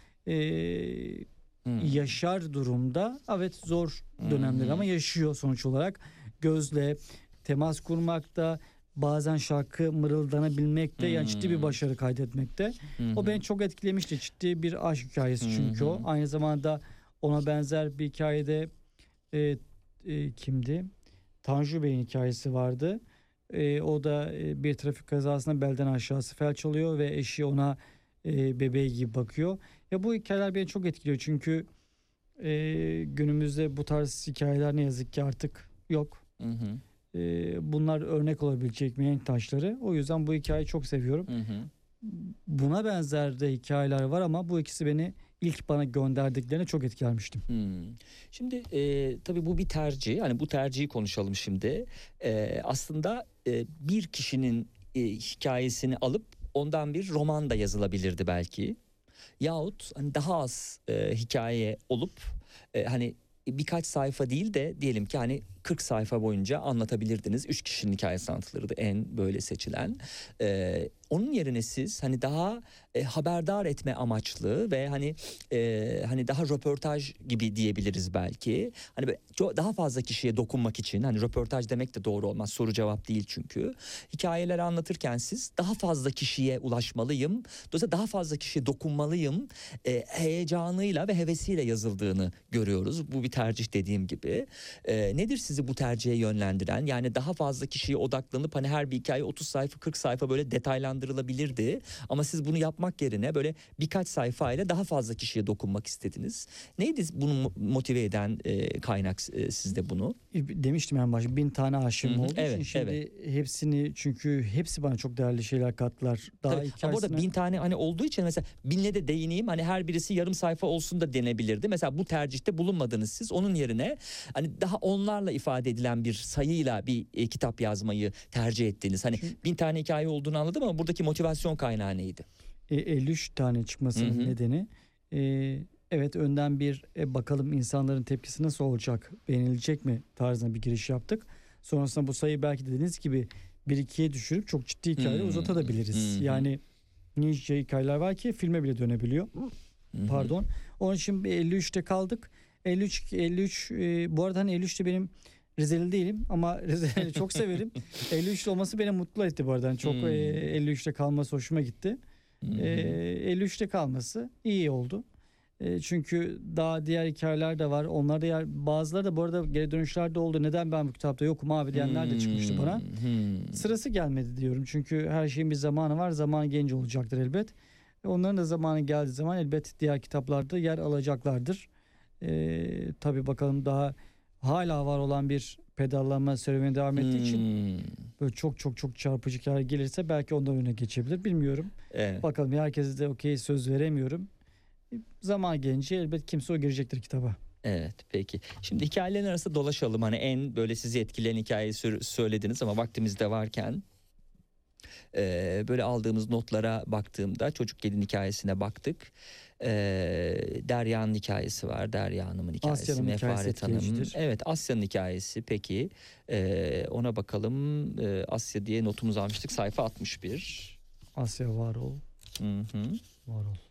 S11: yaşar durumda. Evet zor dönemler ama yaşıyor sonuç olarak. Gözle temas kurmakta, bazen şarkı mırıldanabilmekte yani ciddi bir başarı kaydetmekte. O beni çok etkilemişti. Ciddi bir aşk hikayesi çünkü o. Aynı zamanda ona benzer bir hikayede kimdi? Tanju Bey'in hikayesi vardı. O da bir trafik kazasında belden aşağısı felç oluyor ve eşi ona bebeği gibi bakıyor. Ya bu hikayeler beni çok etkiliyor çünkü günümüzde bu tarz hikayeler ne yazık ki artık yok. Bunlar örnek olabilecek mihenk taşları. O yüzden bu hikayeyi çok seviyorum. Buna benzer de hikayeler var ama bu ikisi beni ilk bana gönderdiklerine çok etkilenmiştim.
S2: Şimdi tabii bu bir tercih. Hani bu tercihi konuşalım şimdi. Aslında bir kişinin hikayesini alıp ondan bir roman da yazılabilirdi belki. Yahut hani daha az hikaye olup hani birkaç sayfa değil de diyelim ki hani 40 sayfa boyunca anlatabilirdiniz. 3 kişinin hikayesi anlatılırdı en böyle seçilen. Onun yerine siz hani daha haberdar etme amaçlı ve hani daha röportaj gibi diyebiliriz belki. Hani daha fazla kişiye dokunmak için, hani röportaj demek de doğru olmaz, soru cevap değil çünkü. Hikayeleri anlatırken siz daha fazla kişiye ulaşmalıyım, dolayısıyla daha fazla kişiye dokunmalıyım heyecanıyla ve hevesiyle yazıldığını görüyoruz. Bu bir tercih dediğim gibi. Nedir sizi bu tercihe yönlendiren? Yani daha fazla kişiye odaklanıp hani her bir hikaye 30 sayfa 40 sayfa böyle detaylandırılabilirdi. Ama siz bunu yapmak yerine böyle birkaç sayfa ile daha fazla kişiye dokunmak istediniz. Neydi bunu motive eden kaynak sizde bunu?
S11: Demiştim en başta 1000 tane arşivim olduğu
S2: evet,
S11: için şimdi hepsini, çünkü hepsi bana çok değerli şeyler kattılar. Daha hikayesine...
S2: Ama orada 1000 tane hani olduğu için mesela 1000'le de değineyim, hani her birisi yarım sayfa olsun da denebilirdi. Mesela bu tercihte bulunmadınız siz. Onun yerine hani daha onlarla ifade edilen bir sayıyla bir kitap yazmayı tercih ettiniz. Hani 1000 tane hikaye olduğunu anladım ama buradaki motivasyon kaynağı neydi? 53
S11: tane çıkmasının nedeni evet, önden bir bakalım insanların tepkisi nasıl olacak, beğenilecek mi tarzında bir giriş yaptık. Sonrasında bu sayıyı belki dediğiniz gibi 1-2'ye düşürüp çok ciddi hikayeleri uzatabiliriz. Yani nice hikayeler var ki filme bile dönebiliyor. Pardon. Onun için 53'te kaldık. 53 bu arada hani 53'te benim Rizeli değilim ama Rizeli çok severim. 53'te olması beni mutlu etti bu arada. Yani çok 53'te kalması hoşuma gitti. 53'te kalması iyi oldu. Çünkü daha diğer hikayeler de var. Onlar da bazıları da bu arada geri dönüşler de oldu. Neden ben bu kitapta yokum abi diyenler de çıkmıştı bana. Sırası gelmedi diyorum. Çünkü her şeyin bir zamanı var. Zamanı gelince olacaktır elbet. Onların da zamanı geldiği zaman elbet diğer kitaplarda yer alacaklardır. Tabii bakalım, daha hala var olan bir pedallama serüveni devam ettiği için böyle çok çarpıcı hikaye gelirse belki ondan öne geçebilir. Bilmiyorum. Bakalım, herkese de okey söz veremiyorum. Zaman gelince elbet kimse o girecektir kitaba.
S2: Evet, peki. Şimdi hikayelerin arasında dolaşalım. Hani en böyle sizi etkileyen hikayeyi söylediniz ama vaktimiz de varken böyle aldığımız notlara baktığımda Çocuk Gelin hikayesine baktık. Derya'nın hikayesi var. Derya Hanım'ın hikayesi.
S11: Asya'nın
S2: Mefaret Hanım.
S11: etkileyicidir.
S2: Evet, Asya'nın hikayesi. Peki ona bakalım. Asya diye notumuzu almıştık. Sayfa 61.
S11: Asya var ol. Var ol.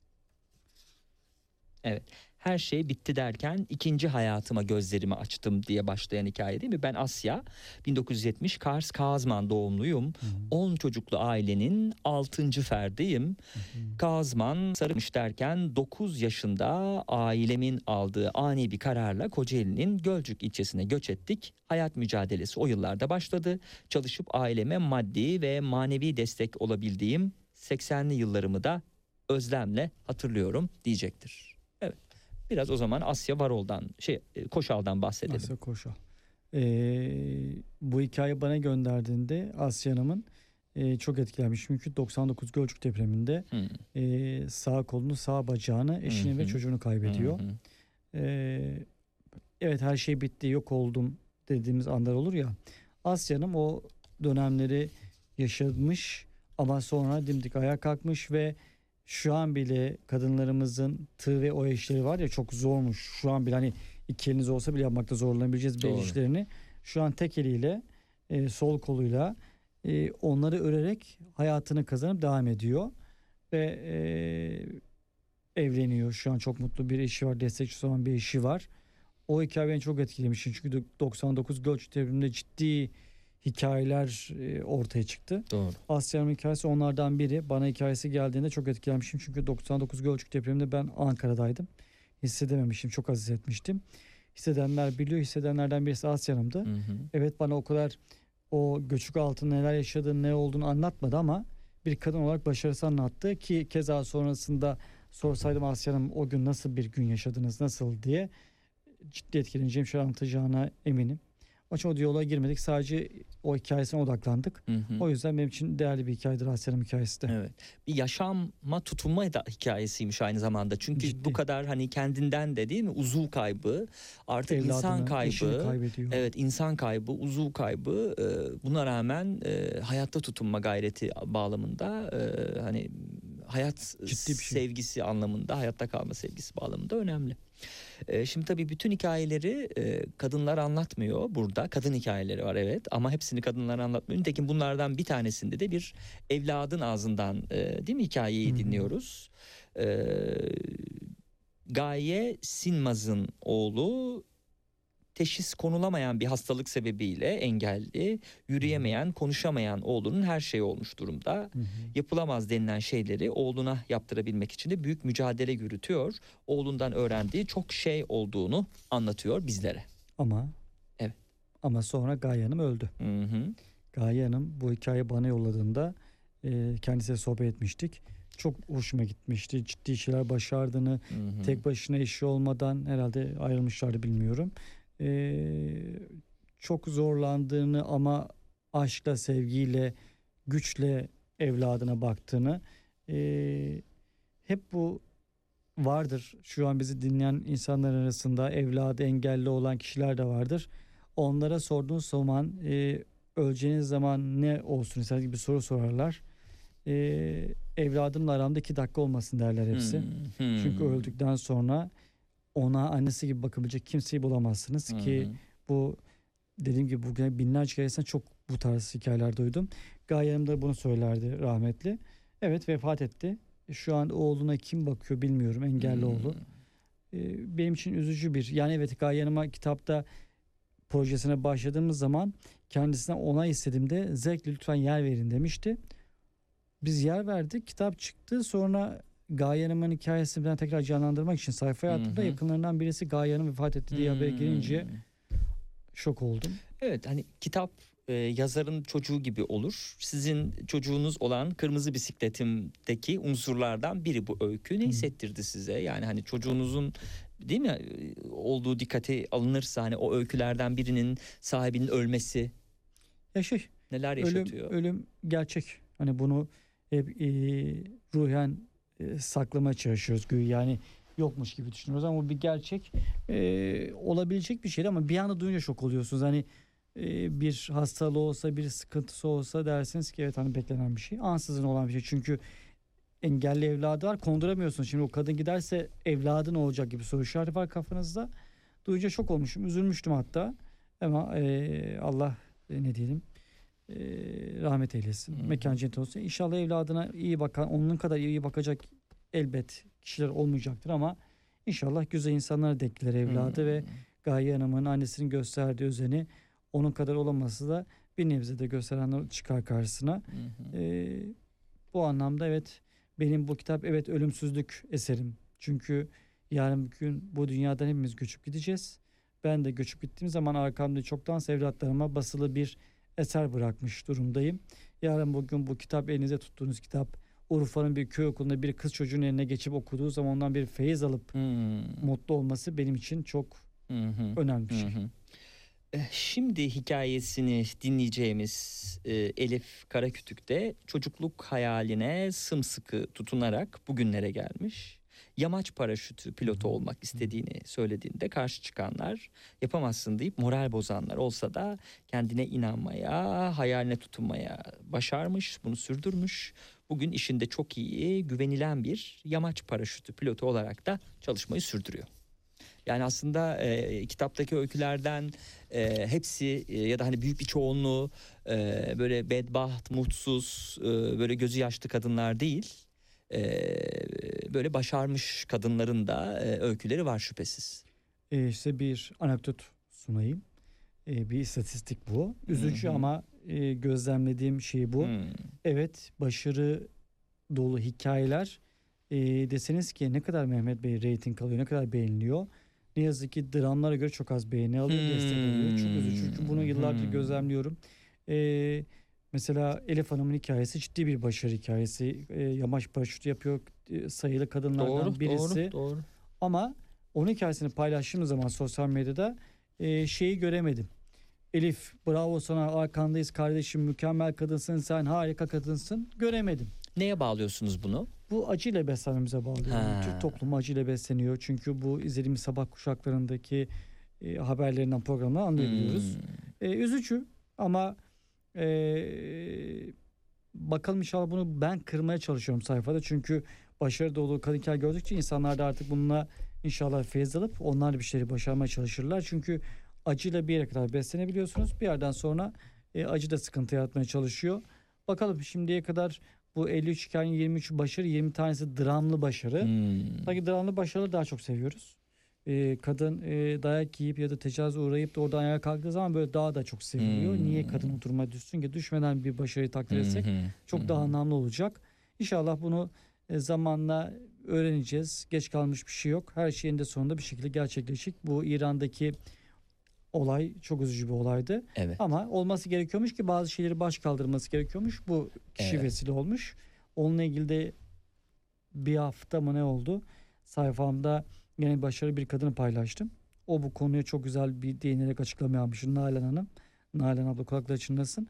S2: Evet. Her şey bitti derken ikinci hayatıma gözlerimi açtım diye başlayan hikaye değil mi? Ben Asya, 1970 Kars Kazman doğumluyum. 10 çocuklu ailenin 6. ferdiyim. Kazman sarılmış derken 9 yaşında ailemin aldığı ani bir kararla Kocaeli'nin Gölcük ilçesine göç ettik. Hayat mücadelesi o yıllarda başladı. Çalışıp aileme maddi ve manevi destek olabildiğim 80'li yıllarımı da özlemle hatırlıyorum diyecektir. Evet. Biraz o zaman Asya Varol'dan, Koşal'dan bahsedelim.
S11: Asya Koşal. Bu hikaye bana gönderdiğinde Asya Hanım'ın çok etkilenmiş. Çünkü 99 Gölcük depreminde sağ kolunu, sağ bacağını, eşini ve çocuğunu kaybediyor. Evet, her şey bitti, yok oldum dediğimiz anlar olur ya. Asya Hanım o dönemleri yaşamış ama sonra dimdik ayağa kalkmış ve şu an bile kadınlarımızın tığ ve oya işleri var ya, çok zormuş. Şu an bile hani iki eliniz olsa bile yapmakta zorlanabileceğiz bel işlerini. Şu an tek eliyle, sol koluyla onları örerek hayatını kazanıp devam ediyor. Ve evleniyor. Şu an çok mutlu bir eşi var. Destekçisi olan bir eşi var. O hikaye beni çok etkilemiş. Çünkü 99 Gölcük depreminde ciddi hikayeler ortaya çıktı.
S2: Doğru.
S11: Asya'nın hikayesi onlardan biri. Bana hikayesi geldiğinde çok etkilenmişim. Çünkü 99 Gölcük depreminde ben Ankara'daydım. Hissedememiştim. Çok az hissetmiştim. Hissedenler biliyor. Hissedenlerden birisi Asya Hanım'dı. Evet, bana o kadar o göçük altında neler yaşadığını, ne olduğunu anlatmadı ama bir kadın olarak başarısı anlattı ki keza sonrasında sorsaydım Asya Hanım o gün nasıl bir gün yaşadınız, nasıl diye ciddi etkileneceğim şey anlatacağına eminim. Onun için o diyaloğa girmedik. Sadece o hikayesine odaklandık. O yüzden benim için değerli bir hikayedir Asya Hanım hikayesi de.
S2: Evet. Bir yaşama tutunma da hikayesiymiş aynı zamanda. Çünkü
S11: Ciddi.
S2: bu kadar hani kendinden de değil mi? Uzuv kaybı, artık
S11: Evladını,
S2: insan
S11: eşini
S2: kaybı.
S11: kaybediyor.
S2: Evet, insan kaybı, uzuv kaybı. Buna rağmen hayatta tutunma gayreti bağlamında hani hayat
S11: Ciddi bir şey.
S2: sevgisi anlamında, hayatta kalma sevgisi bağlamında önemli. Şimdi tabii bütün hikayeleri kadınlar anlatmıyor burada. Kadın hikayeleri var evet, ama hepsini kadınlar anlatmıyor. Nitekim bunlardan bir tanesinde de bir evladın ağzından değil mi hikayeyi dinliyoruz. Gaye Sinmaz'ın oğlu teşhis konulamayan bir hastalık sebebiyle engelli, yürüyemeyen, konuşamayan oğlunun her şeyi olmuş durumda. Yapılamaz denilen şeyleri oğluna yaptırabilmek için de büyük mücadele yürütüyor. Oğlundan öğrendiği çok şey olduğunu anlatıyor bizlere.
S11: Ama sonra Gaye Hanım öldü. Gaye Hanım bu hikayeyi bana yolladığında kendisiyle sohbet etmiştik. Çok hoşuma gitmişti. Ciddi şeyler başardığını, tek başına eşi olmadan herhalde ayrılmışlardı bilmiyorum. Çok zorlandığını ama aşkla, sevgiyle, güçle evladına baktığını, hep bu vardır. Şu an bizi dinleyen insanlar arasında evladı engelli olan kişiler de vardır. Onlara sorduğunuz zaman öleceğiniz zaman ne olsun ister gibi bir soru sorarlar. Evladımla aramda 2 dakika olmasın derler hepsi. Çünkü öldükten sonra ona annesi gibi bakabilecek kimseyi bulamazsınız ki bu dediğim gibi bugün binlerce hikayesinden çok bu tarz hikayeler duydum. Gaye Hanım da bunu söylerdi rahmetli. Evet, vefat etti. Şu an oğluna kim bakıyor bilmiyorum, engelli oğlu. Benim için üzücü bir, yani evet, Gaye Hanım'a kitapta projesine başladığımız zaman kendisine onay istediğimde zevkle lütfen yer verin demişti. Biz yer verdik, kitap çıktı, sonra Gaye Hanım'ın hikayesini tekrar canlandırmak için sayfaya attığımda yakınlarından birisi Gaye Hanım vefat etti diye haber gelince şok oldum.
S2: Evet, hani kitap yazarın çocuğu gibi olur. Sizin çocuğunuz olan Kırmızı Bisikletim'deki unsurlardan biri bu öykü. Ne hissettirdi size? Yani hani çocuğunuzun değil mi olduğu dikkate alınırsa hani o öykülerden birinin sahibinin ölmesi neler yaşatıyor?
S11: Ölüm gerçek. Hani bunu hep ruhen saklamaya çalışıyoruz. Yani yokmuş gibi düşünüyoruz ama bu bir gerçek. Olabilecek bir şey ama bir anda duyunca şok oluyorsunuz. Hani bir hastalığı olsa, bir sıkıntısı olsa dersiniz ki evet, hani beklenen bir şey. Ansızın olan bir şey. Çünkü engelli evladı var, konduramıyorsun. Şimdi o kadın giderse evladı ne olacak gibi soru işareti var kafanızda. Duyunca şok olmuşum, üzülmüştüm hatta. Ama Allah ne diyelim, rahmet eylesin. Mekan cennet olsun. İnşallah evladına iyi bakan, onun kadar iyi bakacak elbet kişiler olmayacaktır ama inşallah güzel insanlara dektiler evladı ve Gaye Hanım'ın annesinin gösterdiği özeni onun kadar olaması da bir nebze de gösterenler çıkar karşısına. Bu anlamda evet, benim bu kitap evet ölümsüzlük eserim. Çünkü yarın bir gün bu dünyadan hepimiz göçüp gideceğiz. Ben de göçüp gittiğim zaman arkamda çoktan evlatlarıma basılı bir eser bırakmış durumdayım. Yarın bugün bu kitap, elinize tuttuğunuz kitap Urfa'nın bir köy okulunda bir kız çocuğun eline geçip okuduğu zaman ondan bir feyiz alıp mutlu olması benim için çok önemli bir şey.
S2: Şimdi hikayesini dinleyeceğimiz Elif Karakütük de çocukluk hayaline sımsıkı tutunarak bugünlere gelmiş. Yamaç paraşütü pilotu olmak istediğini söylediğinde karşı çıkanlar, yapamazsın deyip moral bozanlar olsa da kendine inanmaya, hayaline tutunmaya başarmış, bunu sürdürmüş. Bugün işinde çok iyi, güvenilen bir yamaç paraşütü pilotu olarak da çalışmayı sürdürüyor. Yani aslında kitaptaki öykülerden hepsi ya da hani büyük bir çoğunluğu böyle bedbaht, mutsuz, böyle gözü yaşlı kadınlar değil. Böyle başarmış kadınların da öyküleri var şüphesiz.
S11: İşte bir anekdot sunayım. Bir istatistik bu. Üzücü ama gözlemlediğim şey bu. Evet, başarı dolu hikayeler. Deseniz ki ne kadar Mehmet Bey reyting alıyor, ne kadar beğeniliyor. Ne yazık ki dramlara göre çok az beğeni alıyor, destek alıyor. Çok üzücü, çünkü bunu yıllardır gözlemliyorum. Mesela Elif Hanım'ın hikayesi ciddi bir başarı hikayesi. Yamaç paraşütü yapıyor, sayılı kadınlardan birisi.
S2: Doğru.
S11: Ama onun hikayesini paylaştığım zaman sosyal medyada şeyi göremedim. Elif bravo sana, arkandayız kardeşim, mükemmel kadınsın, sen harika kadınsın göremedim.
S2: Neye bağlıyorsunuz bunu?
S11: Bu acıyla beslenmemize bağlıyorum. Türk toplumu acıyla besleniyor. Çünkü bu izlediğimiz sabah kuşaklarındaki haberlerinden, programdan anlayabiliyoruz. Üzücü ama bakalım inşallah bunu ben kırmaya çalışıyorum sayfada. Çünkü başarı dolu kadın hikaye gördükçe insanlar da artık bununla inşallah feyiz alıp onlar da bir şeyleri başarmaya çalışırlar. Çünkü acıyla bir yere kadar beslenebiliyorsunuz. Bir yerden sonra acı da sıkıntı yaratmaya çalışıyor. Bakalım şimdiye kadar bu 53 hikayenin 23 başarı, 20 tanesi dramlı başarı. Tabii dramlı başarıları daha çok seviyoruz. Kadın dayak yiyip ya da tecavüze uğrayıp da oradan ayağa kalktığı zaman böyle daha da çok seviliyor. Niye kadın o duruma düşsün ki? Düşmeden bir başarıyı takdir etsek çok daha anlamlı olacak. İnşallah bunu zamanla öğreneceğiz. Geç kalmış bir şey yok. Her şeyin de sonunda bir şekilde gerçekleşecek. Bu İran'daki olay çok üzücü bir olaydı.
S2: Evet.
S11: Ama olması gerekiyormuş ki bazı şeyleri baş kaldırması gerekiyormuş. Bu kişi vesile olmuş. Onunla ilgili de bir hafta mı ne oldu? Sayfamda yine başarılı bir kadını paylaştım. O bu konuya çok güzel bir değinerek açıklama yapmış. Nalan Hanım. Nalan abla kulakları çınlasın.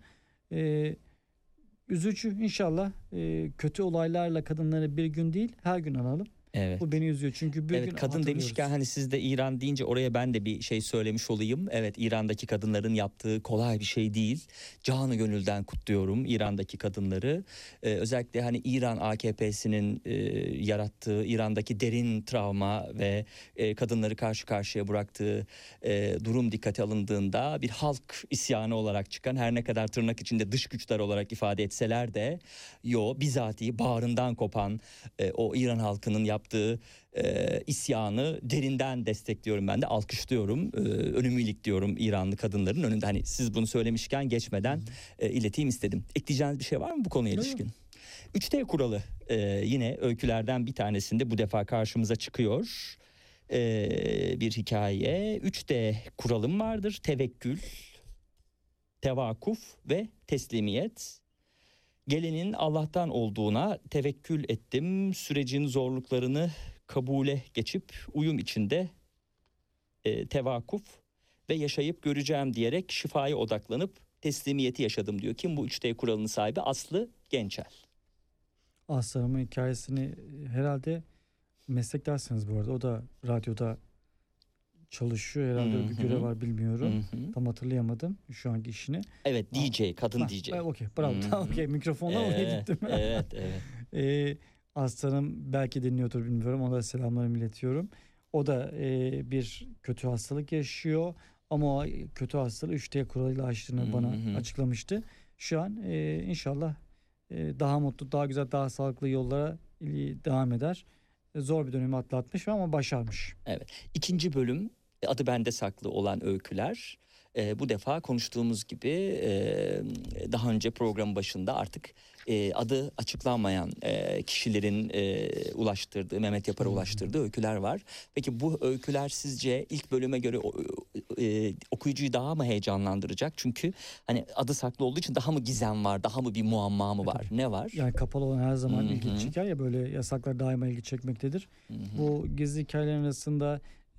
S11: Üzücü. İnşallah kötü olaylarla kadınları bir gün değil her gün analım.
S2: Evet.
S11: Bu beni üzüyor çünkü bir gün
S2: kadın demişken hani siz de İran deyince oraya ben de bir şey söylemiş olayım. Evet, İran'daki kadınların yaptığı kolay bir şey değil. Canı gönülden kutluyorum İran'daki kadınları. Özellikle hani İran AKP'sinin yarattığı İran'daki derin travma ve kadınları karşı karşıya bıraktığı durum dikkate alındığında bir halk isyanı olarak çıkan, her ne kadar tırnak içinde dış güçler olarak ifade etseler de bizatihi bağrından kopan o İran halkının yaptığı isyanı derinden destekliyorum, ben de alkışlıyorum. Önümü ilikliyorum İranlı kadınların önünde. Hani siz bunu söylemişken geçmeden ileteyim istedim. Ekleyeceğiniz bir şey var mı bu konuya ilişkin? 3D kuralı yine öykülerden bir tanesinde bu defa karşımıza çıkıyor. Bir hikaye. 3D kuralım vardır: tevekkül, tevakuf ve teslimiyet. Gelenin Allah'tan olduğuna tevekkül ettim. Sürecin zorluklarını kabule geçip uyum içinde tevakuf ve yaşayıp göreceğim diyerek şifaya odaklanıp teslimiyeti yaşadım diyor. Kim bu 3D kuralının sahibi? Aslı Gençel.
S11: Aslı Hanım'ın hikayesini herhalde meslektaşsınız bu arada. O da radyoda çalışıyor. Herhalde bir görev var, bilmiyorum. Tam hatırlayamadım şu anki işini.
S2: Evet, DJ, kadın DJ.
S11: Okey, bravo. Tamam, okey. Mikrofonla oraya gittim.
S2: Evet.
S11: Aslı Hanım belki dinliyordur, bilmiyorum. Ona da selamlarımı iletiyorum. O da bir kötü hastalık yaşıyor. Ama o kötü hastalığı 3D kuralıyla açtığını bana açıklamıştı. Şu an inşallah daha mutlu, daha güzel, daha sağlıklı yollara devam eder. Zor bir dönemi atlatmış ama başarmış.
S2: Evet. 2. bölüm adı bende saklı olan öyküler. Bu defa konuştuğumuz gibi daha önce program başında artık adı açıklanmayan kişilerin ulaştırdığı, Mehmet Yapar'a ulaştırdığı öyküler var. Peki bu öyküler sizce ilk bölüme göre okuyucuyu daha mı heyecanlandıracak? Çünkü hani adı saklı olduğu için daha mı gizem var, daha mı bir muamma mı var? Ne var?
S11: Yani kapalı olan her zaman ilgi çeker ya, böyle yasaklar daima ilgi çekmektedir. Bu gizli hikayelerin arasında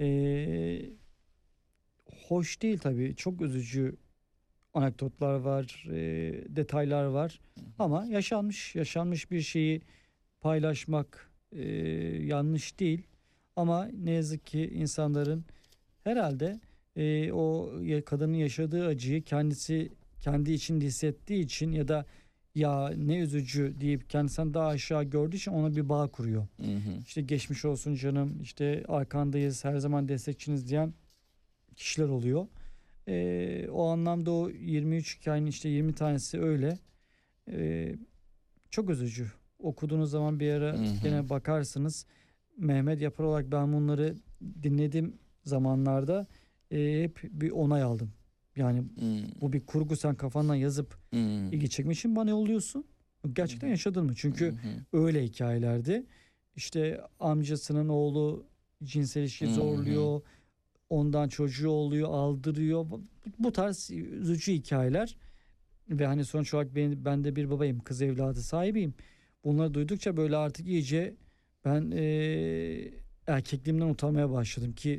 S11: hoş değil tabii. Çok üzücü anekdotlar var, detaylar var. Ama yaşanmış bir şeyi paylaşmak yanlış değil. Ama ne yazık ki insanların herhalde o kadının yaşadığı acıyı kendi içinde hissettiği için ya da ya ne üzücü deyip kendisinden daha aşağı gördüğü için ona bir bağ kuruyor. İşte geçmiş olsun canım, işte arkandayız, her zaman destekçiniz diyen kişiler oluyor. O anlamda o 23 hikayenin işte 20 tanesi öyle. Çok üzücü. Okuduğunuz zaman bir ara gene bakarsınız. Mehmet Yapar olarak ben bunları dinlediğim zamanlarda hep bir onay aldım. Yani bu bir kurgu, sen kafandan yazıp ilgi çekmek için bana yolluyorsun. Gerçekten yaşadın mı? Çünkü öyle hikayelerdi. İşte amcasının oğlu cinsel ilişki zorluyor. Ondan çocuğu oluyor, aldırıyor. Bu tarz üzücü hikayeler. Ve hani sonuç olarak ben de bir babayım, kız evladı sahibiyim. Bunları duydukça böyle artık iyice ben erkekliğimden utanmaya başladım ki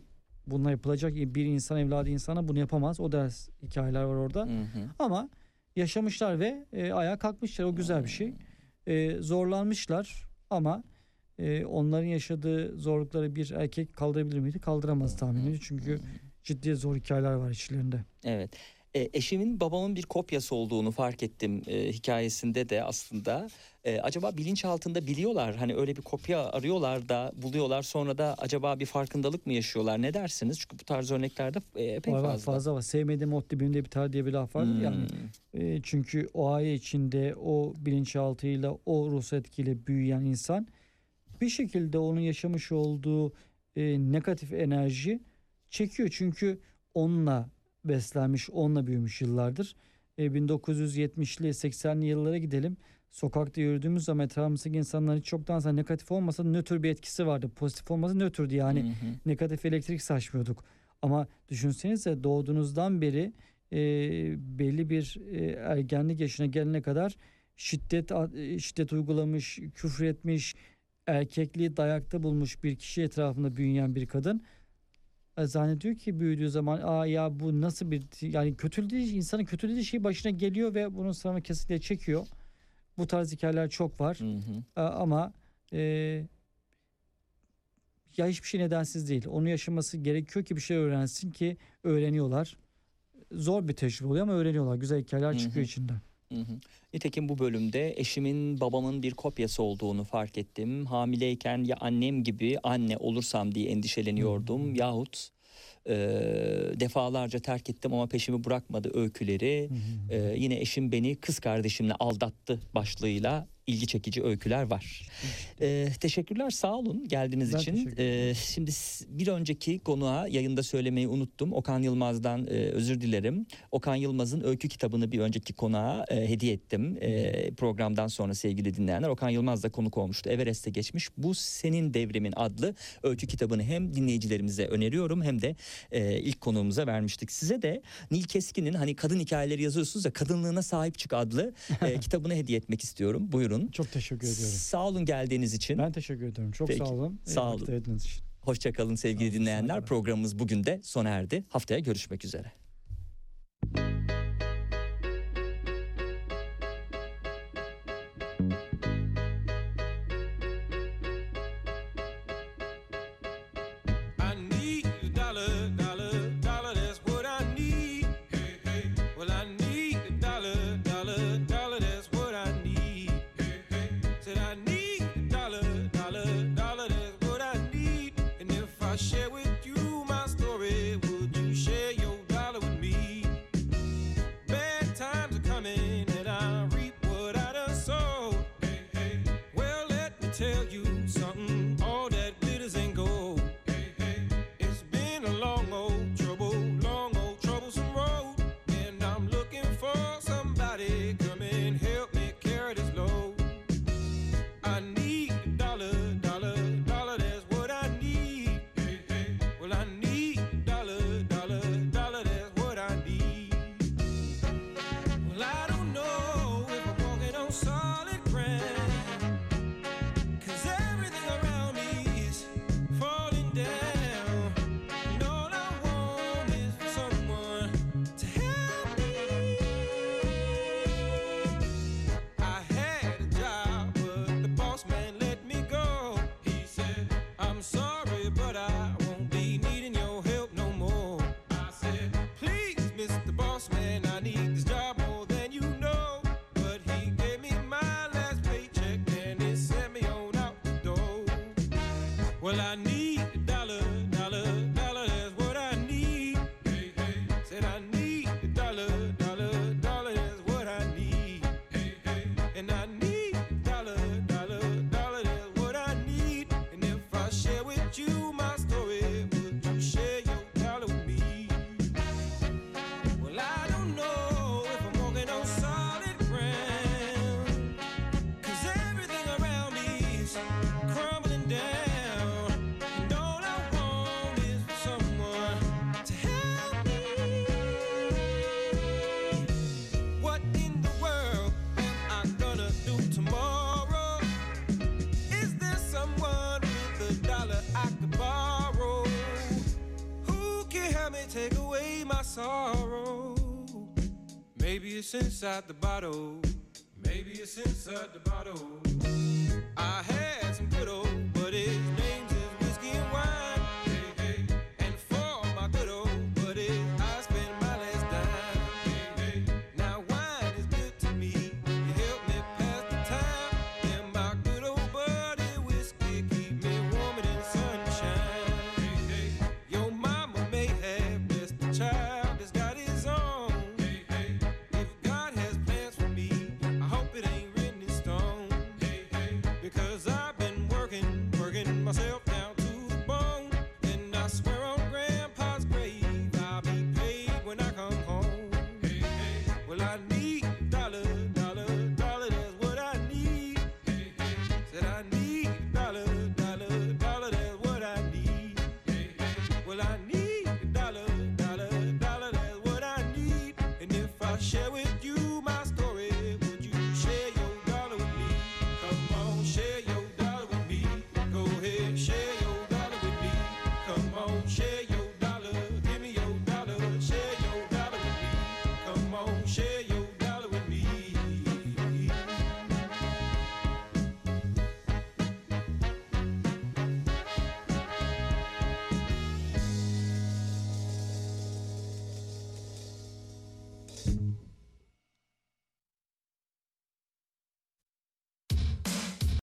S11: bununla yapılacak bir insan evladı insana bunu yapamaz. O da hikayeler var orada. Ama yaşamışlar ve ayağa kalkmışlar. O güzel bir şey. Zorlanmışlar ama onların yaşadığı zorlukları bir erkek kaldırabilir miydi? Kaldıramaz tahminimce. Çünkü ciddi zor hikayeler var içlerinde.
S2: Evet. Eşimin babamın bir kopyası olduğunu fark ettim hikayesinde de aslında. Acaba bilinçaltında biliyorlar, hani öyle bir kopya arıyorlar da buluyorlar, sonra da acaba bir farkındalık mı yaşıyorlar, ne dersiniz? Çünkü bu tarz örneklerde epey fazla var.
S11: Sevmediğim ot dibimde biter diye bir laf var. Yani çünkü o aile içinde o bilinçaltıyla, o ruhsal etkiyle büyüyen insan bir şekilde onun yaşamış olduğu negatif enerji çekiyor. Çünkü onunla beslenmiş, onunla büyümüş yıllardır. 1970'li 80'li yıllara gidelim. Sokakta yürüdüğümüz zaman etrafımızdaki insanların çoktansa negatif olmasa nötr bir etkisi vardı. Pozitif olmasa nötrdü yani. Negatif elektrik saçmıyorduk. Ama düşünsenize, doğduğunuzdan beri belli bir ergenlik yaşına gelene kadar şiddet uygulamış, küfür etmiş, erkekliği dayakta bulmuş bir kişi etrafında büyüyen bir kadın zannediyor ki büyüdüğü zaman ya bu nasıl bir, yani insanın kötülediği şey başına geliyor ve bunun sınavını kesinlikle çekiyor. Bu tarz hikayeler çok var. Ama ya hiçbir şey nedensiz değil. Onu yaşaması gerekiyor ki bir şey öğrensin, ki öğreniyorlar. Zor bir tecrübe oluyor ama öğreniyorlar. Güzel hikayeler çıkıyor içinden.
S2: Nitekim bu bölümde eşimin babamın bir kopyası olduğunu fark ettim. Hamileyken ya annem gibi anne olursam diye endişeleniyordum yahut defalarca terk ettim ama peşimi bırakmadı öyküleri. Yine eşim beni kız kardeşimle aldattı başlığıyla ilgi çekici öyküler var. Teşekkürler, sağ olun geldiğiniz için. Şimdi bir önceki konuğa yayında söylemeyi unuttum. Okan Yılmaz'dan özür dilerim. Okan Yılmaz'ın öykü kitabını bir önceki konuğa hediye ettim. Programdan sonra sevgili dinleyenler, Okan Yılmaz da konuk olmuştu. Everest'e geçmiş. Bu Senin Devrimin adlı öykü kitabını hem dinleyicilerimize öneriyorum hem de ilk konuğumuza vermiştik. Size de Nil Keskin'in hani kadın hikayeleri yazıyorsunuz ya, Kadınlığına Sahip Çık adlı kitabını hediye etmek istiyorum. Buyurun.
S11: Çok teşekkür ediyorum.
S2: Sağ olun geldiğiniz için.
S11: Ben teşekkür ediyorum. Çok sağ olun.
S2: Sağ olun. Hoşça kalın sevgili dinleyenler. Programımız bugün de sona erdi. Haftaya görüşmek üzere.
S1: Well, I need a dollar, dollar, dollar, that's what I need. Hey, hey. Said I need a dollar, dollar, dollar, that's what I need. Hey, hey. And I need a dollar, dollar, dollar, that's what I need. And if I share with you my story, would you share your dollar with me? Well, I don't know if I'm walking on solid ground, 'cause everything around me is crumbling down.
S12: sorrow. Maybe it's inside the bottle. Maybe it's inside the bottle. I had some good old buddies.